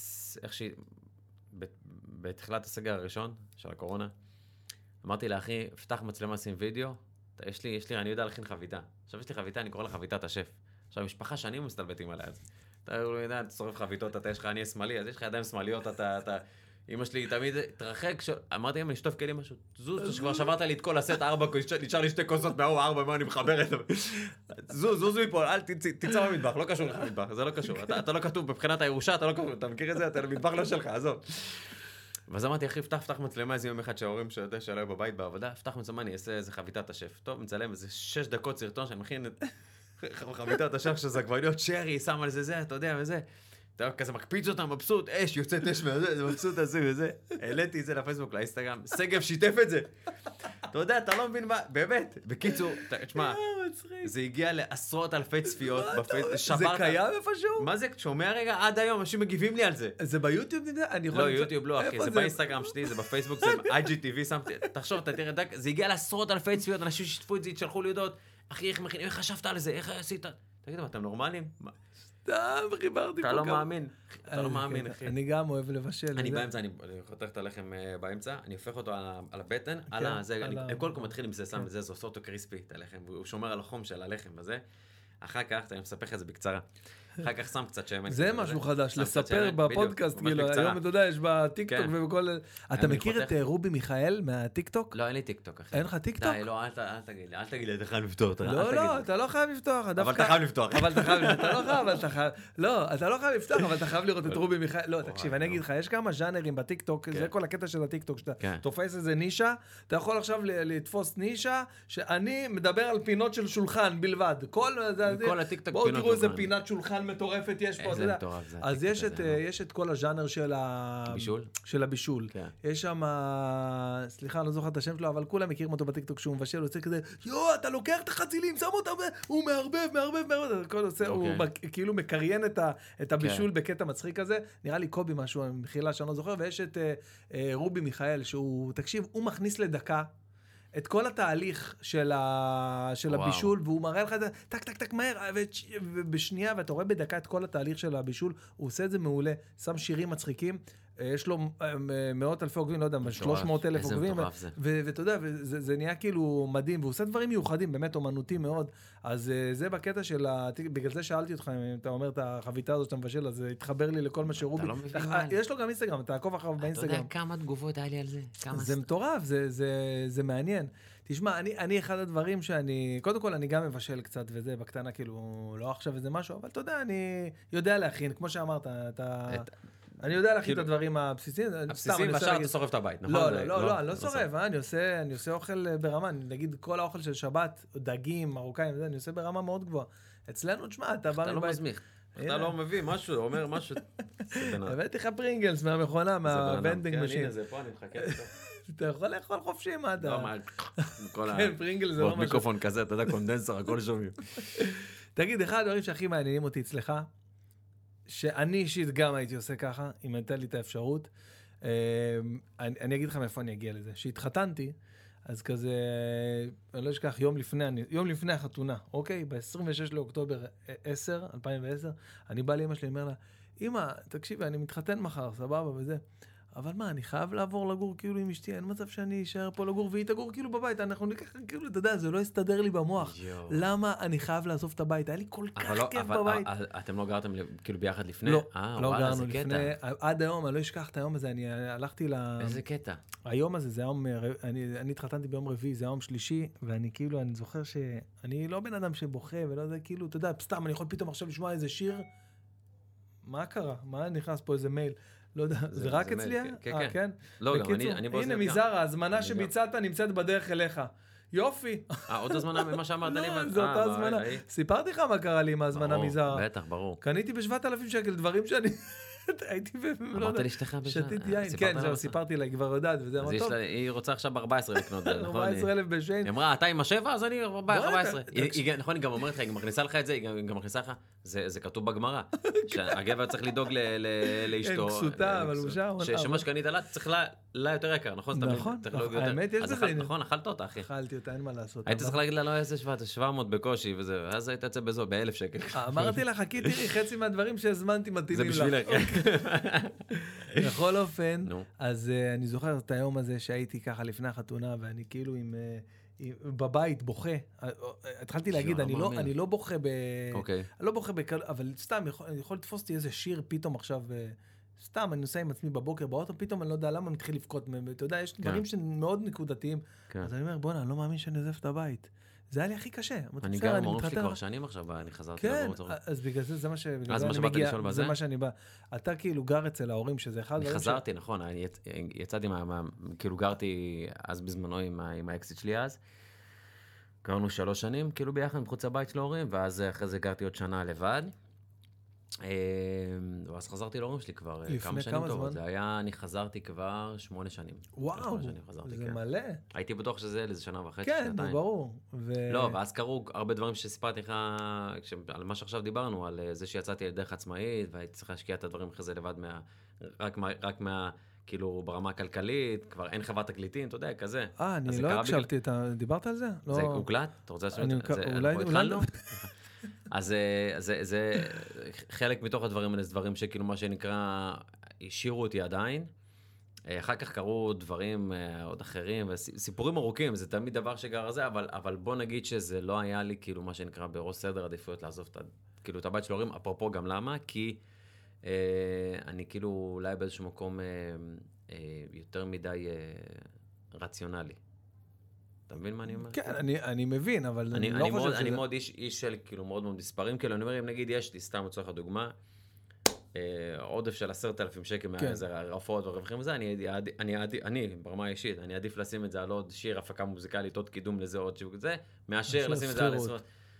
בתחילת הסגר הראשון של הקורונה, אמרתי לאחי, פתח מצלמה, שים וידאו, יש לי, אני יודע להכין חביתה. עכשיו יש לי חביתה, אני קורא לה חביתת השף. עכשיו, משפחה שנים מסתלבטים עליה. אתה יודע, אתה שורף חביתות, יש לך אני שמאלי, אז יש לך ידיים שמאליות, אמא שלי תמיד תרחק, אמרתי, אמא, נשטוף כלים משהו, זוז, כבר שברת לי את כל הסט 4, נשאר לי 2 כוסות מהאור 4, מה אני מחברת? זוז מפה, אל תצא במטבח, לא קשור לך מטבח, זה לא קשור, אתה לא כתוב, מבחינת הירושה, אתה לא כתוב, אתה מכיר את זה, אתה למטבח לא שלך, עזוב. ואז אמרתי, אחי, פתח מצלמה איזה יום אחד שההורים שלא היו בבית בעבודה, פתח מצלמה, אני אעשה איזה חביתת השף. טוב, מצלם איזה 6 דקות סרטון שאני מכין את חביתת השף שזה עגבניות שרי, שם על זה, אתה יודע, וזה. אתה כזה מקפיץ אותם, מבסוט, אש, יוצאת אש מהזה, זה מבסוט הזה וזה. העליתי את זה לפייסבוק, לאינסטגרם, שגב שיתף את זה. אתה יודע, אתה לא מבין מה, באמת. בקיצור, תשמע, זה הגיע לעשרות אלפי צפיות. זה קיים איפשהו? מה זה? שומע רגע, עד היום, אנשים מגיבים לי על זה. זה ביוטיוב? לא, יוטיוב לא, אחי, זה באינסטגרם שלי, זה בפייסבוק, זה IGTV, שמתי, תחשוב, אתה תראה, זה הגיע לעשרות אלפי צפיות, אנשים שיתפו את זה, ישלחו לי הודעות, אחי, איך חשבת על זה, איך עשית? תגיד, אתם נורמליים? חיברתי פה אתה לא מאמין, אתה לא מאמין, אחי. אני גם אוהב לבשל. אני באמצע, אני חותך את הלחם באמצע, אני הופך אותו על הבטן, על זה, אני קודם כל מתחיל עם זה, שם את זה, זה עושה אותו קריספי, את הלחם, והוא שומר על החום של הלחם וזה. אחר כך, אני מספר את זה בקצרה. אחר כך שם קצת שמן. זה משהו חדש, לספר בפודקאסט, כאילו, היום אתה יודע, יש בטיקטוק ובכל... אתה מכיר את רובי מיכאל מהטיקטוק? לא, אין לי טיקטוק, אחי. אין לך טיקטוק? די, לא, אל תגיד לי, אתה חייב לפתור. לא, אתה לא חייב לפתוח. אבל אתה חייב לפתוח. אתה לא חייב לפתוח, אבל אתה חייב לראות את רובי מיכאל. לא, תקשיב, אני אגיד לך, יש כמה ז'אנרים בטיקטוק, זה כל הקטע של הטיקטוק, שאתה תופס איזה נישה, אתה יכול עכשיו לתפוס נישה, שאני מדבר על פינות של שולחן בלבד. כל הטיקטוק בואו תראו איזה פינת שולחן מטורפת יש פה, איזה מטורף זה. אז יש את כל הז'אנר של הבישול. יש שם, סליחה, אני לא זוכר את השם שלו, אבל כולם מכירים אותו בטיקטוק שהוא מבשל, הוא עושה כזה, אתה לוקח את החצילים, שם אותם, הוא מערבב, הוא כאילו מקריין את הבישול בקטע מצחיק כזה. נראה לי קובי משהו, מחילה שאני לא זוכר, ויש את רובי מיכאל, שהוא, תקשיב, הוא מכניס לדקה, את כל התהליך של הבישול, והוא מראה לך את זה, טק, מהר, ובשנייה, ואתה רואה בדקה את כל התהליך של הבישול, הוא עושה את זה מעולה, שם שירים מצחיקים, יש לו מאות אלפי עוקבים, לא יודע, 300,000 עוקבים, ואתה יודע, זה נהיה כאילו מדהים, והוא עושה דברים מיוחדים, באמת אומנותי מאוד, אז זה בקטע של, בגלל זה שאלתי אותך, אם אתה אומר את החביתה הזאת שאתה מבשל, אז התחבר לי לכל מה שרובי, יש לו גם אינסטגרם, אתה עקוב אחריו באינסטגרם. אתה יודע כמה תגובות היה לי על זה? זה מטורף, זה מעניין. תשמע, אני אחד הדברים שאני, קודם כל אני גם מבשל קצת וזה, בקטנה כאילו, לא עכשיו איזה משהו, אבל אתה יודע, אני יודע להכין, כמו שאמרת, אני יודע להכין את הדברים הבסיסיים. הבסיסיים, בשעה אתה שורף את הבית, נכון? לא, אני לא שורף, אני עושה אוכל ברמה, נגיד כל האוכל של שבת, דגים, מרוקאים, אני עושה ברמה מאוד גבוהה. אצלנו, תשמע, אתה בא מבית. אתה לא מזמיך, אתה לא מביא משהו, אומר משהו. הבאתי לך פרינגלס מהמכונה, מהוונדינג משין. הנה זה פה, אני מחכה איתו. אתה יכול לאכול חופשי, מה אתה? לא, מה, כן, פרינגל זה לא משהו. מיקרופון כזה, אתה יודע, קונדנסר, הכל שומעים. תגיד, אחד הדברים שהכי מעניינים אותי אצלך, שאני אישית גם הייתי עושה ככה, אם הייתה לי את האפשרות, אני אגיד לך מאיפה אני אגיע לזה. שהתחתנתי, אז כזה, אני לא אשכח, יום לפני החתונה, אוקיי? ב-26 לאוקטובר 2010, אני בא לאמא שלי, אומר לה, אמא, תקשיבי, אני מתחתן מחר, סבבה וזה. אבל מה, אני חייב לעבור לגור כאילו עם אשתי, אין מצב שאני אשאר פה לגור, והיא תגור כאילו בבית, אנחנו ניקח כאילו, אתה יודע, זה לא יסתדר לי במוח. למה אני חייב לעזוב את הבית? היה לי כל כך כיף בבית. אתם לא גרתם כאילו ביחד לפני? לא, לא גרנו לפני. עד היום, אני לא אשכח את היום הזה, אני הלכתי איזה קטע? היום הזה, זה היום, אני התחתנתי ביום רביעי, זה היום שלישי, ואני כאילו, אני זוכר שאני לא בן אדם שבוכה, ולא זה כאילו, אתה יודע, סתם, אני יכול פתאום עכשיו לשמוע איזה שיר. מה קרה? מה נכנס פה איזה מייל? לא יודע, זה רק אצלי? כן. לא, גם אני בקיצור, הנה מזרה, הזמנה שביצעת נמצאת בדרך אליך. יופי. עוד הזמנה ממה שאמרת לי. לא, זו אותה הזמנה. סיפרתי לך מה קרה לי עם ההזמנה מזרה. בטח, ברור. קניתי ב7,000 שקל דברים שאני... הייתי אמרת לאשתך שתיתי יין. כן, זהו, סיפרתי לה, היא כבר יודעת, וזה אמר טוב. היא רוצה עכשיו 14 לקנות, נכון? 14,000 בשיין. היא אמרה, אתה עם 7, אז אני 14. נכון, היא גם אומרת לך, היא גם מכניסה לך את זה, היא גם מכניסה לך, זה כתוב בגמרא, שהגבר צריך לדאוג לאשתו. כסותה, אבל הוא שם. שמה שקנית לה, צריך לה יותר יקר, נכון? נכון, האמת יש בזה. נכון, אכלת אותה, אחי. אכלתי אותה, אין מה לעשות. היית צריך להגיד לה, לא, איזה 700 בקושי, וזה, אז היית יוצא בזו, ב1,000 שקל. אמרתי לך, חכי, תראי, חצי מהדברים שהזמנתי מתאימים לך. זה בשבילך. בכל אופן, אז אני זוכר את היום הזה שהייתי ככה לפני החתונה, ואני כאילו בבית בוכה. התחלתי להגיד, אני לא בוכה אבל סתם, אני יכול לתפוס אותי איזה שיר פתאום עכשיו, סתם, אני נוסע עם עצמי בבוקר באוטו, פתאום אני לא יודע למה אני מתחיל לבכות, אתה יודע, יש דברים שמאוד נקודתיים, אז אני אומר, בוא'נה, אני לא מאמין שאני עוזב את הבית. זה היה לי הכי קשה. אני גר עם ההורים שלי כבר שנים עכשיו, אני חזרתי כן, אז בגלל זה, זה מה שאני בא. אתה כאילו גר אצל ההורים, שזה אחד... אני חזרתי, נכון, יצאתי כאילו גרתי אז בזמנו עם האקסיט שלי אז, גרנו 3 שנים, כאילו ביחד מחוץ לבית של ההורים, ואז אחרי זה גרתי עוד שנה לבד. ואז חזרתי להורים שלי כבר כמה שנים טובות. זה היה, אני חזרתי כבר 8 שנים. וואו, זה מלא. הייתי בטוח שזה לאיזה שנה וחצי, כן, שנתיים. ברור. לא, ואז קרו הרבה דברים שסיפרתי לך, על מה שעכשיו דיברנו, על זה שיצאתי לדרך עצמאית, והייתי צריך להשקיע את הדברים אחרי זה לבד רק מה... כאילו ברמה הכלכלית, כבר אין חברת תקליטים, אתה יודע, כזה. אני לא הקשבתי, דיברת על זה? זה הוקלט? אתה רוצה לשאול את זה? אולי לא. אז זה חלק מתוך הדברים האלה, זה דברים שכאילו מה שנקרא, השאירו אותי עדיין. אחר כך קרו דברים עוד אחרים, וסיפורים ארוכים, זה תמיד דבר שגר הזה, אבל בוא נגיד שזה לא היה לי כאילו מה שנקרא בראש סדר עדיפויות לעזוב כאילו את הבית של ההורים, אפרופו גם למה, כי אני כאילו אולי באיזשהו מקום יותר מדי רציונלי. אתה מבין מה אני אומר? כן, אני מבין, אבל אני לא חושב שזה... אני מאוד איש של כאילו מאוד מאוד מספרים, כאילו אני אומר, אם נגיד יש לי, סתם לצורך הדוגמה, עודף של 10,000 שקל מאיזה רפואות ורווחים וזה, אני ברמה האישית, אני עדיף לשים את זה על עוד שיר, הפקה מוזיקלית, עוד קידום לזה, עוד שיווק זה, מאשר לשים את זה על 10...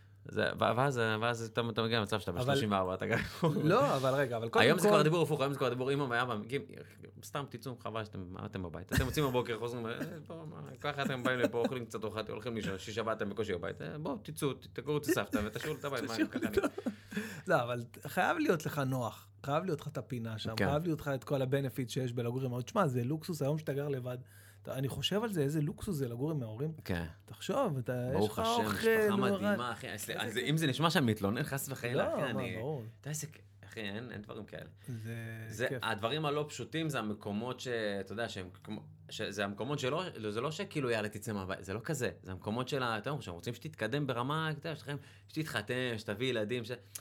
ואז אתה מגיע למצב שאתה ב-34, אתה גם... לא, אבל רגע, אבל קודם כל... היום זה כבר דיבור הפוך, היום זה כבר דיבור, אמא ואבא, מגיעים, סתם תצאו, חבל שאתם בבית. אתם יוצאים בבוקר, חוזרים, ככה אתם באים לפה, אוכלים קצת אוכלת, הולכים לישון, 6 שבת אתם בקושי בבית, בואו, תצאו, תקראו את הסבתא ותשאירו את הבית, מה אני ככה אני... לא, אבל חייב להיות לך נוח, חייב להיות לך את הפינה שם, חייב להיות לך את כל הבנפיט שיש בלגור עם ההורים. תשמע, זה לוקסוס היום שאתה גר לבד. אני חושב על זה, איזה לוקסוס זה לגור עם ההורים. כן. תחשוב, יש לך אוכל. ברוך השם, משפחה מדהימה, אחי. אם זה נשמע שם מתלונן, חס וחלילה, אחי, לא, ברור. אתה עסק, אחי, אין דברים כאלה. זה כיף. הדברים הלא פשוטים זה המקומות שאתה יודע, זה המקומות שלא, זה לא שכאילו יאללה תצא מהבית, זה לא כזה. זה המקומות שלה, אתם רוצים שתתקדם ברמה, אתה יודע, שתתחתן, שתביא ילדים,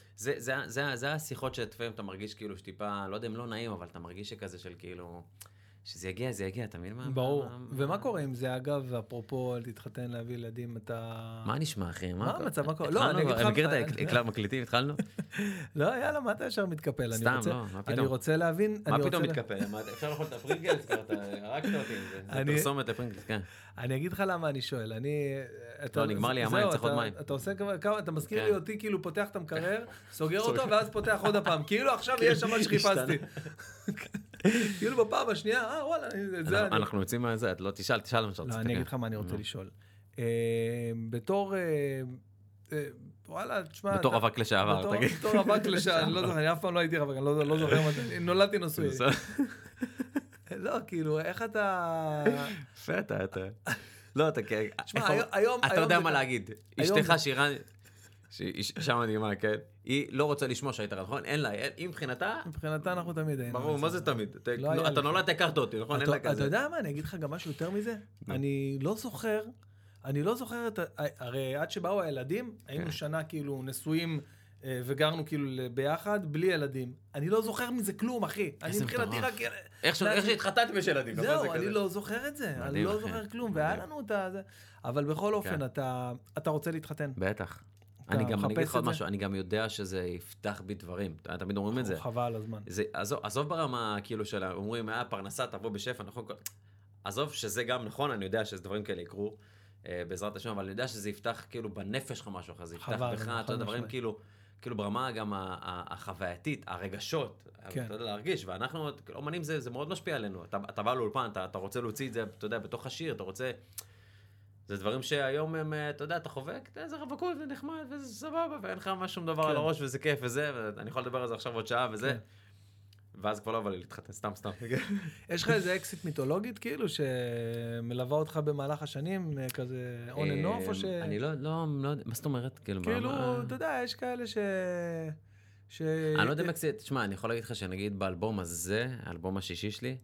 זה השיחות שלפעמים אתה מרגיש כאילו שטיפה, לא יודע אם לא נעים, אבל אתה מרגיש שכזה של כאילו... שזה יגיע, אתה מבין מה? ברור. ומה קורה עם זה, אגב, אפרופו, תתחתן להביא ילדים, אתה... מה נשמע, אחי? מה המצב, מה קורה? לא, אני אגיד לך... אני מכיר את המקליטים, התחלנו? לא, יאללה, מה אתה ישר מתקפל? סתם, לא, מה פתאום? אני רוצה להבין... מה פתאום מתקפל? אפשר לאכול את הפרינגלס, אתה הרגת אותי עם זה. זה פרסומת לפרינגלס, כן. אני אגיד לך למה אני שואל, לא, נגמר לי המים, צריך עוד מים. אתה עושה כמה, אתה מזכיר לי אותי, כאילו פותח את המקרר, סוגר אותו, ואז פותח עוד הפעם. כאילו עכשיו יש שם מה שחיפשתי. כאילו בפעם השנייה, וואלה, זה אני. אנחנו יוצאים מהזה, לא תשאל מה שאתה רוצה. לא, אני אגיד לך מה אני רוצה לשאול. בתור, וואלה, תשמע... בתור אבק לשעבר, תגיד. בתור אבק לשעבר, אני אף פעם לא הייתי רווק, אני לא זוכר מתי, נולדתי נשוי. לא, כאילו, איך אתה... פתע, אתה... לא, אתה... תשמע, היום... אתה יודע מה להגיד. אשתך שירן... שם מדהימה, כן? היא לא רוצה לשמוע שהיית רע, נכון? אין לה, היא מבחינתה... מבחינתה אנחנו תמיד היינו. ברור, מה זה תמיד? אתה נולדת, הכרת אותי, נכון? אין לה כזה. אתה יודע מה, אני אגיד לך גם משהו יותר מזה? אני לא זוכר את... הרי עד שבאו הילדים, היינו שנה כאילו נשואים וגרנו כאילו ביחד, בלי ילדים. אני לא זוכר מזה כלום, אחי. אני מבחינתי רק... איך שהתחתנתי יש ילדים. זהו, אני לא זוכר את זה. אני לא זוכר כלום, והיה לנו את זה. אבל בכל אופן, אתה רוצה להתחתן. בטח. אני אגיד לך עוד משהו, אני גם יודע שזה יפתח בי דברים, תמיד אומרים את זה. חבל הזמן. עזוב ברמה כאילו של, אומרים, פרנסה, תבוא בשפע, נכון? עזוב שזה גם נכון, אני יודע שזה דברים כאלה יקרו, בעזרת השם, אבל אני יודע שזה יפתח כאילו בנפש לך משהו אחר, זה יפתח בך, אתה יודע, דברים כאילו ברמה גם החווייתית, הרגשות, אתה יודע, להרגיש, ואנחנו, אומנים זה מאוד משפיע עלינו, אתה בא לאולפן, אתה רוצה להוציא את זה, אתה יודע, בתוך השיר, אתה רוצה... זה דברים שהיום הם, אתה יודע, אתה חובק, זה רווקות ונחמד וזה סבבה, ואין לך שום דבר על הראש וזה כיף וזה, ואני יכול לדבר על זה עכשיו עוד שעה וזה, ואז כבר לא בא לי להתחתן, סתם. יש לך איזה אקסיט מיתולוגית כאילו, שמלווה אותך במהלך השנים, כזה on and off, או ש... אני לא, מה זאת אומרת? כאילו, אתה יודע, יש כאלה אני לא יודע אם אקסיט, תשמע, אני יכול להגיד לך שנגיד באלבום הזה, האלבום השישי שלי,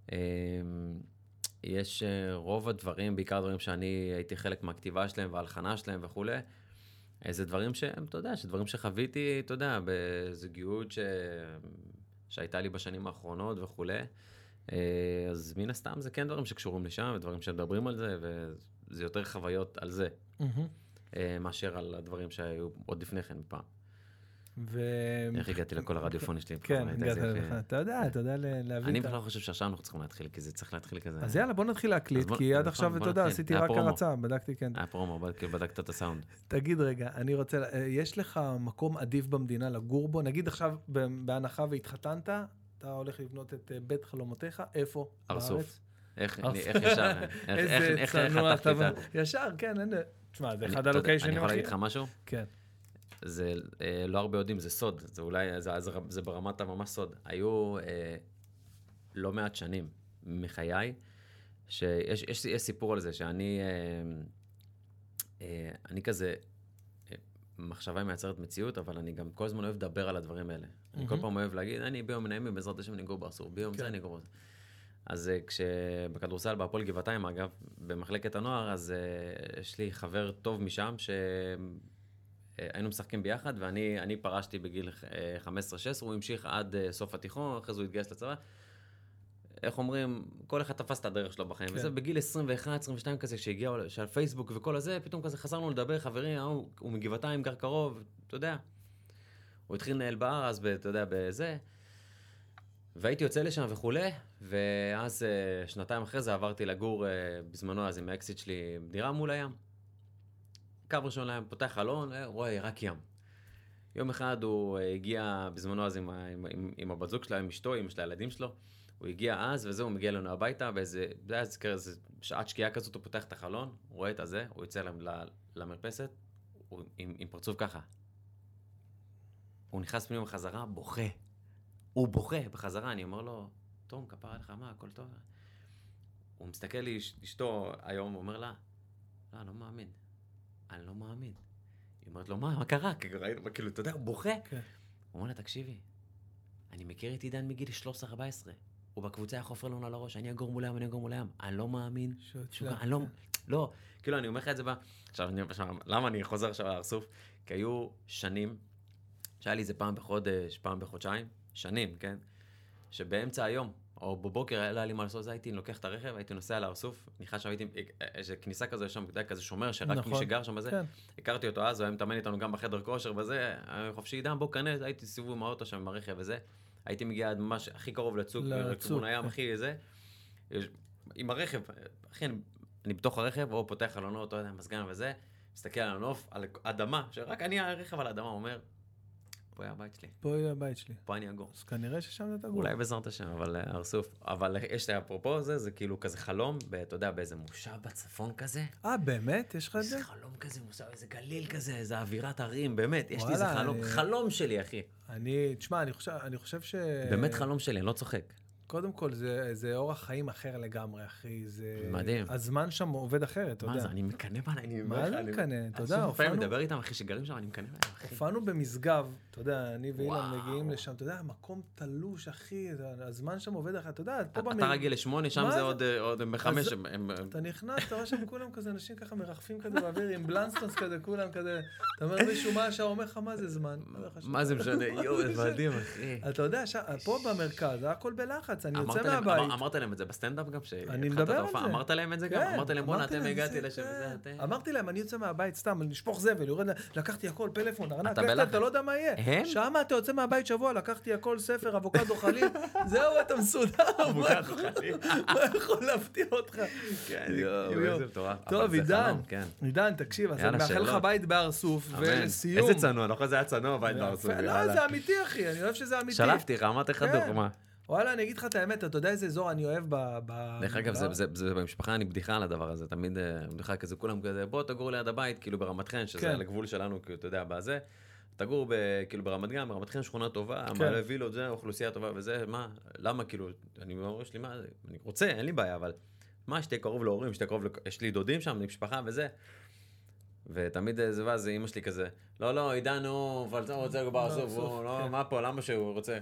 יש רוב הדברים, בעיקר דברים שאני הייתי חלק מהכתיבה שלהם וההלחנה שלהם וכו'. זה דברים שהם, אתה יודע, שדברים שחוויתי, אתה יודע, בזוגיות שהייתה לי בשנים האחרונות וכו'. אז מן הסתם זה כן דברים שקשורים לשם, ודברים שמדברים על זה, וזה יותר חוויות על זה. מאשר על הדברים שהיו עוד לפני כן פעם. ו... איך הגעתי לכל הרדיופוני שלי? כן, הגעת לך. אתה יודע להביא... אני בכלל חושב שעכשיו אנחנו צריכים להתחיל, כי זה צריך להתחיל כזה... אז יאללה, בוא נתחיל להקליט, כי עד עכשיו, אתה יודע, עשיתי רק הרצאה, בדקתי, כן. היה פרומו, בדקת את הסאונד. תגיד רגע, אני רוצה... יש לך מקום עדיף במדינה לגור בו? נגיד עכשיו, בהנחה והתחתנת, אתה הולך לבנות את בית חלומותיך, איפה? ארסוף. איך ישר? איך חתכת לי את ה... ישר, כן, אין... תשמע, זה אחד הלוקיישנים. אני יכול להגיד לך משהו? כן. זה לא הרבה יודעים, זה סוד, זה אולי, זה ברמת ממש סוד. היו לא מעט שנים מחיי, שיש סיפור על זה, שאני אני כזה, מחשבה מייצרת מציאות, אבל אני גם כל הזמן אוהב לדבר על הדברים האלה. אני כל פעם אוהב להגיד, אני ביום מנהימים, בעזרת השם נגור בארסוף, ביום זה נגור בארסוף. אז כשבכדורסל, בהפועל גבעתיים, אגב, במחלקת הנוער, אז יש לי חבר טוב משם, היינו משחקים ביחד, ואני פרשתי בגיל 15-16, הוא המשיך עד סוף התיכון, אחרי זה הוא התגייס לצבא. איך אומרים, כל אחד תפס את הדרך שלו בחיים, וזה בגיל 21-22 כזה, כשהגיע של פייסבוק וכל הזה, פתאום כזה חזרנו לדבר, חברים, הוא מגבעתיים, גר קרוב, אתה יודע. הוא התחיל לנהל בר, אז אתה יודע, בזה. והייתי יוצא לשם וכולי, ואז שנתיים אחרי זה עברתי לגור בזמנו, אז עם האקסיט שלי, דירה מול הים. קו ראשון לים, פותח חלון, רואה, רק ים. יום אחד הוא הגיע בזמנו אז עם הבת זוג שלה, עם אשתו, עם הילדים שלו. הוא הגיע אז, וזהו, הוא מגיע לנו הביתה, ואיזה שעת שקיעה כזאת, הוא פותח את החלון, הוא רואה את הזה, הוא יוצא למרפסת, עם פרצוף ככה. הוא נכנס פנימה בחזרה, בוכה. הוא בוכה בחזרה, אני אומר לו, תום, כפרה לך, מה, הכל טוב? הוא מסתכל לי, אשתו היום, הוא אומר לה, לא, אני לא מאמין. אני לא מאמין. היא אומרת לו, מה קרה? כאילו, אתה יודע, הוא בוכה. הוא אומר לה, תקשיבי, אני מכיר את עידן מגיל 13-14. הוא בקבוצה היה חופר לנו על הראש, אני אגור מול הים, אני לא מאמין. לא, כאילו, אני אומר לך את זה עכשיו, למה אני חוזר עכשיו לארסוף? כי היו שנים, שהיה לי איזה פעם בחודש, פעם בחודשיים, שנים, כן? שבאמצע היום, או בבוקר היה לי מה לעשות, זה הייתי לוקח את הרכב, הייתי נוסע לארסוף, נכנס שם, הייתי, איזו כניסה כזו, יש שם כזה שומר, שרק מי שגר שם בזה, הכרתי אותו אז, הוא היה מתאמן איתנו גם בחדר כושר בזה, חופשי עידן, בוא כנס, הייתי סיבוב עם האוטו שם, עם הרכב וזה, הייתי מגיע עד ממש הכי קרוב לצוק, לכיוון הים, הכי זה, עם הרכב, אחי, אני בתוך הרכב, או פותח חלונות, או מזגן וזה, מסתכל על הנוף, על אדמה, שרק אני הרכב על האדמה, אומר, פה יהיה הבית שלי. פה יהיה הבית שלי. פה אני אגור. אז כנראה ששם אתה גור. אולי בעזרת השם, אבל ארסוף. אבל יש לי אפרופו זה כאילו כזה חלום, אתה יודע, באיזה מושב בצפון כזה. באמת? יש לך את זה? איזה חלום כזה, מושב, איזה גליל כזה, איזה אווירת הרים, באמת, יש לי איזה חלום שלי, אחי. תשמע, אני חושב ש... באמת חלום שלי, אני לא צוחק. קודם כל, זה אורח חיים אחר לגמרי, אחי. מדהים. הזמן שם עובד אחרת, אתה יודע. מה זה, אני מקנא בהם, מה זה מקנא? אתה יודע, הופענו... אני מדבר איתם, אחי, שגרים שם, אני מקנא בהם, אחי. הופענו במשגב, אתה יודע, אני ואילן מגיעים לשם, אתה יודע, מקום תלוש, אחי, הזמן שם עובד אחרת, אתה יודע, פה במ... אתה רגיל ל8, שם זה עוד ב5. אתה נכנס, אתה רואה שם כולם כזה, אנשים ככה מרחפים כזה באוויר, עם בלנסטונס כזה, כולם כזה, אתה אומר מישהו מה השעה, אומר לך, מה זה זמן? מה זה משנה? יואו, זה מדהים, אחי. אתה יודע, פה במרכז, הכל בלחץ, אני יוצא מהבית. אמרת להם את זה בסטנדאפ גם? אני מדבר על זה. אמרת להם את זה גם? אמרת להם, בוא'נה, אתם הגעתי לשם. אמרתי להם, אני יוצא מהבית סתם, נשפוך זבל, יורד, לקחתי הכל, פלאפון, ארנק, אתה לא יודע מה יהיה. שמה אתה יוצא מהבית שבוע, לקחתי הכל, ספר, אבוקדו חליל, זהו, אתה מסודר. אבוקדו חליל. מה יכול להפתיע אותך? כן, יואו, זה מטורף. טוב, עידן, תקשיב, אז אני מאחל לך בית בארסוף, ולסיום. איזה צנוע, נכון, זה היה צנוע בית בארסוף. לא, זה אמיתי, אחי, אני אוהב שזה אמיתי. שלפתי לך, אמרתי לך דוגמה. וואלה, אני אגיד לך את האמת, אתה יודע איזה אזור אני אוהב דרך אגב, זה במשפחה, אני בדיחה על הדבר הזה, תמיד בדיחה כזה, כולם כזה, בוא תגור ליד הבית, כאילו ברמת חן, שזה על הגבול שלנו, כאילו, אתה יודע, בזה, תגור כאילו ברמת גן, ברמת חן שכונה טובה, מעלה וילות, זה אוכלוסייה טובה, וזה, מה, למה, כאילו, אני אומר, יש לי מה, אני רוצה, אין לי בעיה, אבל מה, שתהיה קרוב להורים, שתהיה קרוב, יש לי דודים שם, משפחה וזה, ותמיד זה ואז אמא שלי כזה, לא, עידן, הוא רוצה לגור בארסוף, מה פה, למה שהוא רוצה?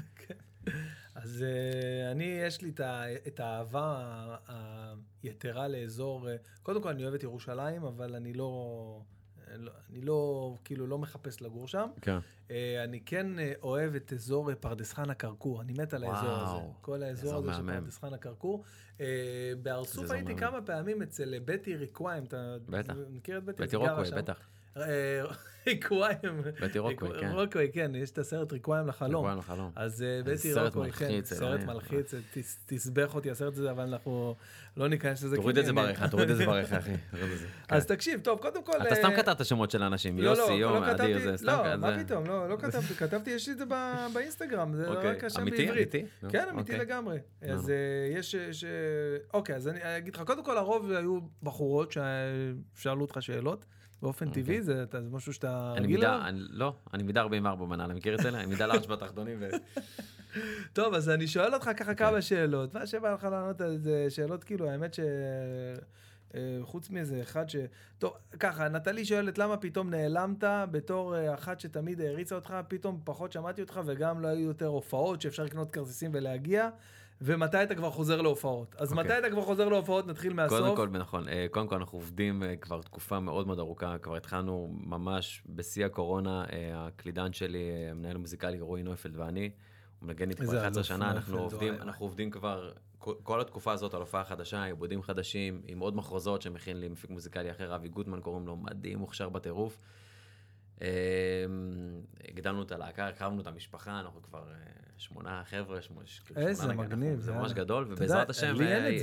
אז יש לי את האהבה היתרה לאזור, קודם כל אני אוהב את ירושלים, אבל אני לא אני לא, כאילו, לא מחפש לגור שם. כן. אני כן אוהב את אזור פרדס חנה כרכור, אני מת על האזור הזה. כל האזור הזה של פרדס חנה כרכור. בארסוף הייתי כמה פעמים אצל בטי ריקוויים, אתה מכיר את בטי? בטי רוקווי, בטח. ריקוויים. בטי רוקווי, כן. רוקווי, כן, יש את הסרט ריקוויים לחלום. ריקוויים לחלום. אז בטי רוקווי, כן, סרט מלחיץ, תסבך אותי הסרט הזה, אבל אנחנו לא ניכנס לזה. תוריד את זה בעריכה, אחי. אז תקשיב, טוב, קודם כל... אתה סתם כתבת שמות של אנשים, יוסי, יום, אדיר, זה סתם כזה. לא, מה פתאום, לא כתבתי, יש לי את זה באינסטגרם, זה רק השם בעברית. אמיתי? כן, אמיתי לגמרי. אז יש... אוקיי, אז אני אגיד לך, קודם כל הרוב היו בחורות שאפשאלו אותך שאלות. באופן טבעי, זה משהו שאתה רגיל עליו? לא, אני מידה 44 מנה, אני מכיר את זה? אני מידה לארץ בתחתונים. טוב, אז אני שואל אותך ככה כמה שאלות. מה שבא לך לענות על זה שאלות, כאילו, האמת חוץ מאיזה אחד טוב, ככה, נטלי שואלת למה פתאום נעלמת בתור אחת שתמיד הריצה אותך, פתאום פחות שמעתי אותך וגם לא היו יותר הופעות שאפשר לקנות כרטיסים ולהגיע. ומתי אתה כבר חוזר להופעות? אז מתי אתה כבר חוזר להופעות? נתחיל מהסוף. קודם כל, נכון. קודם כל, אנחנו עובדים כבר תקופה מאוד מאוד ארוכה. כבר התחלנו ממש בשיא הקורונה. הקלידן שלי, המנהל המוזיקלי, רועי נויפלד ואני, הוא מנגן איתי כבר 11 שנה. אנחנו עובדים כבר כל התקופה הזאת על הופעה חדשה, עיבודים חדשים, עם עוד מחרוזות שמכין לי מפיק מוזיקלי אחר, אבי גוטמן קוראים לו, מדהים, מוכשר בטירוף. הגדלנו את הלהקה, הקרבנו את המשפחה, אנחנו כבר 8 חבר'ה, איזה מגניב, זה ממש גדול, ובעזרת השם,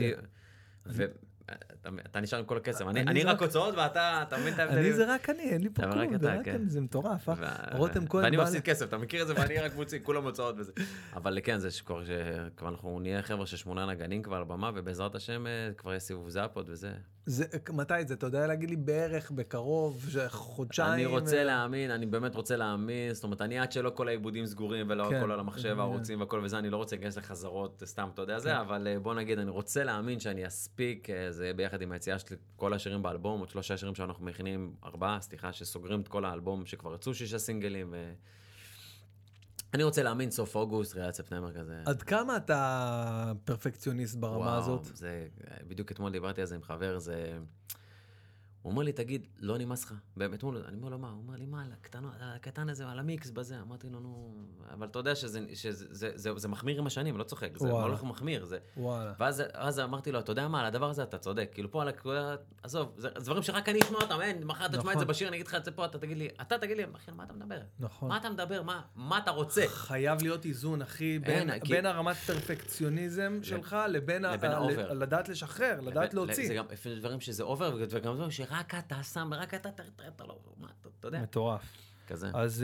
אתה נשאר עם כל הכסף, אני רק הוצאות ואתה מבין את ההבדלים. אני זה רק אני, אין לי פה כלום, זה מטורף, רותם כהן. ואני מפסיד כסף, אתה מכיר את זה, ואני רק מוציא, כולם הוצאות וזה. אבל כן, זה שכבר אנחנו נהיה חבר'ה של 8 נגנים כבר על הבמה, ובעזרת השם כבר יהיה סיבוב זאפות וזה. מתי זה? אתה יודע להגיד לי בערך בקרוב, חודשיים? אני רוצה להאמין, אני באמת רוצה להאמין, זאת אומרת, אני עד שלא כל העיבודים סגורים ולא הכל על המחשב, הערוצים והכל וזה, אני לא רוצה להיכנס לחזרות, סתם, אתה יודע זה, אבל בוא נגיד, אני רוצה להאמין שאני אספיק, זה ביחד עם היציאה של כל השירים באלבום, עוד 3 שירים שאנחנו מכינים, 4, שסוגרים את כל האלבום, שכבר יצאו 6 סינגלים, אני רוצה להאמין סוף אוגוסט, ריאת ספטמבר כזה. עד כמה אתה פרפקציוניסט ברמה הזאת? וואו, זה, בדיוק אתמול דיברתי על זה עם חבר, זה... הוא אומר לי, תגיד, לא נמאס לך? באמת, אני אומר לו, מה? הוא אומר לי, מה, הקטן הזה, על המיקס בזה, אמרתי לו, נו... אבל אתה יודע שזה מחמיר עם השנים, לא צוחק, זה הולך מחמיר, זה... ואז אמרתי לו, אתה יודע מה, על הדבר הזה אתה צודק, כאילו פה, עזוב, זה דברים שרק אני אשמע אותם, אין, מחר אתה תשמע את זה בשיר, אני אגיד לך את זה פה, אתה תגיד לי, אחי, מה אתה מדבר? מה אתה מדבר? מה אתה רוצה? חייב להיות איזון, אחי, בין הרמת פרפקציוניזם שלך לבין לדעת לשחרר, לדעת להוציא. זה גם דברים שזה אובר, וגם דברים רק אתה שם, רק אתה לא, אתה יודע. מטורף. כזה. אז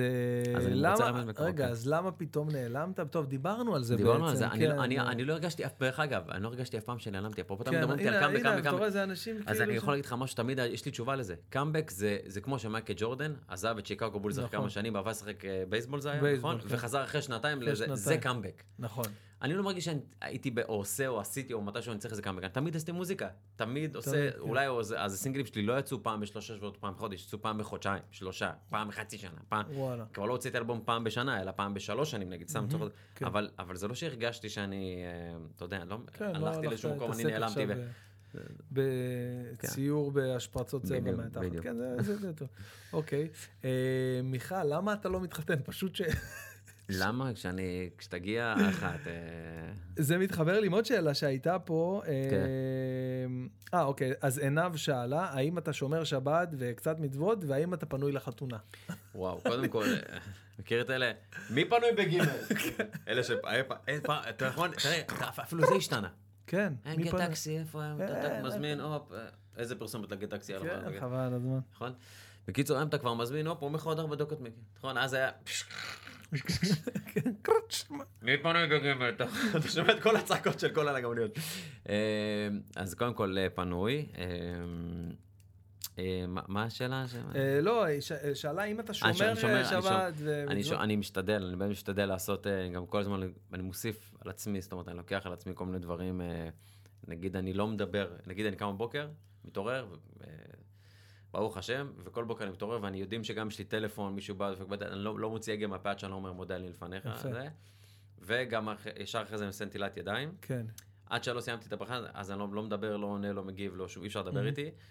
למה פתאום נעלמת? טוב, דיברנו על זה בעצם. דיברנו על זה, אני לא הרגשתי אף פעם שנעלמתי, אפרופו אתה מדברים אותי על קאמבק, אתה רואה, זה אנשים אז אני יכול להגיד לך משהו, תמיד יש לי תשובה לזה. קאמבק זה כמו שמייקל ג'ורדן, עזב את שיקגו בולס אחרי כמה שנים, בעבר לשחק בייסבול זה היה, נכון? וחזר אחרי 2 זה קאמבק. נכון. אני לא מרגיש שהייתי עושה או עשיתי או מתישהו אני צריך איזה קאמבק, אני תמיד עשיתי מוזיקה, תמיד עושה, אולי אז הסינגלים שלי לא יצאו פעם ב3 שבועות, פעם בחודש, יצאו פעם בחודשיים, 3, פעם בחצי שנה, כבר לא הוצאתי אלבום פעם בשנה, אלא פעם ב3 שנים נגיד, אבל זה לא שהרגשתי שאני, אתה יודע, לא הלכתי לשום מקום, אני נעלמתי. בציור בהשפרצות צבע מהתחת. כן, זה טוב. אוקיי. מיכל, למה אתה לא מתחתן? פשוט ש... למה? כשתגיע אחת... זה מתחבר לי מאוד שאלה שהייתה פה. אוקיי. אז עינב שאלה, האם אתה שומר שבת וקצת מצוות, והאם אתה פנוי לחתונה? וואו, קודם כל, מכיר את אלה? מי פנוי בגימל? אלה אתה יכול... תראה, אפילו זה השתנה. כן. אין גט-טקסי, איפה הם? אתה מזמין, איזה פרסומת לגט-טקסי? כן, חבל על הזמן. נכון? בקיצור, אם אתה כבר מזמין, הוא אומר לך עוד 4 דקות מכיר. נכון, אז היה... מי פנוי בגימל? אתה שומע את כל הצעקות של כל הנגמניות. אז קודם כל פנוי. מה השאלה? לא, שאלה אם אתה שומר שבת. אני משתדל לעשות, גם כל הזמן אני מוסיף על עצמי, זאת אומרת, אני לוקח על עצמי כל מיני דברים, נגיד אני לא מדבר, נגיד אני קם בבוקר, מתעורר, ברוך השם, וכל בוקר אני מתעורר, ואני יודעים שגם יש לי טלפון, מישהו בא, אני לא מוציא הגה מהפעד שאני לא אומר מודה לי לפניך, וגם ישר אחרי זה אני עושה נטילת ידיים. כן. עד שלא סיימתי את הברכה, אז אני לא מדבר, לא עונה, לא מגיב, אי אפשר לדבר איתי.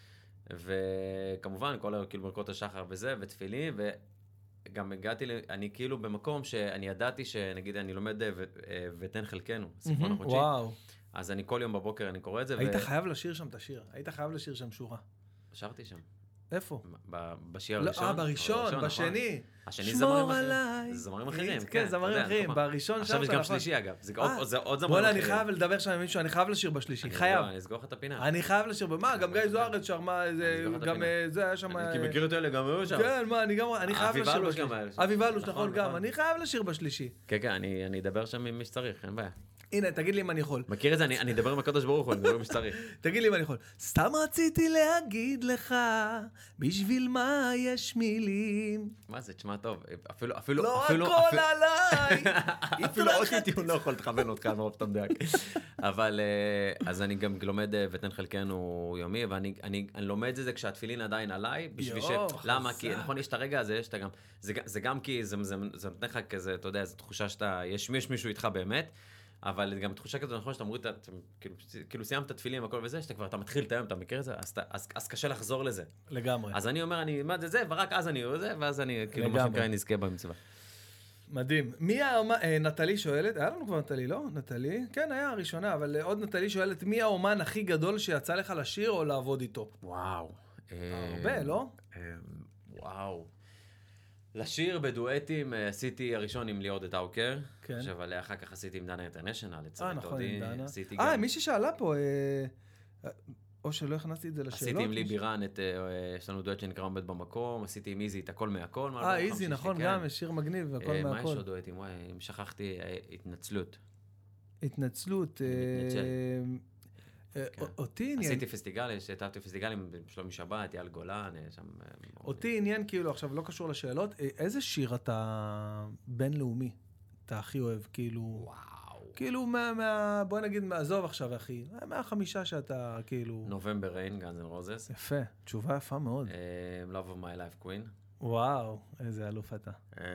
וכמובן, כל כאילו ברכות השחר וזה, ותפילים, וגם הגעתי, אני כאילו במקום שאני ידעתי שנגיד אני לומד ותן חלקנו, ספרון החודשי. וואו. אז אני כל יום בבוקר אני קורא את זה. היית חייב לשיר שם את השיר, היית חייב לשיר שם שורה. שרתי שם. איפה? בשיר הראשון. בראשון, בשני. השני זמרים אחרים. כן, זמרים אחרים. בראשון עכשיו יש גם שלישי אגב. זה עוד זמרים אחרים. בוא'נה, אני חייב לדבר שם עם מישהו, אני חייב לשיר בשלישי. חייב. אני אסגור לך את הפינה. אני חייב לשיר. מה, גם גיא זוארץ שר, מה, גם זה היה שם... אני מכיר את אלה, גם הוא שם. כן, מה, אני חייב לשיר בשלישי. אביב אלוש, נכון, גם. אני חייב לשיר בשלישי. כן, כן, אני אדבר שם עם מי שצריך, אין בעיה. הנה, תגיד לי אם אני יכול. מכיר את זה? אני אדבר עם הקדוש ברוך הוא, אני מדבר משטריך. תגיד לי אם אני יכול. סתם רציתי להגיד לך, בשביל מה יש מילים. מה זה, תשמע טוב, אפילו... לא הכל עליי! אפילו עוד טיעון לא יכול לכוון אותך, מרוב שאתה מדייק. אבל, אז אני גם לומד ותן חלקנו יומי, ואני לומד את זה כשהתפילין עדיין עליי, בשביל ש... למה? כי נכון, יש את הרגע הזה, שאתה גם... זה גם כי זה נותן לך כזה, אתה יודע, זו תחושה שאתה... יש מישהו איתך באמת, אבל גם תחושה כזו, נכון, שאתה מוריד, כאילו סיימת תפילים הכל וזה, שאתה כבר, אתה מתחיל את היום, אתה מכיר את זה, אז קשה לחזור לזה. לגמרי. אז אני אומר, אני אלמד את זה, ורק אז אני אוהב את זה, ואז אני, כאילו, מה שנקרא, נזכה במצווה. מדהים. נטלי שואלת, היה לנו כבר נטלי, לא? נטלי? כן, היה הראשונה, אבל עוד נטלי שואלת, מי האומן הכי גדול שיצא לך לשיר או לעבוד איתו? וואו. הרבה, לא? וואו. לשיר בדואטים עשיתי הראשון עם ליאור דטאוקר, עכשיו עליה אחר כך עשיתי עם דנה אינטרנשיונל, נכון, עם דנה. מי ששאלה פה, או שלא הכנסתי את זה לשאלות. עשיתי עם ליבי רן, יש לנו דואט שנקרא עומד במקום, עשיתי עם איזי את הכל מהכל. איזי, נכון, גם, יש שיר מגניב, הכל מהכל. מה יש עוד דואטים? וואי, אם שכחתי, התנצלות. התנצלות. אותי עניין... עשיתי פסטיגל, שתפתי פסטיגלים שלומי שבת, יעל גולן, שם... אותי עניין כאילו, עכשיו לא קשור לשאלות, איזה שיר אתה בינלאומי, אתה הכי אוהב, כאילו... וואו. כאילו, בוא נגיד, מעזוב עכשיו, אחי, 5 שאתה כאילו... נובמבר ריין, גאנז אנד רוזס. יפה, תשובה יפה מאוד. Love of my life, Queen. וואו, איזה אלוף אתה.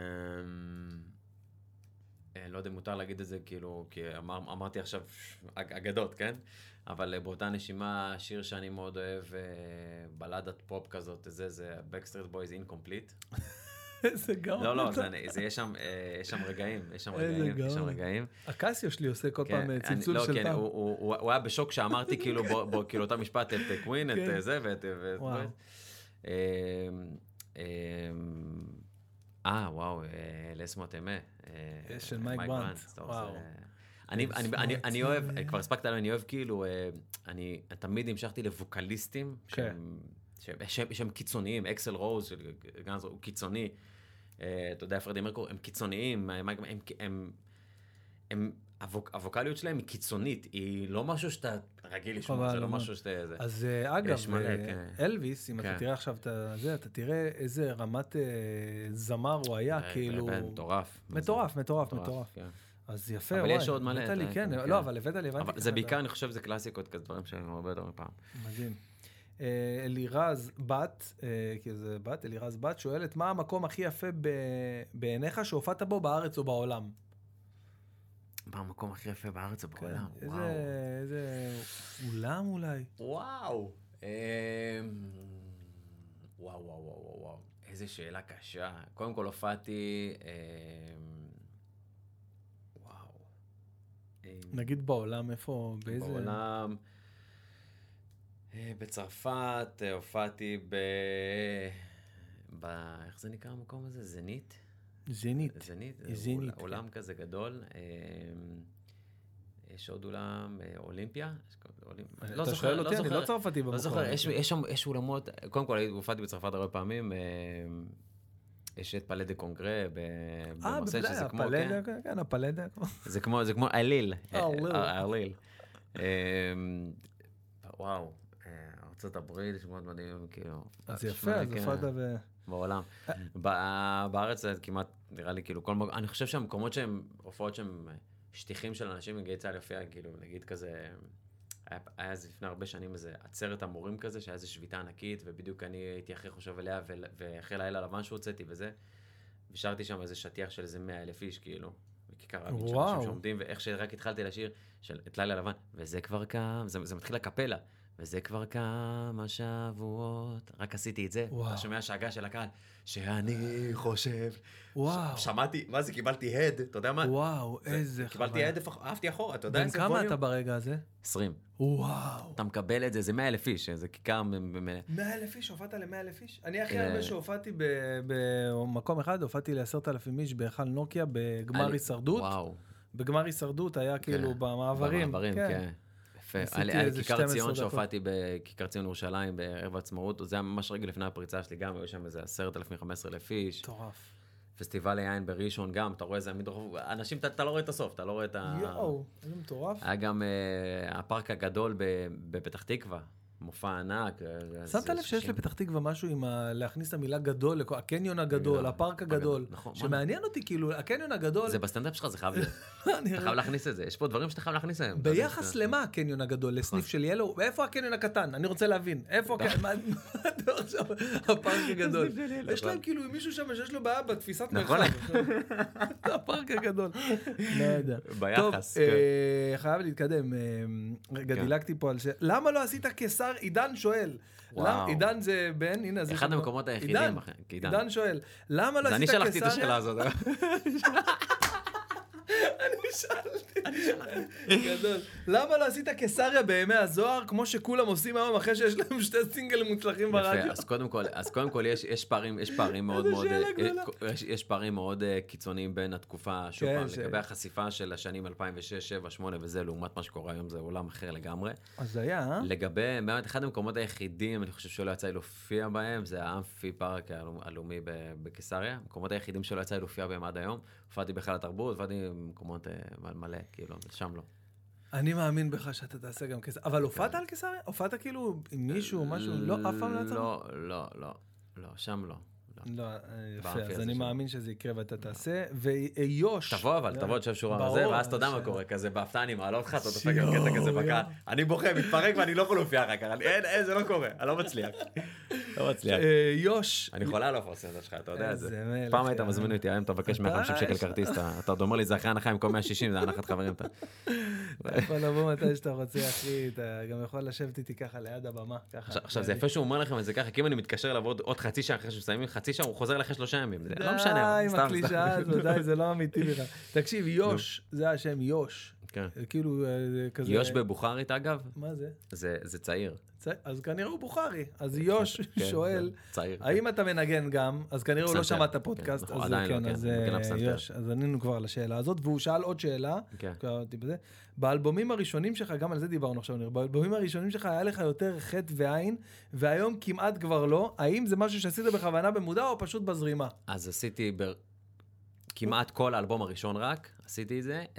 לא יודע, מותר להגיד את זה, כאילו, כי אמרתי עכשיו אגדות, כן? אבל באותה נשימה, שיר שאני מאוד אוהב, בלדת פופ כזאת, זה Backstreet Boys Incomplete. איזה גאון. לא, יש שם רגעים. הקסיו שלי עושה כל פעם צלצול של פעם. לא, כן, הוא היה בשוק שאמרתי, כאילו, אותה משפט, את קווין, את זה, ואת... וואו, לסמוט אמה. של מייק גרנט, וואו. אני אוהב, כבר הספקת עליו, אני אוהב כאילו, אני תמיד המשכתי לבוקליסטים, שהם קיצוניים, אקסל רוז, הוא קיצוני, אתה יודע, פרדי מרקורי, הם קיצוניים, הווקליות שלהם היא קיצונית, היא לא משהו שאתה רגיל לשמוע, זה לא משהו שאתה... אז אגב, אלוויס, אם אתה תראה עכשיו את זה, אתה תראה איזה רמת זמר הוא היה, כאילו... מטורף. אז יפה, אבל יש עוד מלא. לא, אבל הבאת לי, הבנתי. זה בעיקר, אני חושב, זה קלאסיקות, כזה דברים שהם הרבה יותר מפעם. מדהים. אלירז בת שואלת, מה המקום הכי יפה בעיניך שהופעת בו בארץ או בעולם? מה המקום הכי יפה בארץ או בעולם? איזה אולם אולי? וואו. וואו. איזה שאלה קשה. קודם כל הופעתי... נגיד בעולם, איפה, באיזה... בעולם, בצרפת, הופעתי איך זה נקרא המקום הזה? זנית? זנית. עולם כזה גדול. יש עוד אולם, אולימפיה. אתה שואל אותי, אני לא צרפתי במקום. לא זוכר, יש אולמות, קודם כל הופעתי בצרפת הרבה פעמים, יש את פלא דה קונגרה במרסל, שזה כמו... כן, הפלא דה. זה כמו אליל. אליל. וואו, ארצות הברית, יש מאוד מדהים, כאילו... אז יפה, אז הופעת ב... בעולם. בארץ זה כמעט, נראה לי, כאילו, אני חושב שהמקומות שהם, הופעות שהם שטיחים של אנשים, מגיעי צהל יופיע, כאילו, נגיד כזה... היה אז לפני הרבה שנים איזה עצרת המורים כזה, שהיה איזו שביתה ענקית, ובדיוק אני הייתי הכי חושב אליה, ואחרי לילה לבן שהוצאתי וזה, ושרתי שם איזה שטיח של איזה 100,000 איש, כאילו, בכיכר רבין, שם שעומדים, ואיך שרק התחלתי לשיר את לילה לבן, וזה כבר קם, זה מתחיל לקפלה, וזה כבר כמה שבועות, רק עשיתי את זה, אתה שומע שאגה של הקהל, שאני חושב, שמעתי, מה זה, קיבלתי הד, אתה יודע מה? וואו, איזה חוויה. קיבלתי הד, אהבתי אחורה, אתה יודע איזה ווליום? בן כמה אתה ברגע הזה? 20. וואו. אתה מקבל את זה, זה 100,000 איש, זה כיכר... 100,000 איש, הופעת ל100,000 איש? אני הכי הרבה שהופעתי במקום אחד, הופעתי ל10,000 איש בהיכל נוקיה, בגמר הישרדות. וואו. בגמר הישרדות היה כאילו במעברים. במעברים, כן. יפה. היה כיכר ציון שהופעתי בכיכר ציון ירושלים בערב העצמאות, זה היה ממש רגע לפני הפריצה שלי גם, היו שם איזה 10,000, 15,000 איש. מטורף. פסטיבל היין בראשון גם, אתה רואה איזה מדרחוב, אנשים, אתה לא רואה את הסוף, אתה לא רואה את יואו, זה מטורף. היה גם הפארק הגדול בפתח תקווה, מופע ענק. שמת לב שיש לפתח תקווה משהו עם להכניס את המילה גדול, הקניון הגדול, הפארק הגדול, שמעניין אותי, כאילו, הקניון הגדול... זה בסטנדאפ שלך, זה חייב להיות. אתה חייב להכניס את זה, יש פה דברים שאתה חייב להכניס להם. ביחס למה הקניון הגדול? לסניף של ילו? ואיפה הקניון הקטן? אני רוצה להבין. איפה הפארק הגדול? יש להם כאילו מישהו שם שיש לו בעיה בתפיסת מרחב. הפארק הגדול. לא יודע. ביחס. טוב, חייב להתקדם. רגע, דילגתי פה על ש... למה לא עשית קיסר? עידן שואל. עידן זה בן, הנה זה... אחד המקומות היחידים. עידן שואל. למה לא עשית קיסר? אני שלחתי את השאלה הזאת. אני שאלתי. גדול. למה לא עשית קיסריה בימי הזוהר, כמו שכולם עושים היום אחרי שיש להם 2 סינגלים מוצלחים ברדיו? אז קודם כל יש פערים מאוד מאוד, יש פערים מאוד קיצוניים בין התקופה, שוב פעם, לגבי החשיפה של השנים 2006, 2007, 2008 וזה, לעומת מה שקורה היום, זה עולם אחר לגמרי. אז היה, לגבי, באמת, אחד המקומות היחידים, אני חושב שלא יצא לי להופיע בהם, זה האמפי פארק הלאומי בקיסריה, המקומות היחידים שלא יצא לי להופיע בהם עד היום. הופעתי בהיכל התרבות, הופעתי במקומות מלא, כאילו, שם לא. אני מאמין בך שאתה תעשה גם קיסריה. אבל הופעת על קיסריה? הופעת כאילו עם מישהו, משהו? לא, אף פעם לא יצא? לא, שם לא. לא, יפה, אז אני מאמין שזה יקרה ואתה תעשה, ויוש... תבוא, תשב שורה על זה, ואז אתה יודע מה קורה, כזה בהפתעה אני מעלה אותך, אתה דופק גם קטע כזה בקהל, אני בוכה, מתפרק ואני לא יכול להופיע אחר כך, אין, זה לא קורה, אני לא מצליח. יוש... אני יכולה לא לפרסם את שלך, אתה יודע את זה. פעם היית מזמין אותי, היום אתה מבקש 150 שקל כרטיס, אתה אומר לי, זה אחרי הנחה עם כל 160, זה הנחת חברים. אתה יכול לבוא מתי שאתה רוצה, אחי, אתה גם יכול לשבת איתי ככה ליד הבמה. עכשיו, זה יפה שהוא אומר לכם את זה ככה, כי אם אני מתקשר לעבוד עוד חצי שעה אחרי שסיימים, חצי שעה הוא חוזר לך 3 ימים, זה לא משנה. די, עם הקלישאה הזאת, די, זה לא אמיתי בכלל. תקשיב, יוש, זה השם יוש. כאילו, כזה... יוש בבוכרית, אגב? מה זה? זה צעיר. אז כנראה הוא בוכרי. אז יוש שואל, האם אתה מנגן גם? אז כנראה הוא לא שמע את הפודקאסט. עדיין לא, כן. יוש, אז ענינו כבר לשאלה הזאת, והוא שאל עוד שאלה. באלבומים הראשונים שלך, גם על זה דיברנו עכשיו, באלבומים הראשונים שלך היה לך יותר חטא ועין, והיום כמעט כבר לא. האם זה משהו שעשית בכוונה במודע, או פשוט בזרימה? אז עשיתי כמעט כל האלבום הראשון רק, עשיתי את זה.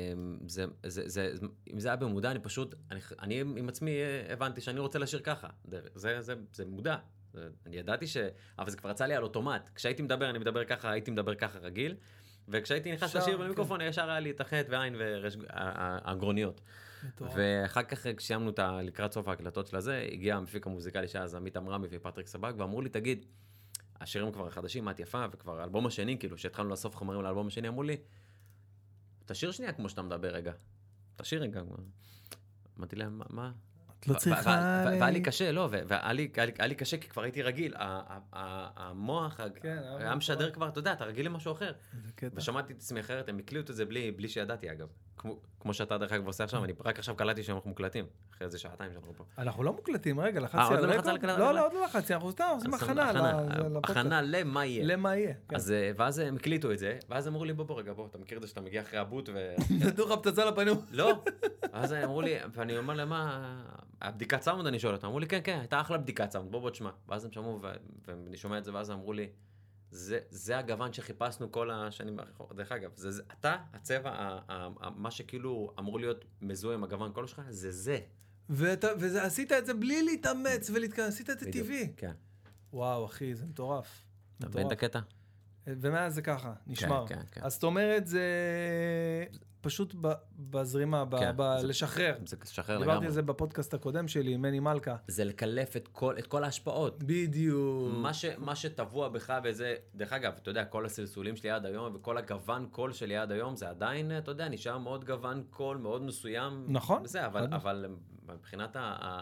אם זה היה במודע, אני עם עצמי הבנתי שאני רוצה לשיר ככה. זה מודע. אני ידעתי אבל זה כבר יצא לי על אוטומט. כשהייתי מדבר, אני מדבר ככה, הייתי מדבר ככה רגיל, וכשהייתי נכנס לשיר במיקרופון, ישר היה לי את החטא ועין והגרוניות. ואחר כך כשסיימנו לקראת סוף ההקלטות של הזה, הגיע המפיק המוזיקלי שאז עמית אמרמי ופטריק סבג, ואמרו לי, תגיד, השירים כבר חדשים, את יפה, וכבר האלבום השני, כאילו, שהתחלנו לאסוף חומרים לאלבום השני, אמרו לי, תשיר שנייה כמו שאתה מדבר רגע. תשיר רגע. אמרתי להם, מה? את לא צריכה... והיה לי קשה, לא, והיה לי קשה, כי כבר הייתי רגיל. המוח היה משדר כבר, אתה יודע, אתה רגיל למשהו אחר. ושמעתי את עצמי אחרת, הם הקליטו את זה בלי שידעתי, אגב. כמו שאתה דרך אגב עושה עכשיו, אני רק עכשיו קלטתי שאנחנו מוקלטים, אחרי איזה שעתיים שאנחנו פה. אנחנו לא מוקלטים, רגע, לחצי על רקורד? לא, עוד לא לחצי, אנחנו סתם עושים הכנה למה יהיה. למה יהיה. ואז הם הקליטו את זה, ואז אמרו לי, בוא, אתה מכיר את זה שאתה מגיע אחרי הבוט נתנו לך פצצה לפנים. לא, אז אמרו לי, ואני אומר להם, מה, הבדיקת סאונד אני שואל אותם, אמרו לי, כן, הייתה אחלה בדיקת סאונד, בוא תשמע. ואז הם שמעו, ואני שומע את זה, ואז אמרו לי, זה הגוון שחיפשנו כל השנים האחרות. דרך אגב, אתה, הצבע, מה שכאילו אמור להיות מזוהה עם הגוון כל שלך, זה. ועשית את זה בלי להתאמץ עשית את זה טבעי. כן. וואו, אחי, זה מטורף. אתה מבין את הקטע? ומאז זה ככה, נשמר. כן. אז זאת אומרת, זה פשוט בזרימה, לשחרר. זה לשחרר לגמרי. דיברתי על זה בפודקאסט הקודם שלי, מני מלכה. זה לקלף את כל ההשפעות. בדיוק. מה שטבוע בך וזה, דרך אגב, אתה יודע, כל הסלסולים שלי עד היום, וכל הגוון קול שלי עד היום, זה עדיין, אתה יודע, נשאר מאוד גוון קול, מאוד מסוים. נכון. וזה, אבל מבחינת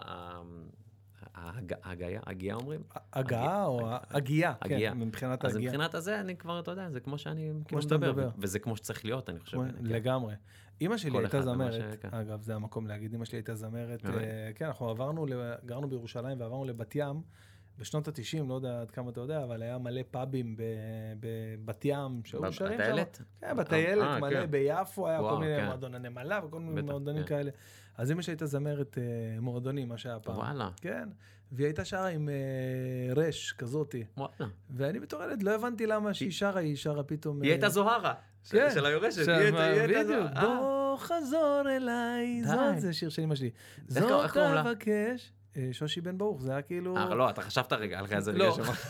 ההגייה אומרים? הגעה או הגייה, כן, מבחינת אז ההגייה. מבחינת הזה, אני כבר, אתה יודע, זה כמו שאני שאתה מדבר. וזה כמו שצריך להיות, אני חושב. לגמרי. אמא שלי כל הייתה אחד במה זמרת, אגב, זה המקום להגיד, אמא שלי הייתה זמרת, כן, אנחנו גרנו בירושלים ועברנו לבת ים, בשנות ה-90, לא יודע עד כמה אתה יודע, אבל היה מלא פאבים בבת ים, שהיו שרים שם. בטיילת? כן, בטיילת, מלא, ביפו היה כל מיני מועדון הנמלה וכל מיני מועדונים כאלה. אז אמא שלי הייתה זמרת מועדונים, מה שהיה פעם. וואלה. כן, והיא הייתה שרה עם רש כזאתי. וואלה. ואני בתור ילד לא הבנתי למה שהיא שרה, היא שרה פתאום... היא הייתה זוהרה, של היורשת. היא הייתה בדיוק, בוא חזור אליי, זה שיר של אמא שלי. זאת אבקש. שושי בן ברוך, זה היה כאילו... לא, אתה חשבת רגע, הלכה איזה רגע שמה.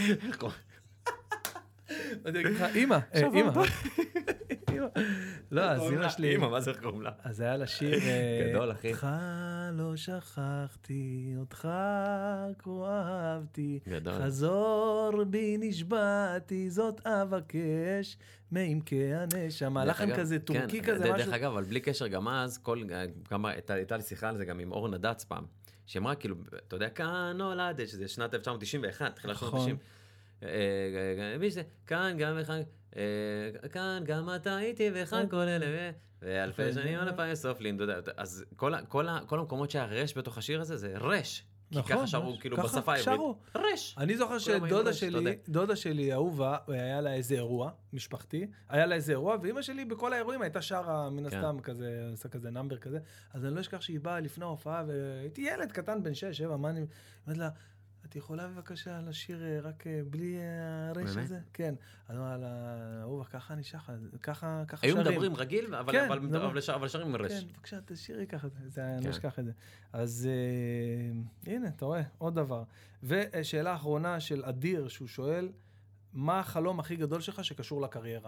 אני אגיד לך, אמא. לא, אז אמא שלי... אמא, מה זה קוראים לה? אז היה לה שיר... גדול, אחי. אותך לא שכחתי, אותך כה אהבתי, חזור בי נשבעתי, זאת אבקש, מעמקי הנשמה. לכם כזה טורקי כזה משהו. דרך אגב, אבל בלי קשר גם אז, הייתה לי שיחה על זה גם עם אורנה דץ פעם, שאמרה כאילו, אתה יודע, כאן נולדת, שזה שנת 1991, תחילת שנות 90. כאן גם אחד, כאן גם אתה איתי ואחד כל אלה, ואלפי שנים על הפעמים סופלים, אתה יודע, אז כל המקומות שהיה רש בתוך השיר הזה, זה רש. כי ככה שרו כאילו בשפה העברית. רש. אני זוכר שדודה שלי, אהובה, היה לה איזה אירוע משפחתי, היה לה איזה אירוע, ואמא שלי בכל האירועים הייתה שרה מן הסתם כזה, עושה כזה נאמבר כזה, אז אני לא אשכח שהיא באה לפני ההופעה, והייתי ילד קטן בן 6, 7, מה אני אומרת לה, את יכולה בבקשה לשיר רק בלי הרש הזה? כן. אז אמרה לה, אהובה, ככה אני שחה, ככה שרים. היו מדברים רגיל, אבל שרים עם רש. כן, בבקשה, תשירי ככה, אני לא אשכח את זה. אז הנה, אתה רואה, עוד דבר. ושאלה אחרונה של אדיר, שהוא שואל, מה החלום הכי גדול שלך שקשור לקריירה?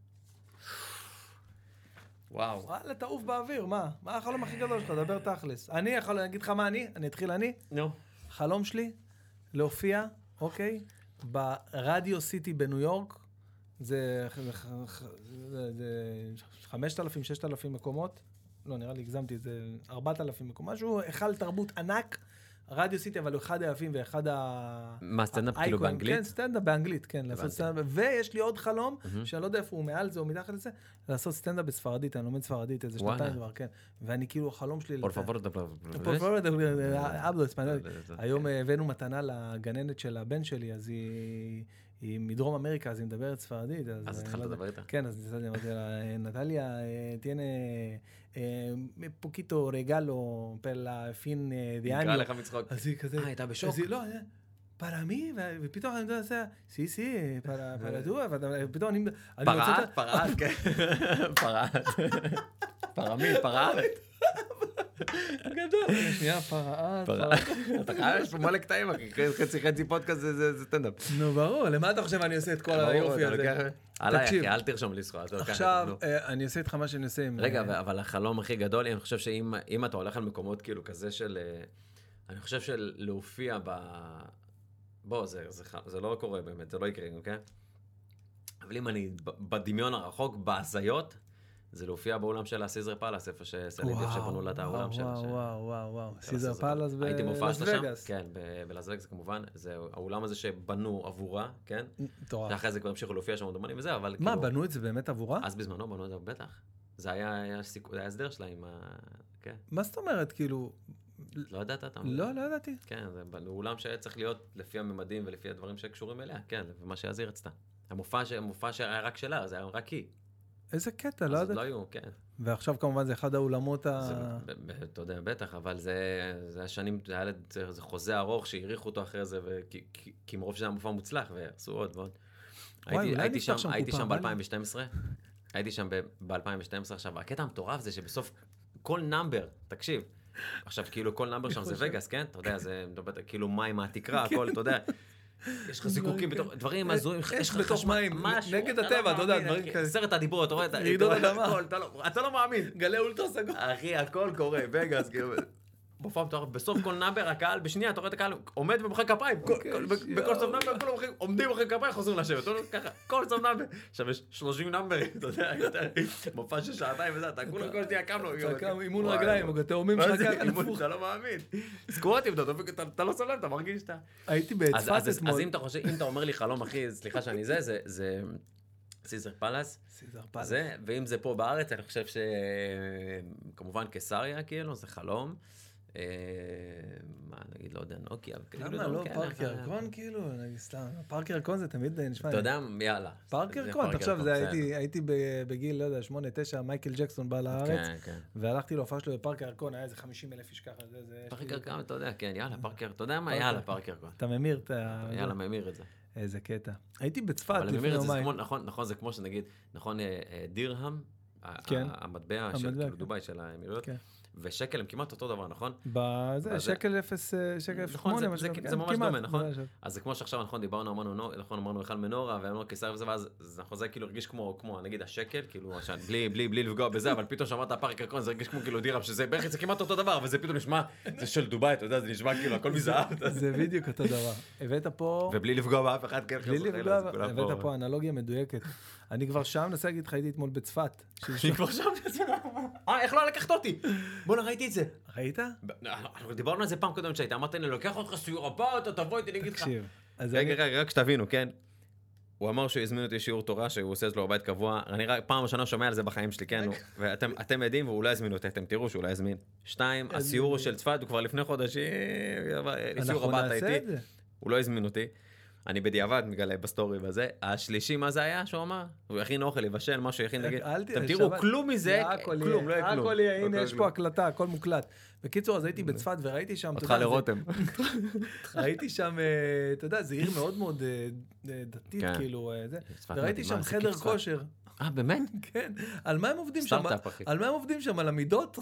וואו. וואלה, תעוף באוויר, מה? מה החלום הכי גדול שלך? דבר תכלס. אני יכול להגיד לך מה אני אתחיל אני? נו. חלום שלי, להופיע, אוקיי, ברדיו סיטי בניו יורק, זה 5,000, 6,000 מקומות, לא, נראה לי, הגזמתי, זה 4,000 מקומות, משהו, היכל תרבות ענק, רדיו סיטי, אבל הוא אחד היפים ואחד מה, סטנדאפ כאילו באנגלית? כן, סטנדאפ באנגלית, כן, לעשות סטנדאפ, ויש לי עוד חלום, שאני לא יודע איפה הוא מעל זה או מתחת לזה, לעשות סטנדאפ בספרדית, אני לומד ספרדית, איזה שנתיים דבר, כן, ואני כאילו, החלום שלי... היום הבאנו מתנה לגננת של הבן שלי, אז היא מדרום אמריקה, אז היא מדברת ספרדית. אז התחלת לדבר איתה? כן, אז אמרתי לה, נטליה, tiene poquito regalo per la fin de año. נקרא לך מצחוק. אז היא כזה... הייתה בשוק. אז היא לא, para mí, ופתאום אני יודע, sí, para tú, ופתאום אני... פרעת, כן. פרעת. גדול. שנייה, פרעת. אתה חייב, יש פה מלא קטעים, חצי פודקאסט זה סטנדאפ. נו, ברור, למה אתה חושב אני עושה את כל היופי הזה? עליי, אחי, אל תרשום לי זכות. עכשיו, אני עושה איתך מה שאני עושה עם... רגע, אבל החלום הכי גדול, אני חושב שאם אתה הולך על מקומות כאילו כזה של... אני חושב של להופיע ב... בוא, זה לא קורה באמת, זה לא יקרה, אוקיי? אבל אם אני בדמיון הרחוק, בהזיות, זה להופיע באולם של הסיזר פלאס, איפה שסלנטיב שבנו לה את האולם של... וואו, סיזר פלאס בלאס וגאס. כן, בלאס וגאס כמובן, זה האולם הזה שבנו עבורה, כן? ואחרי זה כבר המשיכו להופיע שם דומנים וזה, אבל מה, בנו את זה באמת עבורה? אז בזמנו בנו את זה בטח. זה היה הסדר שלה עם ה... מה זאת אומרת, כאילו... לא ידעת אתה? לא ידעתי. כן, זה אולם שהיה צריך להיות לפי הממדים ולפי הדברים שקשורים אליה, כן, ומה שהיא רצתה. המופע שהיה רק שלה, זה היה רק היא. איזה קטע, לא יודעת. אז לא היו, כן. ועכשיו כמובן זה אחד האולמות אתה יודע, בטח, אבל זה השנים, זה חוזה ארוך שהעריכו אותו אחרי זה, כי מרוב שזה היה מופע מוצלח, ועשו עוד ועוד. הייתי שם ב-2012, עכשיו, הקטע המטורף זה שבסוף כל נאמבר, תקשיב, עכשיו כאילו כל נאמבר שם זה וגאס, כן? אתה יודע, זה כאילו מים מהתקרה, הכל, אתה יודע. יש לך זיקוקים, דברים הזויים, יש לך בתוך מים, נגד הטבע, אתה יודע, דברים כאלה. סרט הדיבור, אתה רואה, רעידות אדמה. אתה לא מאמין. גלי אולטרה סגור. אחי, הכל קורה, וגאס, כאילו. מופע מטורף, בסוף כל נאמבר, הקהל, בשנייה, אתה רואה את הקהל עומד ומוחא כפיים, בכל סוף נאמבר, כולם עומדים ומוחאים כפיים, חוזרים לשבת, ככה, כל סוף נאמבר, עכשיו יש 30 נאמברים, אתה יודע, מופע של שעתיים וזה, אתה כולם כל שנייה קמנו, אימון רגליים, התאומים שלך ככה נפוך. אתה לא מאמין, סקווטים, אתה לא סולל, אתה מרגיש שאתה... הייתי בצפת אתמול. אז אם אתה אומר לי חלום, אחי, סליחה שאני זה סיזר פלאס, ואם זה פה בארץ, אני חושב שכמובן קיסריה, כאילו, זה חלום. מה, נגיד, לא יודע, נוקיה. למה לא פארק ירקון, כאילו? סתם, פארק ירקון זה תמיד נשמע... אתה יודע, יאללה. פארק ירקון, תחשוב, הייתי בגיל, לא יודע, 8-9, מייקל ג'קסון בא לארץ, והלכתי להופעה שלו בפארק ירקון, היה איזה 50,000 איש ככה. פארק ירקון, אתה יודע, כן, יאללה, פארק ירקון. אתה יודע מה? יאללה, פארק ירקון. אתה ממיר, יאללה, ממיר את זה. איזה קטע. הייתי בצפת לפני יומיים. נכון, זה כמו שנגיד, נכון, דירהם, המטבע של דובאי של האמירויות, ושקל הם כמעט אותו דבר, נכון? בזה, שקל 0.8, זה ממש דומה, נכון? אז זה כמו שעכשיו, נכון, דיברנו, אמרנו אחד מנורה, ואמרנו קיסר וזה, ואז זה כאילו הרגיש כמו, נגיד, השקל, כאילו, בלי לפגוע בזה, אבל פתאום שמעת הפארק ירקון, זה הרגיש כמו כאילו דירם, שזה בערך, זה כמעט אותו דבר, וזה פתאום נשמע, זה של דובאי, אתה יודע, זה נשמע כאילו, הכל מזהב. זה בדיוק אותו דבר. הבאת פה... ובלי לפגוע באף אחד, כן, בלי לפגוע, הבאת פה אנלוגיה מדויקת. אני כבר שם נסה להגיד, חייתי אתמול בצפת. אני כבר שם נסה... איך לא לקחת אותי? בוא'נה, ראיתי את זה. ראית? אנחנו דיברנו על זה פעם קודם שהיית, אמרת לי, לוקח אותך סיור הבא, אתה תבוא איתי, נגיד לך. תקשיב. רגע, רק שתבינו, כן? הוא אמר שהוא הזמין אותי שיעור תורה, שהוא עושה אצלו בבית קבוע. אני רק פעם ראשונה שומע על זה בחיים שלי, כן? ואתם יודעים, והוא לא הזמין אותי, אתם תראו שהוא לא הזמין. 2, הסיור של צפת, הוא כבר לפני חודשים, סיור הבא אתה איתי. הוא לא הזמין אותי. אני בדיעבד מגלה בסטורי וזה. השלישי, מה זה היה שהוא אמר? הוא יכין אוכל, יבשל, משהו יכין, נגיד. אתם תראו, כלום מזה, כלום, לא יהיה כלום. הכל יהיה, הנה, יש פה הקלטה, הכל מוקלט. בקיצור, אז הייתי בצפת וראיתי שם... אותך לרותם. ראיתי שם, אתה יודע, זה עיר מאוד מאוד דתית, כאילו, וראיתי שם חדר כושר. באמת? כן. על מה הם עובדים שם? על מה הם עובדים שם? על המידות?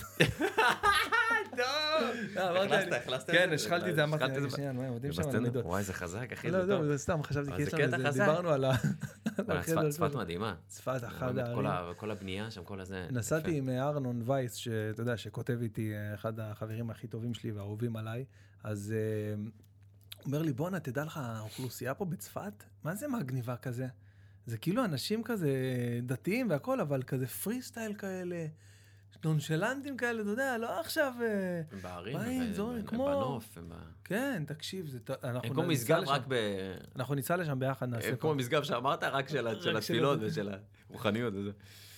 הכנסת. כן, השחלתי את זה, אמרתי, שנייה, מה הם עובדים שם על המידות? וואי, זה חזק, אחי. לא, זה סתם, חשבתי, כי יש שם, דיברנו על החדר. צפת מדהימה. צפת, אחד הערים. כל הבנייה שם, כל הזה. נסעתי עם ארנון וייס, שאתה יודע, שכותב איתי אחד החברים הכי טובים שלי והאהובים עליי, אז הוא אומר לי, בואנה, תדע לך, האוכלוסייה פה בצפת, מה זה מגניבה כזה? זה כאילו אנשים כזה דתיים והכל, אבל כזה פרי סטייל כאלה, נונשלנטים כאלה, אתה יודע, לא עכשיו... הם בערים, בנוף. כן, תקשיב, זה... הם כמו מסגב רק ב... אנחנו ניסע לשם ביחד, נעשה... הם כמו מסגב שאמרת, רק של התפילות ושל הרוחניות וזה.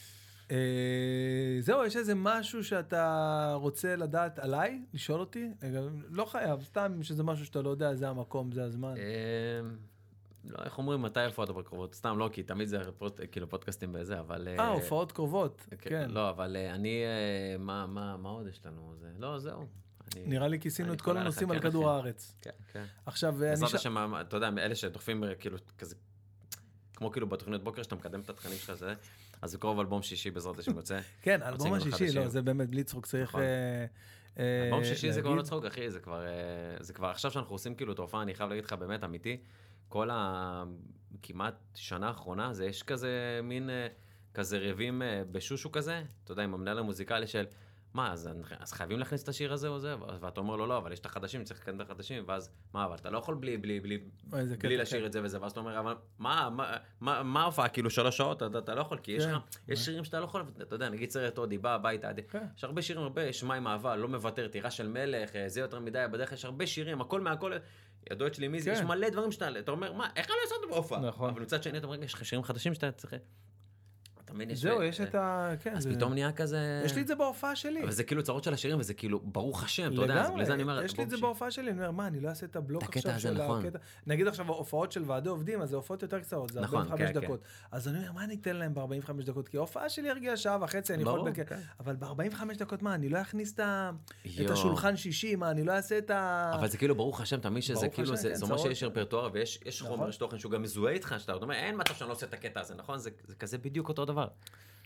זהו, יש איזה משהו שאתה רוצה לדעת עליי, לשאול אותי? לא חייב, סתם שזה משהו שאתה לא יודע, זה המקום, זה הזמן. לא, איך אומרים, מתי הופעות בקרובות? סתם לא, כי תמיד זה כאילו פודקאסטים בזה, אבל... הופעות קרובות, כן. לא, אבל אני... מה עוד יש לנו? לא, זהו. נראה לי כיסינו את כל הנושאים על כדור הארץ. כן, כן. עכשיו... בעזרת השם, אתה יודע, אלה שדוחפים כאילו כזה... כמו כאילו בתוכניות בוקר, שאתה מקדם את התכנים שלך, אז זה קרוב אלבום שישי בעזרת השם יוצא. כן, אלבום השישי, לא, זה באמת בלי צחוק, צריך... אלבום שישי זה כבר לא צחוק, אחי, זה כבר עכשיו שאנחנו עושים כאילו תופעה, אני חייב להגיד לך באמת אמיתי, כל כמעט שנה האחרונה, זה יש כזה מין, כזה ריבים בשושו כזה, אתה יודע, עם המנהל המוזיקלי של, מה, אז חייבים להכניס את השיר הזה או זה? ואתה אומר לו, לא, אבל יש את החדשים, צריך לקדם את החדשים, ואז, מה, אבל אתה לא יכול בלי לשיר את זה וזה, ואז אתה אומר, אבל מה ההופעה, כאילו 3 שעות, אתה לא יכול, כי יש שירים שאתה לא יכול, אתה יודע, נגיד סרט הודי, בא הביתה, יש הרבה שירים, הרבה, שמע עם אהבה, לא מוותר, טירה של מלך, זה יותר מדי, בדרך יש הרבה שירים, הכל מהכל, ידוע שלי מי זה, יש מלא דברים שאתה, אתה אומר, מה, איך אני לא עושה אותו בהופעה? אבל מצד שני, אתה אומר, יש לך שירים חדשים שאתה צריך... זהו, יש את ה... אז פתאום נהיה כזה... יש לי את זה בהופעה שלי. אבל זה כאילו צרות של השירים, וזה כאילו, ברוך השם, אתה יודע, בלי זה אני אומר... יש לי את זה בהופעה שלי, אני אומר, מה, אני לא אעשה את הבלוק עכשיו של הקטע... נגיד עכשיו, הופעות של ועדי עובדים, אז זה הופעות יותר קצרות, זה 45 דקות. אז אני אומר, מה אני אתן להם ב-45 דקות? כי ההופעה שלי הרגיעה 1.5 שעה, אני יכול... אבל ב-45 דקות, מה, אני לא אכניס את השולחן שישי, מה, אני לא אעשה את ה... אבל זה כאילו, ברוך השם, תמיד שזה כאילו, זה אומר שיש רפרטואר ויש חומר, יש תוכן שהוא גם מזוהה איתך, שאתה אומר, אין מצב שאני לא עושה את הקטע הזה, נכון? זה כזה בדיוק אותו דבר.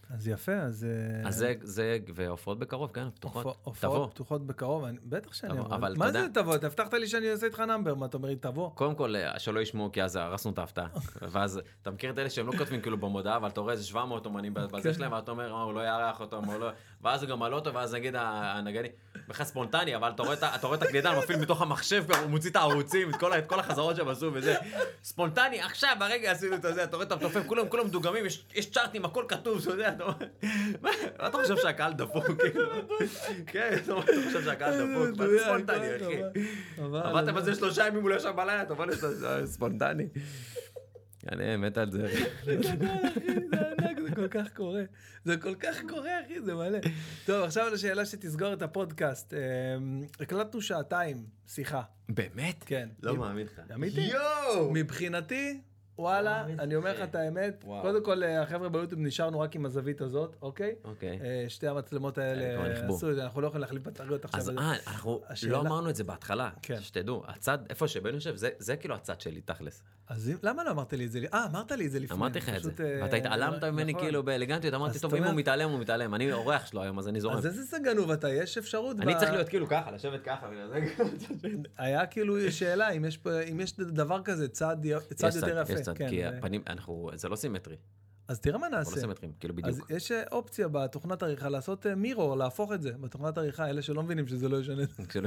אז יפה, אז... אז זה, והופעות בקרוב, כן, פתוחות. תבוא. הופעות פתוחות בקרוב, בטח שאני תבוא, אבוא. אבל מה אתה זה יודע- תבוא? אתה הבטחת לי שאני אעשה איתך נאמבר, מה אתה אומר לי תבוא? קודם כל, שלא ישמעו, כי אז הרסנו את ההפתעה. ואז, אתה מכיר את אלה שהם לא כותבים כאילו במודעה, אבל אתה רואה איזה 700 אומנים בזה שלהם, ואתה אומר, הוא לא יארח אותם, או לא... ואז הוא גם מעלה אותו, ואז נגיד הנגני, בכלל ספונטני, אבל אתה רואה את הקלידן, מפעיל מתוך המחשב, הוא מוציא את הערוצים, את כל החזרות שהם עשו וזה. ספונטני, עכשיו, הרגע עשינו את זה, אתה רואה את המתופף, כולם מדוגמים, יש צ'ארטים, הכל כתוב, אתה יודע, מה אתה חושב שהקהל דפוק, כאילו? כן, אתה חושב שהקהל דפוק, ספונטני, אחי. עבדת בזה 3 ימים, הוא לא ישב בלילה, אתה אומר לי, ספונטני. אני מת על זה. זה ענק, זה כל כך קורה. זה כל כך קורה, אחי, זה מלא. טוב, עכשיו לשאלה שתסגור את הפודקאסט. הקלטנו 2 שיחה. באמת? כן. לא מאמין לך. אמיתי? יואו! מבחינתי, וואלה, אני אומר לך את האמת. קודם כל, החבר'ה ביוטיוב נשארנו רק עם הזווית הזאת, אוקיי? אוקיי. 2 המצלמות האלה עשו את זה, אנחנו לא יכולים להחליף בטריות עכשיו. אז אנחנו לא אמרנו את זה בהתחלה, שתדעו, הצד, איפה שבן יושב, זה כאילו הצד שלי, תכלס. אז למה לא אמרת לי את זה? אמרת לי את זה לפני. אמרתי לך את זה, ואתה התעלמת ממני כאילו באלגנטיות, אמרתי, טוב, אם הוא מתעלם, הוא מתעלם, אני אורח שלו היום, אז אני זורם. אז איזה סגנוב אתה, יש אפשרות... אני צריך להיות כאילו ככה, לשבת ככה, היה כאילו שאלה, אם יש דבר כזה, צד יותר יפה. יש צד, כי הפנים, זה לא סימטרי. אז תראה מה נעשה. לא סימטרים, כאילו אז בדיוק. יש אופציה בתוכנת עריכה לעשות מירור, להפוך את זה, בתוכנת עריכה, אלה שלא מבינים שזה לא ישנה.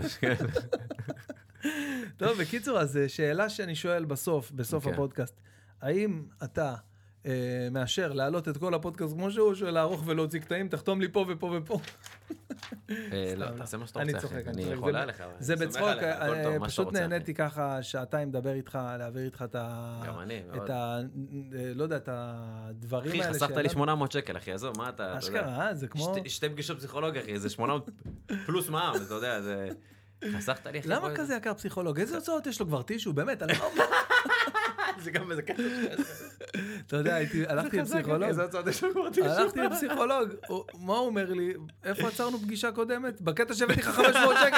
טוב, בקיצור, אז שאלה שאני שואל בסוף הפודקאסט, האם אתה מאשר להעלות את כל הפודקאסט כמו שהוא, לערוך ולהוציא קטעים, תחתום לי פה ופה ופה. לא, תעשה מה שאתה רוצה, אני צוחק. אני יכול עליך. זה בצחוק, פשוט נהניתי ככה שעתיים לדבר איתך, להעביר איתך את ה... גם אני, מאוד. לא יודע, את הדברים האלה. אחי, חסכת לי 800 שקל, אחי, עזוב, מה אתה... אשכרה, זה כמו... 2 פגישות פסיכולוג, אחי, זה 800 פלוס מע"מ, אתה יודע, זה... חסכת לי, אחי. למה כזה יקר פסיכולוג? איזה הוצאות יש לו כבר טישו? באמת, אני לא... זה גם איזה כסף. אתה יודע, הלכתי לפסיכולוג. איזה הוצאות יש לו כבר טישו. הלכתי לפסיכולוג, מה הוא אומר לי? איפה עצרנו פגישה קודמת? בקטע שהבאתי לך 500 שקל.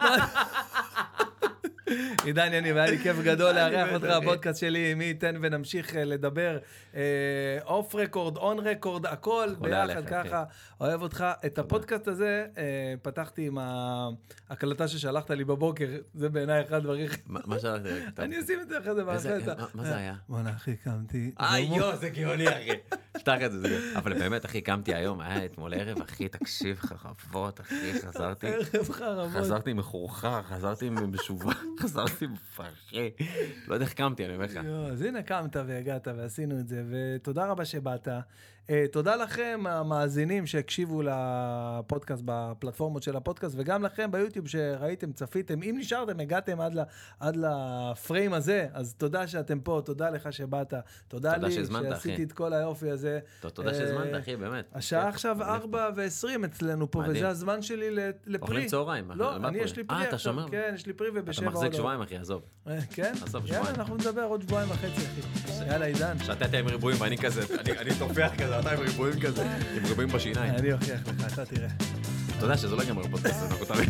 עידן יניב, היה לי כיף גדול לארח אותך בפודקאסט שלי, מי ייתן ונמשיך לדבר אוף רקורד, און רקורד, הכל ביחד ככה, אוהב אותך. את הפודקאסט הזה פתחתי עם ההקלטה ששלחת לי בבוקר, זה בעיניי אחד דברים. מה שלחתי? אני אשים את זה אחרי זה בהחלטה. מה זה היה? בוא'נה אחי, קמתי. יו, זה גאוני אחי. פתח את זה. אבל באמת אחי, קמתי היום, היה אתמול ערב, אחי, תקשיב, חרבות, אחי, חזרתי מחורחר, חזרתי משובה, חזרתי מפרחי. לא יודע איך קמתי, אני אומר לך. אז הנה קמת והגעת ועשינו את זה, ותודה רבה שבאת. תודה לכם, המאזינים שהקשיבו לפודקאסט, בפלטפורמות של הפודקאסט, וגם לכם ביוטיוב שראיתם, צפיתם. אם נשארתם, הגעתם עד לפריים הזה, אז תודה שאתם פה, תודה לך שבאת. תודה לי שעשיתי את כל היופי הזה. תודה שהזמנת, אחי, באמת. השעה עכשיו 4:20 אצלנו פה, וזה הזמן שלי לפרי. אוכלים צהריים. לא, אני יש לי פרי עכשיו. כן, יש לי פרי ובשבע. אתה מחזיק שבועיים, אחי, עזוב. כן? יאללה, אנחנו נדבר עוד 2.5 שבועיים, אחי. יאללה, עידן. שאתה עם ריבועים ואני כזה, אני תופח כזה, אתה עם ריבועים כזה, עם ריבועים בשיניים. אני אוכיח לך, אתה תראה. אתה יודע שזה לא גמר פודקאסט, אנחנו תמיד.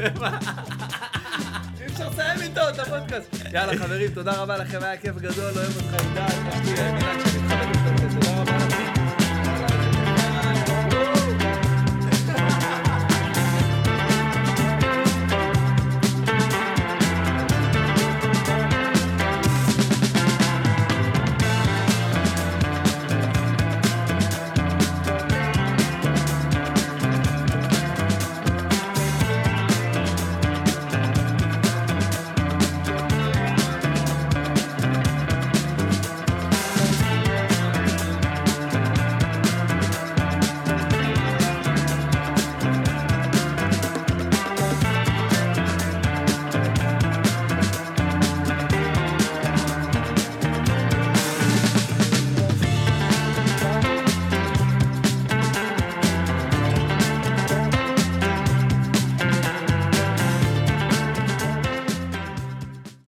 אי אפשר לסיים איתו את הפודקאסט. יאללה חברים, תודה רבה לכם, היה כיף גדול, אוהב אותך עידן, יש לי מילה שאני מתחבק לפודקאסט, תודה רבה.